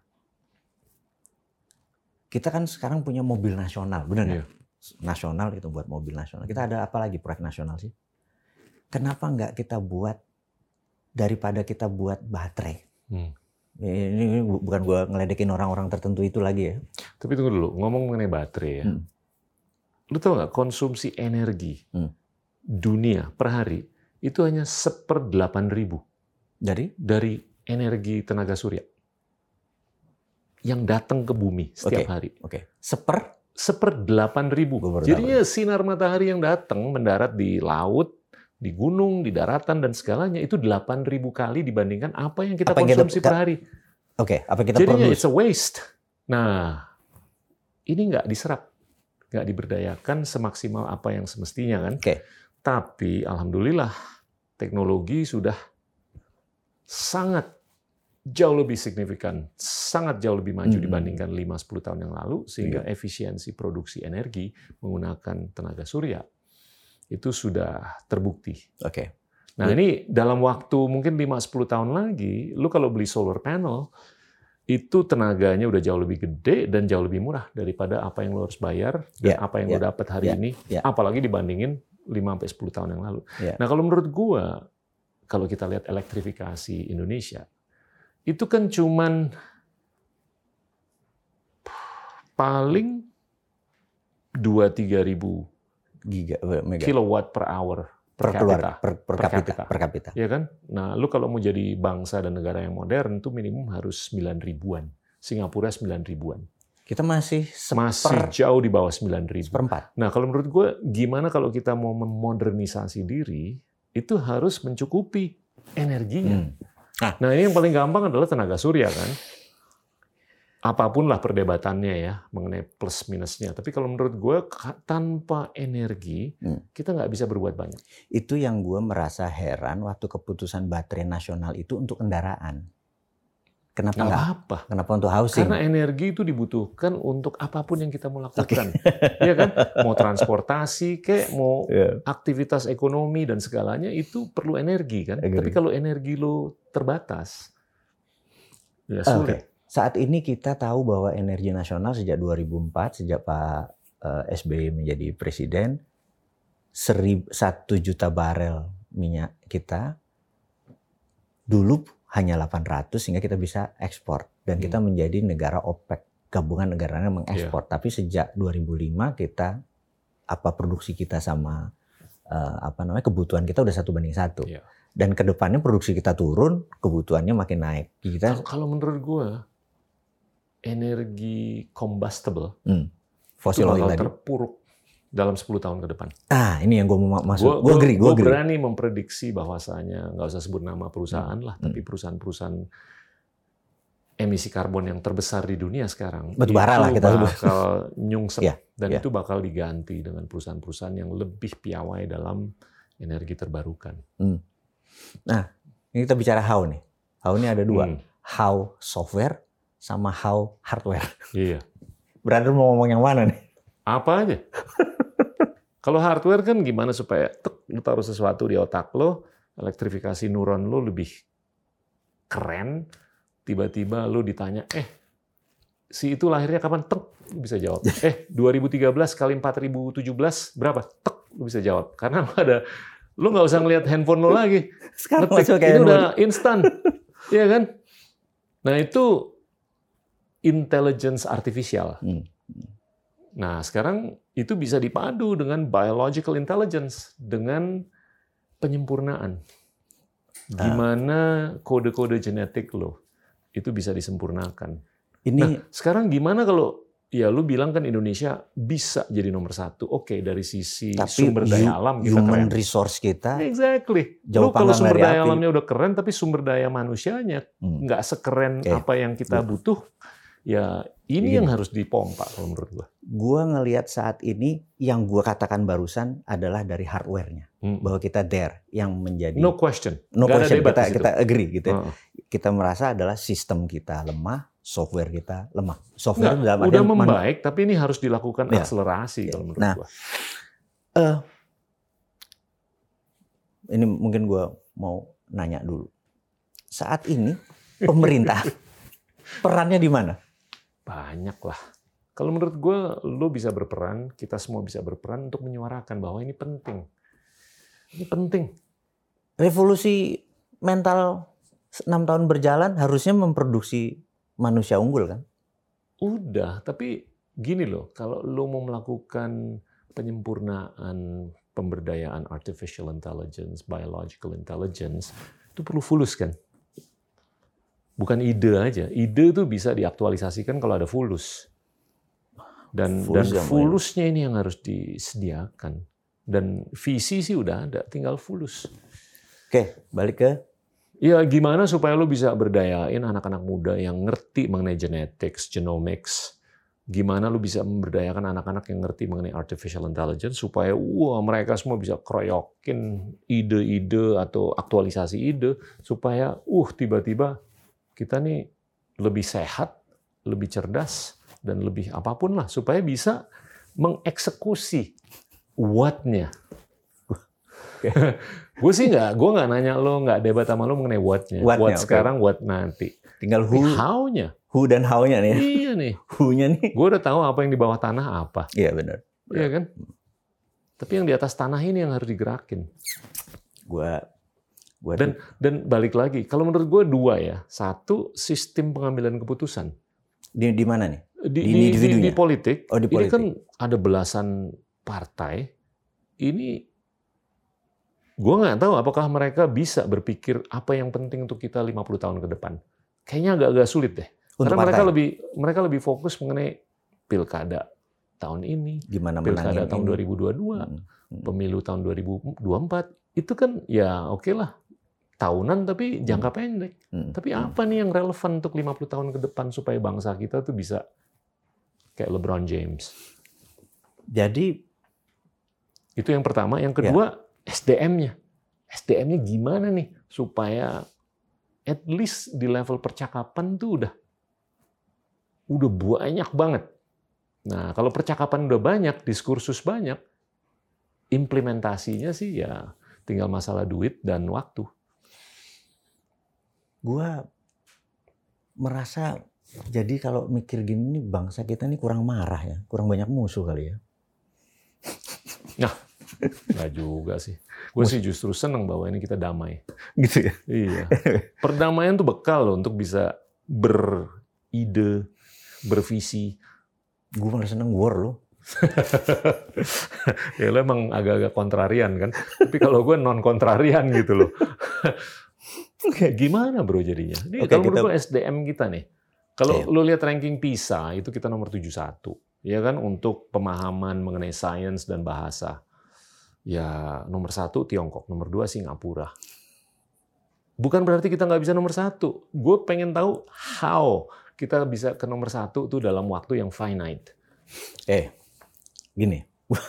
S1: Kita kan sekarang punya mobil nasional, benar nggak? Iya. Nasional itu buat mobil nasional. Kita ada apa lagi proyek nasional sih? Kenapa nggak kita buat daripada kita buat baterai? Hmm. Ini bukan gue ngeledekin orang-orang tertentu itu lagi ya.
S2: Tapi tunggu dulu, ngomong mengenai baterai ya. Hmm. Lu tahu nggak konsumsi energi hmm. dunia per hari itu hanya seperdelapan ribu
S1: dari
S2: dari energi tenaga surya. yang datang ke bumi setiap
S1: okay.
S2: hari.
S1: Oke. Okay. Seper?
S2: Seper delapan ribu. Jadinya sinar matahari yang datang mendarat di laut, di gunung, di daratan, dan segalanya itu delapan ribu kali dibandingkan apa yang kita apa konsumsi yang kita, per hari.
S1: Oke, okay. apa yang kita
S2: Jadinya
S1: produce.
S2: It's a waste. Nah, ini nggak diserap, nggak diberdayakan semaksimal apa yang semestinya kan.
S1: Okay.
S2: Tapi alhamdulillah teknologi sudah sangat jauh lebih signifikan, sangat jauh lebih maju hmm. dibandingkan lima sampai sepuluh tahun yang lalu, sehingga yeah. efisiensi produksi energi menggunakan tenaga surya itu sudah terbukti.
S1: Oke. Okay.
S2: Nah, yeah. ini dalam waktu mungkin lima sampai sepuluh tahun lagi, lu kalau beli solar panel, itu tenaganya udah jauh lebih gede dan jauh lebih murah daripada apa yang lu harus bayar dan yeah. apa yang yeah. lu dapat hari yeah. ini, yeah. apalagi dibandingin lima sampai sepuluh tahun yang lalu. Yeah. Nah, kalau menurut gua, kalau kita lihat elektrifikasi Indonesia, itu kan cuman paling dua tiga ribu giga mega. Kilowatt per hour per, per kapita.
S1: Keluar, per, per, per kapita, kapita. Per kapita.
S2: Ya kan? Nah, lu kalau mau jadi bangsa dan negara yang modern tuh minimum harus sembilan ribuan. Singapura sembilan ribuan.
S1: Kita masih seper,
S2: masih jauh di bawah sembilan ribu.
S1: Seperempat.
S2: Nah, kalau menurut gue gimana kalau kita mau memodernisasi diri, itu harus mencukupi energinya. Hmm. Nah, nah, ini yang paling gampang adalah tenaga surya kan. Apapun lah perdebatannya ya mengenai plus minusnya. Tapi kalau menurut gue tanpa energi hmm. kita nggak bisa berbuat banyak.
S1: Itu yang gue merasa heran waktu keputusan baterai nasional itu untuk kendaraan. Kenapa nggak?
S2: Apa?
S1: Kenapa untuk housing?
S2: Karena energi itu dibutuhkan untuk apapun yang kita mau lakukan, okay. ya kan? Mau transportasi, kayak mau yeah. aktivitas ekonomi dan segalanya itu perlu energi kan. Agree. Tapi kalau energi lo terbatas, ya sulit. Okay.
S1: Saat ini kita tahu bahwa energi nasional sejak dua ribu empat, sejak Pak S B Y menjadi presiden, satu juta barel minyak kita dulu hanya delapan ratus sehingga kita bisa ekspor dan hmm. kita menjadi negara OPEC, gabungan negara yang mengekspor. Yeah. Tapi sejak dua ribu lima kita apa produksi kita sama uh, apa namanya kebutuhan kita udah satu banding satu. Yeah. Dan kedepannya produksi kita turun, kebutuhannya makin naik. Kita
S2: kalau menurut gua energi combustible,
S1: hmm. fosil oil tadi
S2: terpuruk dalam sepuluh tahun ke depan.
S1: Ah, ini yang gue mau masuk. Gue agree, gue
S2: berani memprediksi bahwasanya, nggak usah sebut nama perusahaan lah, hmm. tapi perusahaan-perusahaan emisi karbon yang terbesar di dunia sekarang
S1: batu bara lah kita sebut,
S2: bakal nyungsep
S1: yeah,
S2: dan
S1: yeah.
S2: itu bakal diganti dengan perusahaan-perusahaan yang lebih piawai dalam energi terbarukan.
S1: Hmm. Nah, ini kita bicara how nih. How ini ada dua, hmm. how software sama how hardware.
S2: Iya.
S1: Brother mau ngomong yang mana nih?
S2: Apa aja. Kalau hardware kan gimana supaya tek, lu taruh sesuatu di otak lo, elektrifikasi neuron lo lebih keren, tiba-tiba lo ditanya, eh, si itu lahirnya kapan? Tek, lu bisa jawab. Eh, dua ribu tiga belas kali empat ribu tujuh belas berapa? Tek, lu bisa jawab. Karena lo ada, lo nggak usah ngelihat handphone lo lagi.
S1: Sekarang
S2: Ngetik, ini udah instan. Iya kan? Nah, itu intelligence artificial. Hmm. Nah, sekarang itu bisa dipadu dengan biological intelligence, dengan penyempurnaan. Gimana kode-kode genetik lo itu bisa disempurnakan.
S1: Ini
S2: nah, sekarang gimana kalau ya lu bilang kan Indonesia bisa jadi nomor satu. Oke, dari sisi
S1: tapi
S2: sumber daya alam kita
S1: human
S2: keren.
S1: resource kita.
S2: Exactly. Lu kalau sumber daya alamnya udah keren, tapi sumber daya manusianya nggak hmm. sekeren okay. apa yang kita butuh. Ya ini Begini. yang harus dipompa kalau menurut gua.
S1: Gua ngelihat saat ini yang gua katakan barusan adalah dari hardware-nya. Hmm. Bahwa kita there yang menjadi
S2: no question.
S1: No
S2: Gak
S1: question kita kita agree gitu.
S2: Uh.
S1: Kita merasa adalah sistem kita lemah, software kita lemah. Software
S2: Nggak, udah membaik tapi ini harus dilakukan ya. akselerasi ya. kalau menurut
S1: nah,
S2: gua.
S1: Uh, ini mungkin gua mau nanya dulu. Saat ini pemerintah perannya di mana?
S2: Banyak lah. Kalau menurut gue, lo bisa berperan, kita semua bisa berperan untuk menyuarakan bahwa ini penting. Ini penting.
S1: Revolusi mental enam tahun berjalan harusnya memproduksi manusia unggul kan?
S2: Udah, tapi gini loh, kalau lo mau melakukan penyempurnaan pemberdayaan artificial intelligence, biological intelligence, itu perlu fulus kan? Bukan ide aja. Ide itu bisa diaktualisasikan kalau ada fulus. Dan fulus dan fulusnya ini yang harus disediakan. Dan visi sih udah ada, tinggal fulus.
S1: Oke, balik ke
S2: ya gimana supaya lo bisa berdayain anak-anak muda yang ngerti mengenai genetics, genomics. Gimana lo bisa memberdayakan anak-anak yang ngerti mengenai artificial intelligence supaya wah mereka semua bisa keroyokin ide-ide atau aktualisasi ide supaya uh tiba-tiba kita nih lebih sehat, lebih cerdas, dan lebih apapun lah, supaya bisa mengeksekusi what-nya. Gue sih nggak, gue nggak nanya lo, nggak debat sama lo mengenai what-nya. What, what sekarang, okay. What nanti.
S1: Tinggal who,
S2: how-nya.
S1: Who dan how-nya nih.
S2: Iya nih.
S1: Who-nya nih.
S2: Gue udah tahu apa yang di bawah tanah apa.
S1: Iya benar.
S2: Iya kan? Tapi yang di atas tanah ini yang harus digerakin.
S1: Gue
S2: Dan dan balik lagi, kalau menurut gue dua ya, satu sistem pengambilan keputusan.
S1: Di di mana nih?
S2: Di, di, di, di politik.
S1: Oh, di politik.
S2: Ini kan ada belasan partai. Ini gue nggak tahu apakah mereka bisa berpikir apa yang penting untuk kita lima puluh tahun ke depan. Kayaknya agak-agak sulit deh. Untuk Karena partai. mereka lebih mereka lebih fokus mengenai pilkada tahun ini,
S1: gimana
S2: pilkada tahun
S1: ini?
S2: dua ribu dua puluh dua, hmm. Hmm. pemilu tahun dua ribu dua puluh empat. Itu kan ya oke okay lah. Tahunan tapi jangka hmm. pendek. Hmm. Tapi apa nih yang relevan untuk lima puluh tahun ke depan supaya bangsa kita tuh bisa kayak LeBron James.
S1: Jadi
S2: itu yang pertama. Yang kedua ya. S D M-nya. S D M-nya gimana nih supaya at least di level percakapan tuh udah udah banyak banget. Nah, kalau percakapan udah banyak, diskursus banyak, implementasinya sih ya tinggal masalah duit dan waktu.
S1: Gua merasa jadi kalau mikir gini nih bangsa kita ini kurang marah ya, kurang banyak musuh kali ya.
S2: Nah, nggak juga sih. Gue sih justru seneng bahwa ini kita damai.
S1: Gitu ya?
S2: Iya. Perdamaian tuh bekal loh untuk bisa beride, bervisi.
S1: Gue malah seneng war loh.
S2: Ya lo emang agak-agak kontrarian kan. Tapi kalau gue non kontrarian gitu loh. Gimana bro jadinya? Ini okay, kalau menurut kita... gue S D M kita nih. Kalau yeah. lo lihat ranking PISA itu kita nomor tujuh puluh satu. Ya kan untuk pemahaman mengenai sains dan bahasa. Ya nomor satu Tiongkok, nomor dua Singapura. Bukan berarti kita nggak bisa nomor satu. Gue pengen tahu how kita bisa ke nomor satu tuh dalam waktu yang finite.
S1: Eh, gini.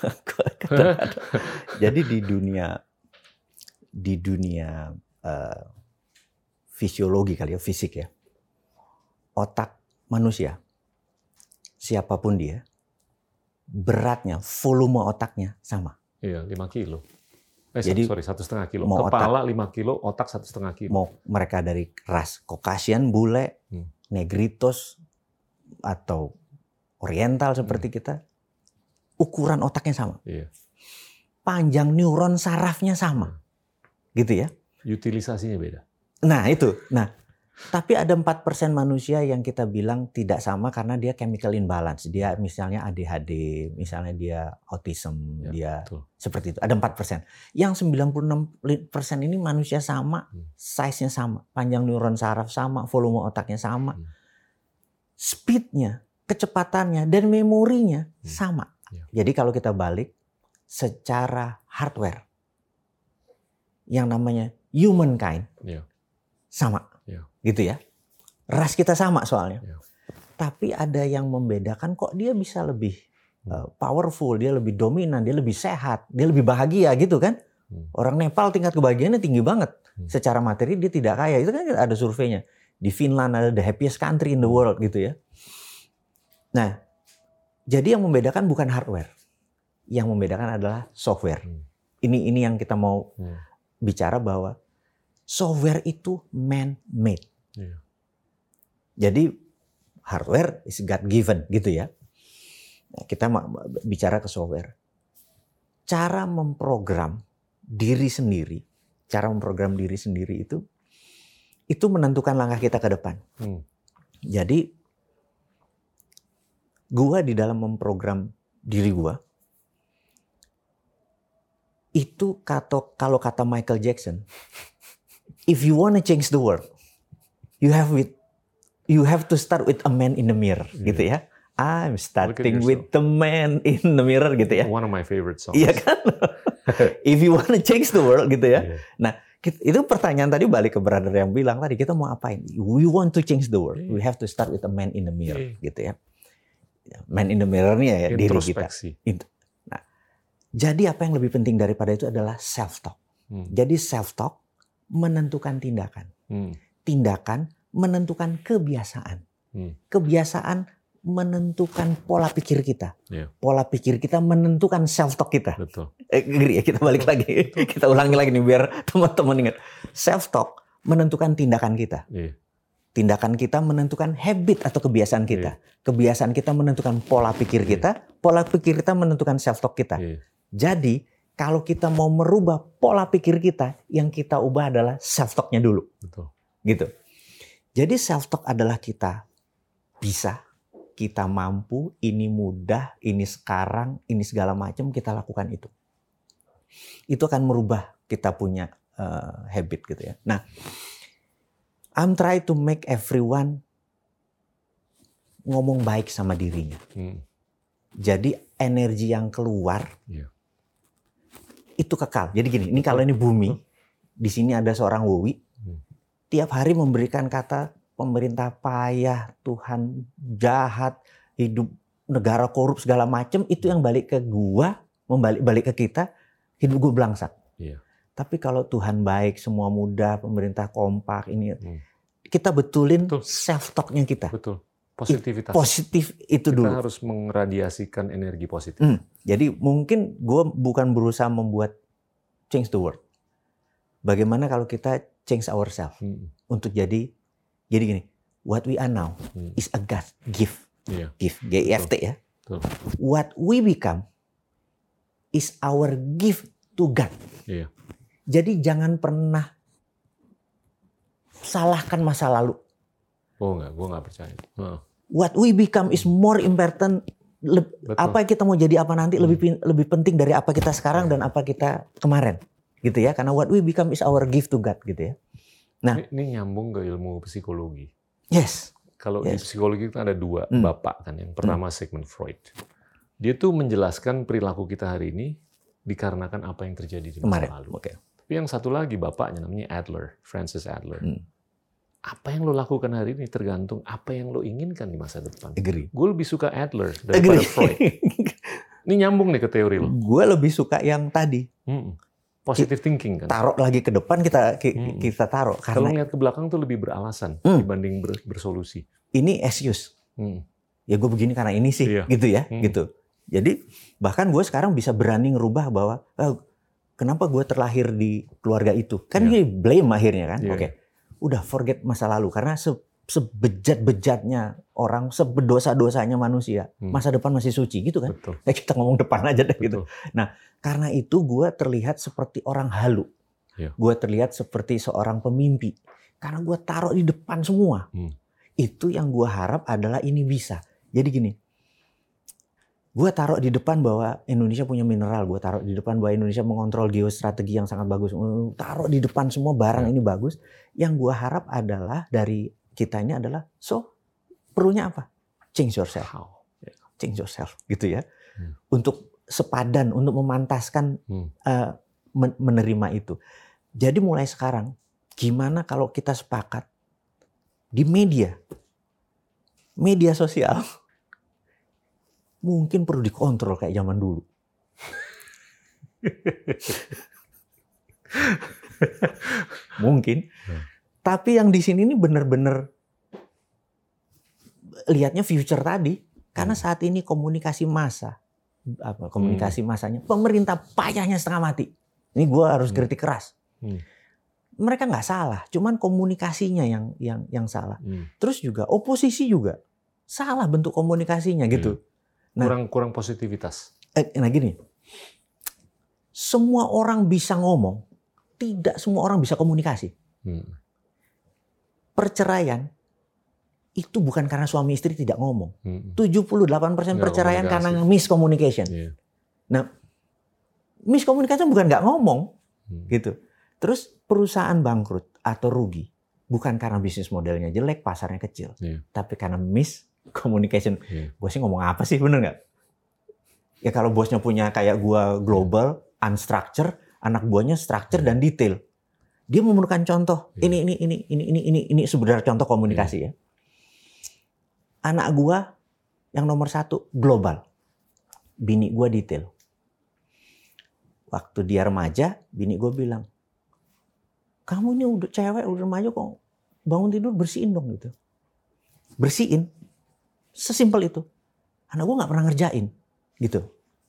S1: Jadi di dunia di dunia uh, fisiologi kali ya, fisik ya. Otak manusia, siapapun dia, beratnya, volume otaknya sama.
S2: Iya, lima kilo. Eh,
S1: Jadi,
S2: sorry, satu setengah kilo. Kepala lima kilo, otak satu setengah kilo.
S1: Mau mereka dari ras Caucasian, bule, hmm. Negritos, atau Oriental seperti hmm. kita, ukuran otaknya sama.
S2: Iya.
S1: Panjang neuron sarafnya sama. Hmm. Gitu ya.
S2: Utilisasinya beda.
S1: Nah itu. Nah, tapi ada empat persen manusia yang kita bilang tidak sama karena dia chemical imbalance. Dia misalnya A D H D, misalnya dia autism, ya, dia betul. Seperti itu. Ada empat persen. Yang sembilan puluh enam persen ini manusia sama, hmm. size-nya sama, panjang neuron saraf sama, volume otaknya sama. Hmm. Speed-nya, kecepatannya, dan memorinya hmm. sama. Ya. Jadi kalau kita balik secara hardware, yang namanya humankind, ya. Sama, ya. Gitu ya. Ras kita sama soalnya. Ya. Tapi ada yang membedakan kok dia bisa lebih hmm. uh, powerful, dia lebih dominan, dia lebih sehat, dia lebih bahagia gitu kan. Hmm. Orang Nepal tingkat kebahagiaannya tinggi banget. Hmm. Secara materi dia tidak kaya. Itu kan ada surveinya. Di Finland ada the happiest country in the world gitu ya. Nah, jadi yang membedakan bukan hardware. Yang membedakan adalah software. Hmm. Ini ini yang kita mau hmm. bicara bahwa software itu man-made. Yeah. Jadi hardware is God given gitu ya. Nah, kita bicara ke software. Cara memprogram diri sendiri, cara memprogram diri sendiri itu itu menentukan langkah kita ke depan. Hmm. Jadi gua di dalam memprogram diri gua itu kata, kalau kata Michael Jackson, if you want to change the world, you have with you have to start with a man in the mirror, yeah. gitu ya. I'm starting with the man in the mirror, gitu ya.
S2: One of my favorite songs.
S1: Iya kan? If you want to change the world, gitu ya. Yeah. Nah, itu pertanyaan tadi balik ke brother yang bilang tadi, kita mau apain? We want to change the world. Yeah. We have to start with a man in the mirror, yeah. gitu ya. Man in the mirror ini ya diri kita. Nah, jadi apa yang lebih penting daripada itu adalah self-talk. Hmm. Jadi self-talk menentukan tindakan. Hmm. Tindakan menentukan kebiasaan. Hmm. Kebiasaan menentukan pola pikir kita. Yeah. Pola pikir kita menentukan self-talk kita.
S2: Betul.
S1: Eh, ya, kita balik Betul. lagi. Betul. Kita ulangi lagi nih biar teman-teman ingat. Self-talk menentukan tindakan kita. Yeah. Tindakan kita menentukan habit atau kebiasaan kita. Yeah. Kebiasaan kita menentukan pola pikir yeah. kita. Pola pikir kita menentukan self-talk kita. Yeah. Jadi, kalau kita mau merubah pola pikir kita, yang kita ubah adalah self-talk-nya dulu.
S2: Betul.
S1: Gitu. Jadi self-talk adalah kita bisa, kita mampu, ini mudah, ini sekarang, ini segala macam, kita lakukan itu. Itu akan merubah kita punya uh, habit gitu ya. Nah, I'm try to make everyone ngomong baik sama dirinya. Hmm. Jadi energi yang keluar yeah. itu kekal. Jadi gini, ini kalau ini bumi, di sini ada seorang Wowi, hmm. tiap hari memberikan kata pemerintah payah, Tuhan jahat, hidup negara korup segala macam, itu yang balik ke gua, membalik balik ke kita, hidup gua belangsak. Yeah. Tapi kalau Tuhan baik, semua mudah, pemerintah kompak, ini hmm. kita betulin self-talk-nya kita.
S2: Betul. Positivitas.
S1: Positif itu
S2: kita
S1: dulu.
S2: Kita harus mengradiasikan energi positif.
S1: Hmm. Jadi mungkin gua bukan berusaha membuat change the world. Bagaimana kalau kita change ourselves hmm. untuk jadi Jadi gini, what we are now hmm. is a God gift, yeah. gift, G I F T ya. Betul. What we become is our gift to God. Yeah. Jadi jangan pernah salahkan masa lalu.
S2: Oh enggak, gue nggak percaya. Uh.
S1: What we become is more important. Le- apa kita mau jadi apa nanti hmm. lebih lebih penting dari apa kita sekarang dan apa kita kemarin, gitu ya. Karena what we become is our gift to God, gitu ya.
S2: Nah, ini, ini nyambung ke ilmu psikologi.
S1: Yes.
S2: Kalau
S1: yes.
S2: di psikologi kan ada dua hmm. bapak kan. Yang pertama hmm. Sigmund Freud. Dia tuh menjelaskan perilaku kita hari ini dikarenakan apa yang terjadi di masa
S1: Kemarin.
S2: lalu.
S1: Okay.
S2: Tapi yang satu lagi bapaknya namanya Adler, Francis Adler.
S1: Hmm.
S2: Apa yang lo lakukan hari ini tergantung apa yang lo inginkan di masa depan.
S1: Agree.
S2: Gue lebih suka Adler daripada Agree. Freud. Ini nyambung nih ke teori lo.
S1: Gue lebih suka yang tadi.
S2: Hmm. Positive thinking kan.
S1: Taruh lagi ke depan kita hmm. kita taruh.
S2: Karena kalau lihat ke belakang tuh lebih beralasan hmm. dibanding ber, bersolusi.
S1: Ini excuse. Hmm. Ya gue begini karena ini sih,
S2: iya.
S1: gitu ya,
S2: hmm.
S1: gitu. Jadi bahkan gue sekarang bisa berani ngerubah bahwa oh, kenapa gue terlahir di keluarga itu? Kan yeah. ini blame akhirnya kan. Yeah. Oke, okay. Udah forget masa lalu karena se sebejat-bejatnya orang, seberdosa-dosanya manusia, hmm. masa depan masih suci gitu kan.
S2: Betul.
S1: Ya kita ngomong depan aja deh.
S2: Betul.
S1: Gitu. Nah, karena itu gue terlihat seperti orang halu.
S2: Ya.
S1: Gue terlihat seperti seorang pemimpi. Karena gue taruh di depan semua.
S2: Hmm.
S1: Itu yang gue harap adalah ini bisa. Jadi gini, gue taruh di depan bahwa Indonesia punya mineral. Gue taruh di depan bahwa Indonesia mengontrol geostrategi yang sangat bagus. Taruh di depan semua barang ya. Ini bagus. Yang gue harap adalah dari kita ini adalah, so perlunya apa? Change yourself.
S2: Yeah.
S1: Change yourself gitu ya. Hmm. Untuk sepadan, untuk memantaskan hmm. uh, men menerima itu. Jadi mulai sekarang, gimana kalau kita sepakat di media, media sosial, mungkin perlu dikontrol kayak zaman dulu. Mungkin. Hmm. Tapi yang di sini ini benar-benar lihatnya future tadi. Karena saat ini komunikasi massa, apa komunikasi hmm. massanya, pemerintah payahnya setengah mati. Ini gue harus kritik keras.
S2: Hmm.
S1: Mereka nggak salah, cuman komunikasinya yang yang yang salah.
S2: Hmm.
S1: Terus juga oposisi juga salah bentuk komunikasinya gitu.
S2: Nah, kurang kurang positivitas.
S1: Eh, nah gini, semua orang bisa ngomong, tidak semua orang bisa komunikasi.
S2: Hmm.
S1: Perceraian itu bukan karena suami istri tidak ngomong.
S2: Hmm.
S1: tujuh puluh delapan persen perceraian karena miscommunication.
S2: Yeah.
S1: Nah, miscommunication bukan nggak ngomong,
S2: hmm.
S1: gitu. Terus perusahaan bangkrut atau rugi Bukan karena bisnis modelnya jelek, pasarnya kecil.
S2: Yeah.
S1: Tapi karena miscommunication.
S2: Yeah.
S1: Bosnya ngomong apa sih, bener nggak? Ya kalau bosnya punya kayak gua global, unstructured, anak buahnya structure yeah. dan detail. Dia memerlukan contoh. Yeah. Ini, ini, ini, ini, ini, ini, ini sebenarnya contoh komunikasi yeah. ya. Anak gua yang nomor satu, global. Bini gua detail. Waktu dia remaja, bini gua bilang, kamu ini udah cewek, udah remaja kok bangun tidur bersihin dong gitu. Bersihin. Sesimpel itu. Anak gue gak pernah ngerjain. Gitu.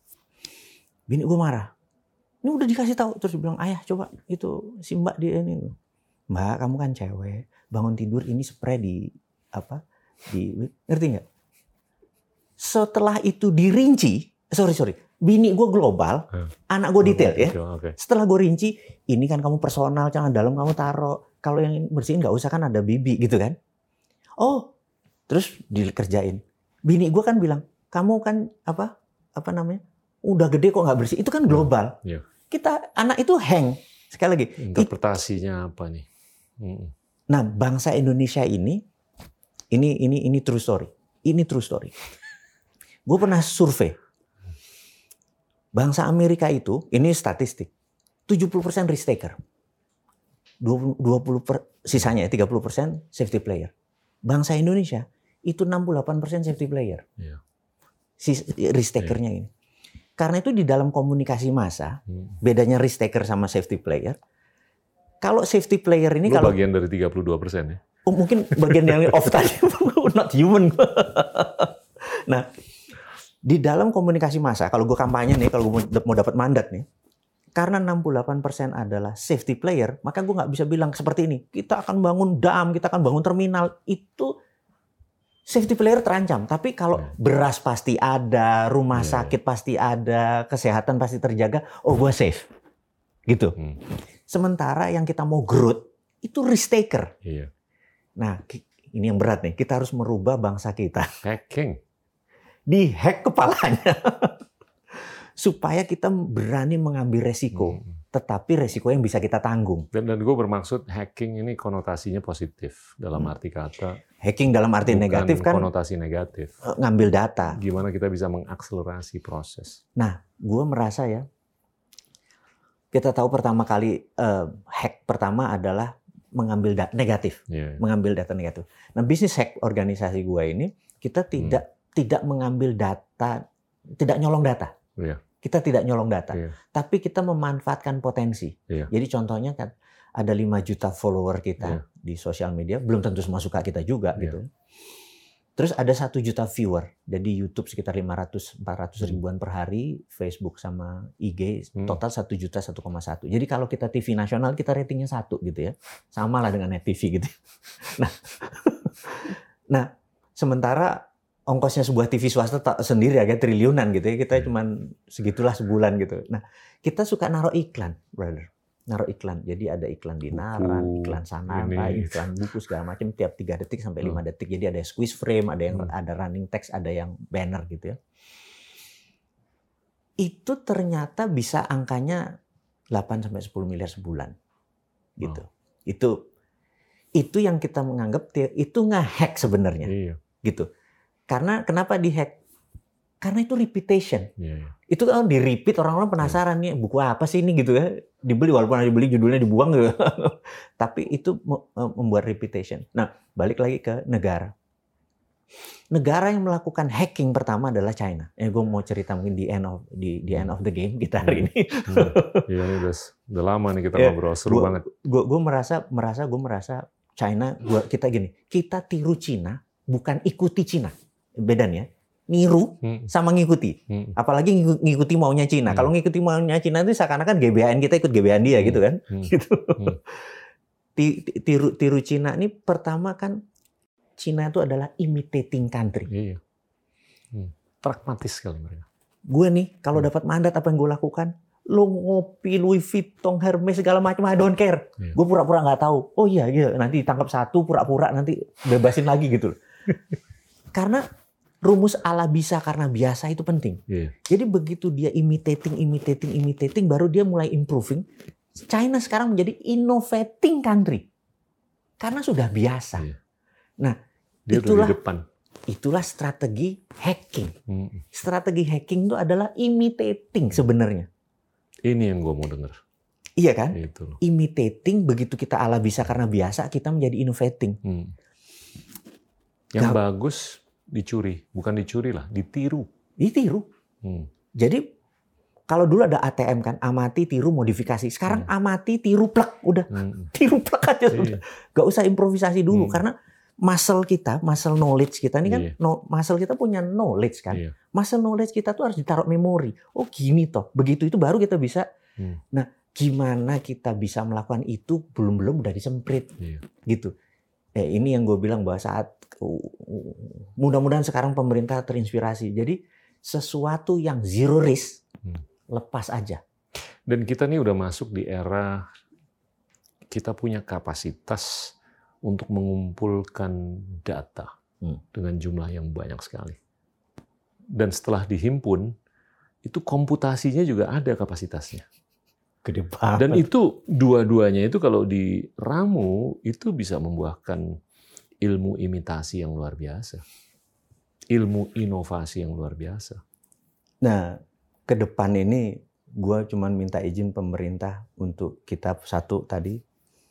S1: Bini gue marah. Ini udah dikasih tahu. Terus dia bilang, ayah coba itu si mbak dia ini. Mbak kamu kan cewek. Bangun tidur ini spray di apa? Di ngerti gak? Setelah itu dirinci. Sorry, sorry. Bini gue global, hmm. anak gue detail ya. Okay. Setelah gue rinci, ini kan kamu personal, jangan dalam kamu taruh. Kalau yang bersihin nggak usah kan ada bibi gitu kan. Oh, terus dikerjain. Bini gue kan bilang, kamu kan apa apa namanya, udah gede kok nggak bersih. Itu kan global. Hmm. Yeah. Kita anak itu hang. Sekali lagi.
S2: Interpretasinya It, apa nih? Hmm.
S1: Nah, bangsa Indonesia ini, ini ini ini true story. Ini true story. Gue pernah survei. Bangsa Amerika itu, ini statistik, tujuh puluh persen risk taker. dua puluh per, sisanya tiga puluh persen safety player. Bangsa Indonesia itu enam puluh delapan persen safety player. Yeah. Risk takernya yeah. ini. Karena itu di dalam komunikasi massa, hmm. bedanya risk taker sama safety player. Kalau safety player ini
S2: Lu
S1: kalau
S2: bagian dari tiga puluh dua persen ya.
S1: Oh, mungkin bagian yang off tadi, not human. Nah, di dalam komunikasi massa, kalau gue kampanye nih, kalau gue mau dapat mandat nih, karena enam puluh delapan persen adalah safety player, maka gue nggak bisa bilang seperti ini. Kita akan bangun dam, kita akan bangun terminal. Itu safety player terancam. Tapi kalau beras pasti ada, rumah sakit pasti ada, kesehatan pasti terjaga, oh gue safe. Gitu. Sementara yang kita mau growth, itu risk taker. Nah, ini yang berat nih. Kita harus merubah bangsa kita.
S2: Hacking.
S1: Dihack kepalanya supaya kita berani mengambil resiko, hmm. tetapi resiko yang bisa kita tanggung.
S2: Dan, dan gue bermaksud hacking ini konotasinya positif dalam hmm. arti kata.
S1: Hacking dalam arti negatif kan
S2: konotasi negatif.
S1: Ngambil data.
S2: Gimana kita bisa mengakselerasi proses.
S1: Nah, gue merasa ya, kita tahu pertama kali uh, hack pertama adalah mengambil data negatif, yeah. mengambil data negatif. Nah, bisnis hack organisasi gue ini kita tidak hmm. tidak mengambil data, tidak nyolong data. Yeah. Kita tidak nyolong data, yeah. tapi kita memanfaatkan potensi. Yeah. Jadi contohnya kan ada lima juta follower kita yeah. di sosial media, belum tentu semua suka kita juga yeah. gitu. Terus ada satu juta viewer, jadi YouTube sekitar lima ratus empat ratus ribuan per hari, Facebook sama I G total satu juta satu koma satu. Jadi kalau kita T V nasional kita ratingnya satu gitu ya, sama lah dengan Net T V gitu. Nah, nah sementara ongkosnya sebuah T V swasta tak sendiri agak triliunan gitu ya, kita cuman segitulah sebulan gitu. Nah kita suka naruh iklan, brother. Naruh iklan, jadi ada iklan di Naran, buku, iklan Sananta, ini. Iklan buku segala macam tiap tiga detik sampai lima hmm. detik. Jadi ada squeeze frame, ada yang hmm. ada running text, ada yang banner gitu ya. Itu ternyata bisa angkanya delapan sampai sepuluh miliar sebulan. Gitu. Oh. Itu itu yang kita menganggap itu nge-hack sebenarnya. Iya. Gitu. Karena kenapa di-hack? Karena itu repetition. Yeah, yeah. Itu kalau di-repeat orang-orang penasaran yeah. nih buku apa sih ini gitu ya. Dibeli walaupun dibeli judulnya dibuang gitu. Tapi itu membuat repetition. Nah, balik lagi ke negara. Negara yang melakukan hacking pertama adalah China. Eh, gue mau cerita mungkin di end of di, di end of the game kita hari ini.
S2: Iya, ini udah, udah lama nih kita yeah. ngobrol seru gua, banget.
S1: Gue gue merasa merasa gue merasa China gua, kita gini, kita tiru Cina bukan ikuti Cina. Bedanya niru sama ngikuti. Hmm. Apalagi ngikuti maunya Cina. Hmm. Kalau ngikuti maunya Cina itu seakan-akan G B A N kita ikut G B A N dia hmm. gitu kan. Hmm. Gitu. Hmm. Tiru tiru Cina ini pertama kan Cina itu adalah imitating country.
S2: Iya. Hmm. Pragmatis sekali mereka.
S1: Gue nih kalau hmm. dapat mandat apa yang gue lakukan? Lo ngopi Louis Vuitton, Hermes segala macam I don't care. Iya. Gue pura-pura nggak tahu. Oh iya iya nanti ditangkap satu pura-pura nanti bebasin lagi gitu. Karena rumus ala bisa karena biasa itu penting. Yeah. Jadi begitu dia imitating, imitating, imitating, baru dia mulai improving. China sekarang menjadi innovating country. Karena sudah biasa.
S2: Iya.
S1: Nah,
S2: dia
S1: itulah
S2: di depan.
S1: Itulah strategi hacking.
S2: Hmm.
S1: Strategi hacking itu adalah imitating sebenarnya.
S2: Ini yang gue mau dengar.
S1: Iya kan?
S2: Itu.
S1: Imitating, begitu kita ala bisa karena biasa, kita menjadi innovating.
S2: Hmm. Yang
S1: Gak,
S2: bagus dicuri, bukan dicuri lah, ditiru.
S1: Ditiru. Hmm. Jadi kalau dulu ada A T M kan, amati, tiru, modifikasi. Sekarang hmm. amati, tiru, plek, udah hmm. tiru, plek aja sudah. Iya. Gak usah improvisasi dulu hmm. karena muscle kita, muscle knowledge kita ini kan, iya. no, muscle kita punya knowledge kan. Iya. Muscle knowledge kita tuh harus ditaruh memori. Oh gini toh, begitu itu baru kita bisa. Hmm. Nah, gimana kita bisa melakukan itu belum-belum udah disemprit, iya. gitu. Eh, ini yang gue bilang bahwa saat uh, mudah-mudahan sekarang pemerintah terinspirasi. Jadi sesuatu yang zero risk, hmm. lepas aja.
S2: Dan kita nih udah masuk di era kita punya kapasitas untuk mengumpulkan data hmm. dengan jumlah yang banyak sekali. Dan setelah dihimpun, itu komputasinya juga ada kapasitasnya.
S1: Gede banget.
S2: Dan itu dua-duanya itu kalau diramu, itu bisa membuahkan ilmu imitasi yang luar biasa. Ilmu inovasi yang luar biasa.
S1: Nah, ke depan ini gue cuma minta izin pemerintah untuk kita satu tadi,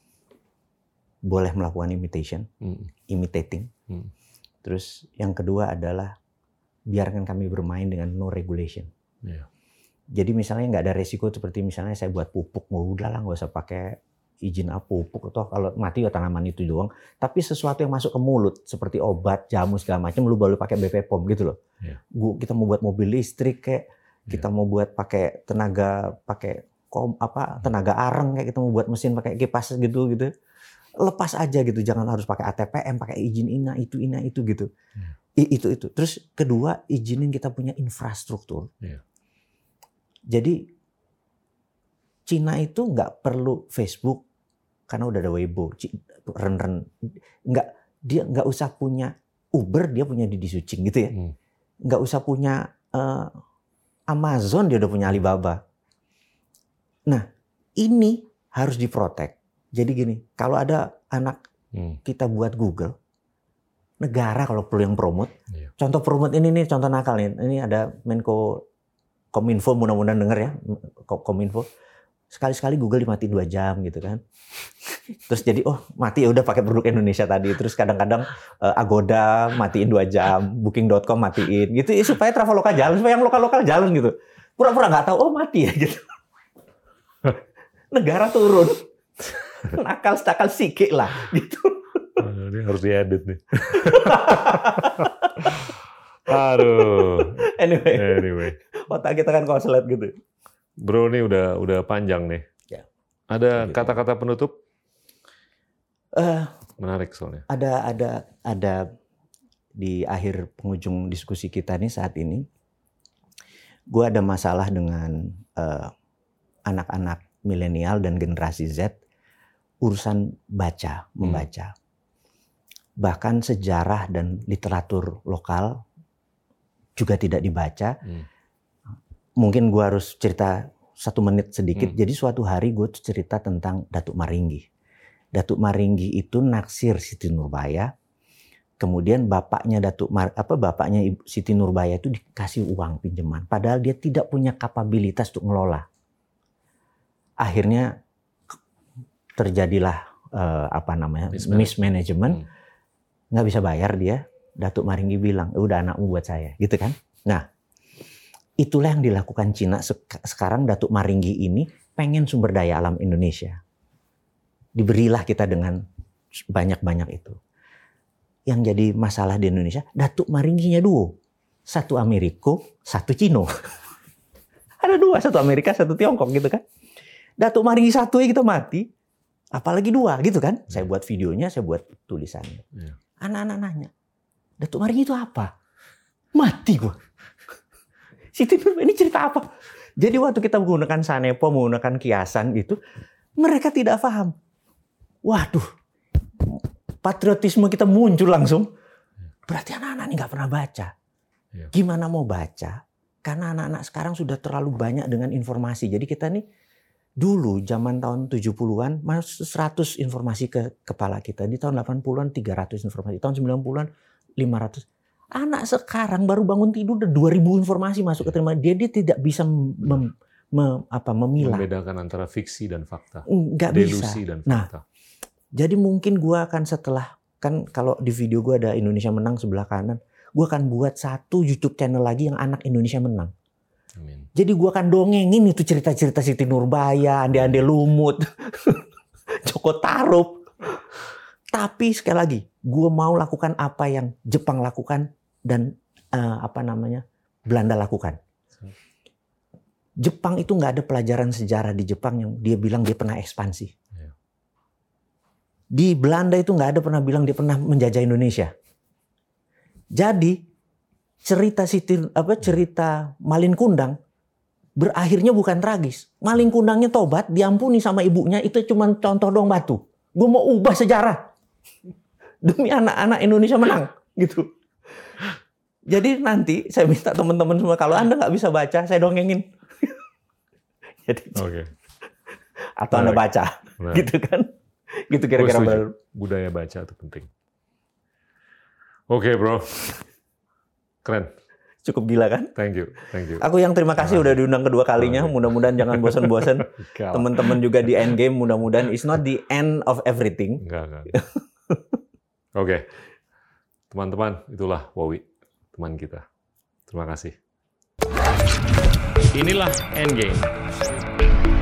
S1: boleh melakukan imitation, hmm. imitating. Hmm. Terus yang kedua adalah biarkan kami bermain dengan no regulation. Yeah. Jadi misalnya nggak ada resiko seperti misalnya saya buat pupuk, mau udah lah nggak usah pakai izin apa pupuk, atau kalau mati ya tanaman itu doang. Tapi sesuatu yang masuk ke mulut seperti obat, jamu segala macam, lu baru pakai B P P O M gitu loh. Yeah. Kita mau buat mobil listrik kayak, kita yeah. mau buat pakai tenaga pakai kom apa tenaga areng kayak, kita mau buat mesin pakai kipas gitu gitu. Lepas aja gitu, jangan harus pakai A T P M, pakai izin ina itu ina itu gitu. Yeah. Itu itu. Terus kedua, izinin kita punya infrastruktur. Yeah. Jadi Cina itu nggak perlu Facebook karena udah ada Weibo, Ren-Ren, nggak, dia nggak usah punya Uber, dia punya Didi Sucing gitu ya. Hmm. Nggak usah punya uh, Amazon, dia udah punya Alibaba. Nah, ini harus diprotek. Jadi gini, kalau ada anak hmm. kita buat Google, negara kalau perlu yang promote, yeah. contoh promote ini nih, contoh nakal nih, ini ada Menko Kominfo, mudah-mudahan denger ya, Kominfo, sekali-sekali Google dimatiin dua jam gitu kan, terus jadi oh mati ya udah pakai produk Indonesia tadi, terus kadang-kadang uh, Agoda matiin dua jam, Booking dot com matiin, gitu ya, supaya Traveloka jalan, supaya yang lokal-lokal jalan gitu, pura-pura nggak tahu, oh mati ya gitu, negara turun. Nakal stakal sikik lah gitu.
S2: Ini harus diedit nih. Aduh.
S1: Anyway.
S2: Anyway.
S1: Otak kita kan konslet gitu.
S2: Bro, ini udah udah panjang nih.
S1: Ya.
S2: Ada kata-kata gitu. Penutup?
S1: Uh,
S2: Menarik soalnya.
S1: Ada ada ada di akhir penghujung diskusi kita nih saat ini. Gue ada masalah dengan uh, anak-anak milenial dan generasi Z. Urusan baca, membaca. Hmm. Bahkan sejarah dan literatur lokal juga tidak dibaca. Hmm. Mungkin gue harus cerita satu menit sedikit. Hmm. Jadi suatu hari gue cerita tentang Datuk Maringgi. Datuk Maringgi itu naksir Siti Nurbaya. Kemudian bapaknya Datuk Mar, apa bapaknya Siti Nurbaya itu dikasih uang pinjaman. Padahal dia tidak punya kapabilitas untuk ngelola. Akhirnya terjadilah uh, apa namanya mismanagement, hmm. nggak bisa bayar dia. Datuk Maringgi bilang, udah anakmu buat saya, gitu kan? Nah, itulah yang dilakukan Cina sekarang. Datuk Maringgi ini pengen sumber daya alam Indonesia, diberilah kita dengan banyak-banyak itu. Yang jadi masalah di Indonesia, Datuk Maringginya dua, satu Amerika, satu Cina. Ada dua, satu Amerika, satu Tiongkok, gitu kan? Datuk Maringgi satu ya kita mati. Apalagi dua gitu kan. Saya buat videonya, saya buat tulisannya. Yeah. Anak-anak nanya, Datuk Maringgi itu apa? Mati gua. Siti Nurbaya ini cerita apa? Jadi waktu kita menggunakan sanepo, menggunakan kiasan itu, mereka tidak paham. Waduh, patriotisme kita muncul langsung. Berarti anak-anak ini nggak pernah baca. Yeah. Gimana mau baca? Karena anak-anak sekarang sudah terlalu banyak dengan informasi. Jadi kita nih Dulu zaman tahun tujuh puluhan masuk seratus informasi ke kepala kita. Di tahun delapan puluhan tiga ratus informasi. Tahun sembilan puluhan lima ratus. Anak sekarang baru bangun tidur udah dua ribu informasi masuk ke telinga dia. Dia tidak bisa mem, mem, apa, memilah.
S2: Membedakan antara fiksi dan fakta.
S1: Nggak
S2: Delusi
S1: bisa.
S2: dan
S1: Nah,
S2: fakta.
S1: jadi mungkin gua akan setelah, kan kalau di video gua ada Indonesia Menang sebelah kanan. Gua akan buat satu YouTube channel lagi yang anak Indonesia Menang.
S2: Amin.
S1: Jadi gue akan dongengin itu cerita-cerita Siti Nurbaya, Ande-Ande Lumut, Joko Tarub. Tapi sekali lagi, gue mau lakukan apa yang Jepang lakukan dan uh, apa namanya Belanda lakukan. Jepang itu nggak ada pelajaran sejarah di Jepang yang dia bilang dia pernah ekspansi. Di Belanda itu nggak ada pernah bilang dia pernah menjajah Indonesia. Jadi cerita Siti apa cerita Malin Kundang berakhirnya bukan tragis. Malin Kundangnya tobat, diampuni sama ibunya, itu cuma contoh doang batu. Gue mau ubah sejarah demi anak-anak Indonesia Menang gitu. Jadi nanti saya minta teman-teman semua kalau Anda nggak bisa baca, saya dongengin. Jadi okay. Atau Anda baca, nah. Gitu kan? Gitu kira-kira.
S2: Budaya baca itu penting. Oke, okay, bro. Keren.
S1: Cukup gila kan?
S2: Thank you, thank you.
S1: Aku yang terima kasih nah. Udah diundang kedua kalinya. Mudah-mudahan jangan bosan-bosan. Teman-teman juga di Endgame, mudah-mudahan it's not the end of everything.
S2: Enggak, enggak. Oke. Okay. Teman-teman, itulah Wowi, teman kita. Terima kasih.
S3: Inilah Endgame.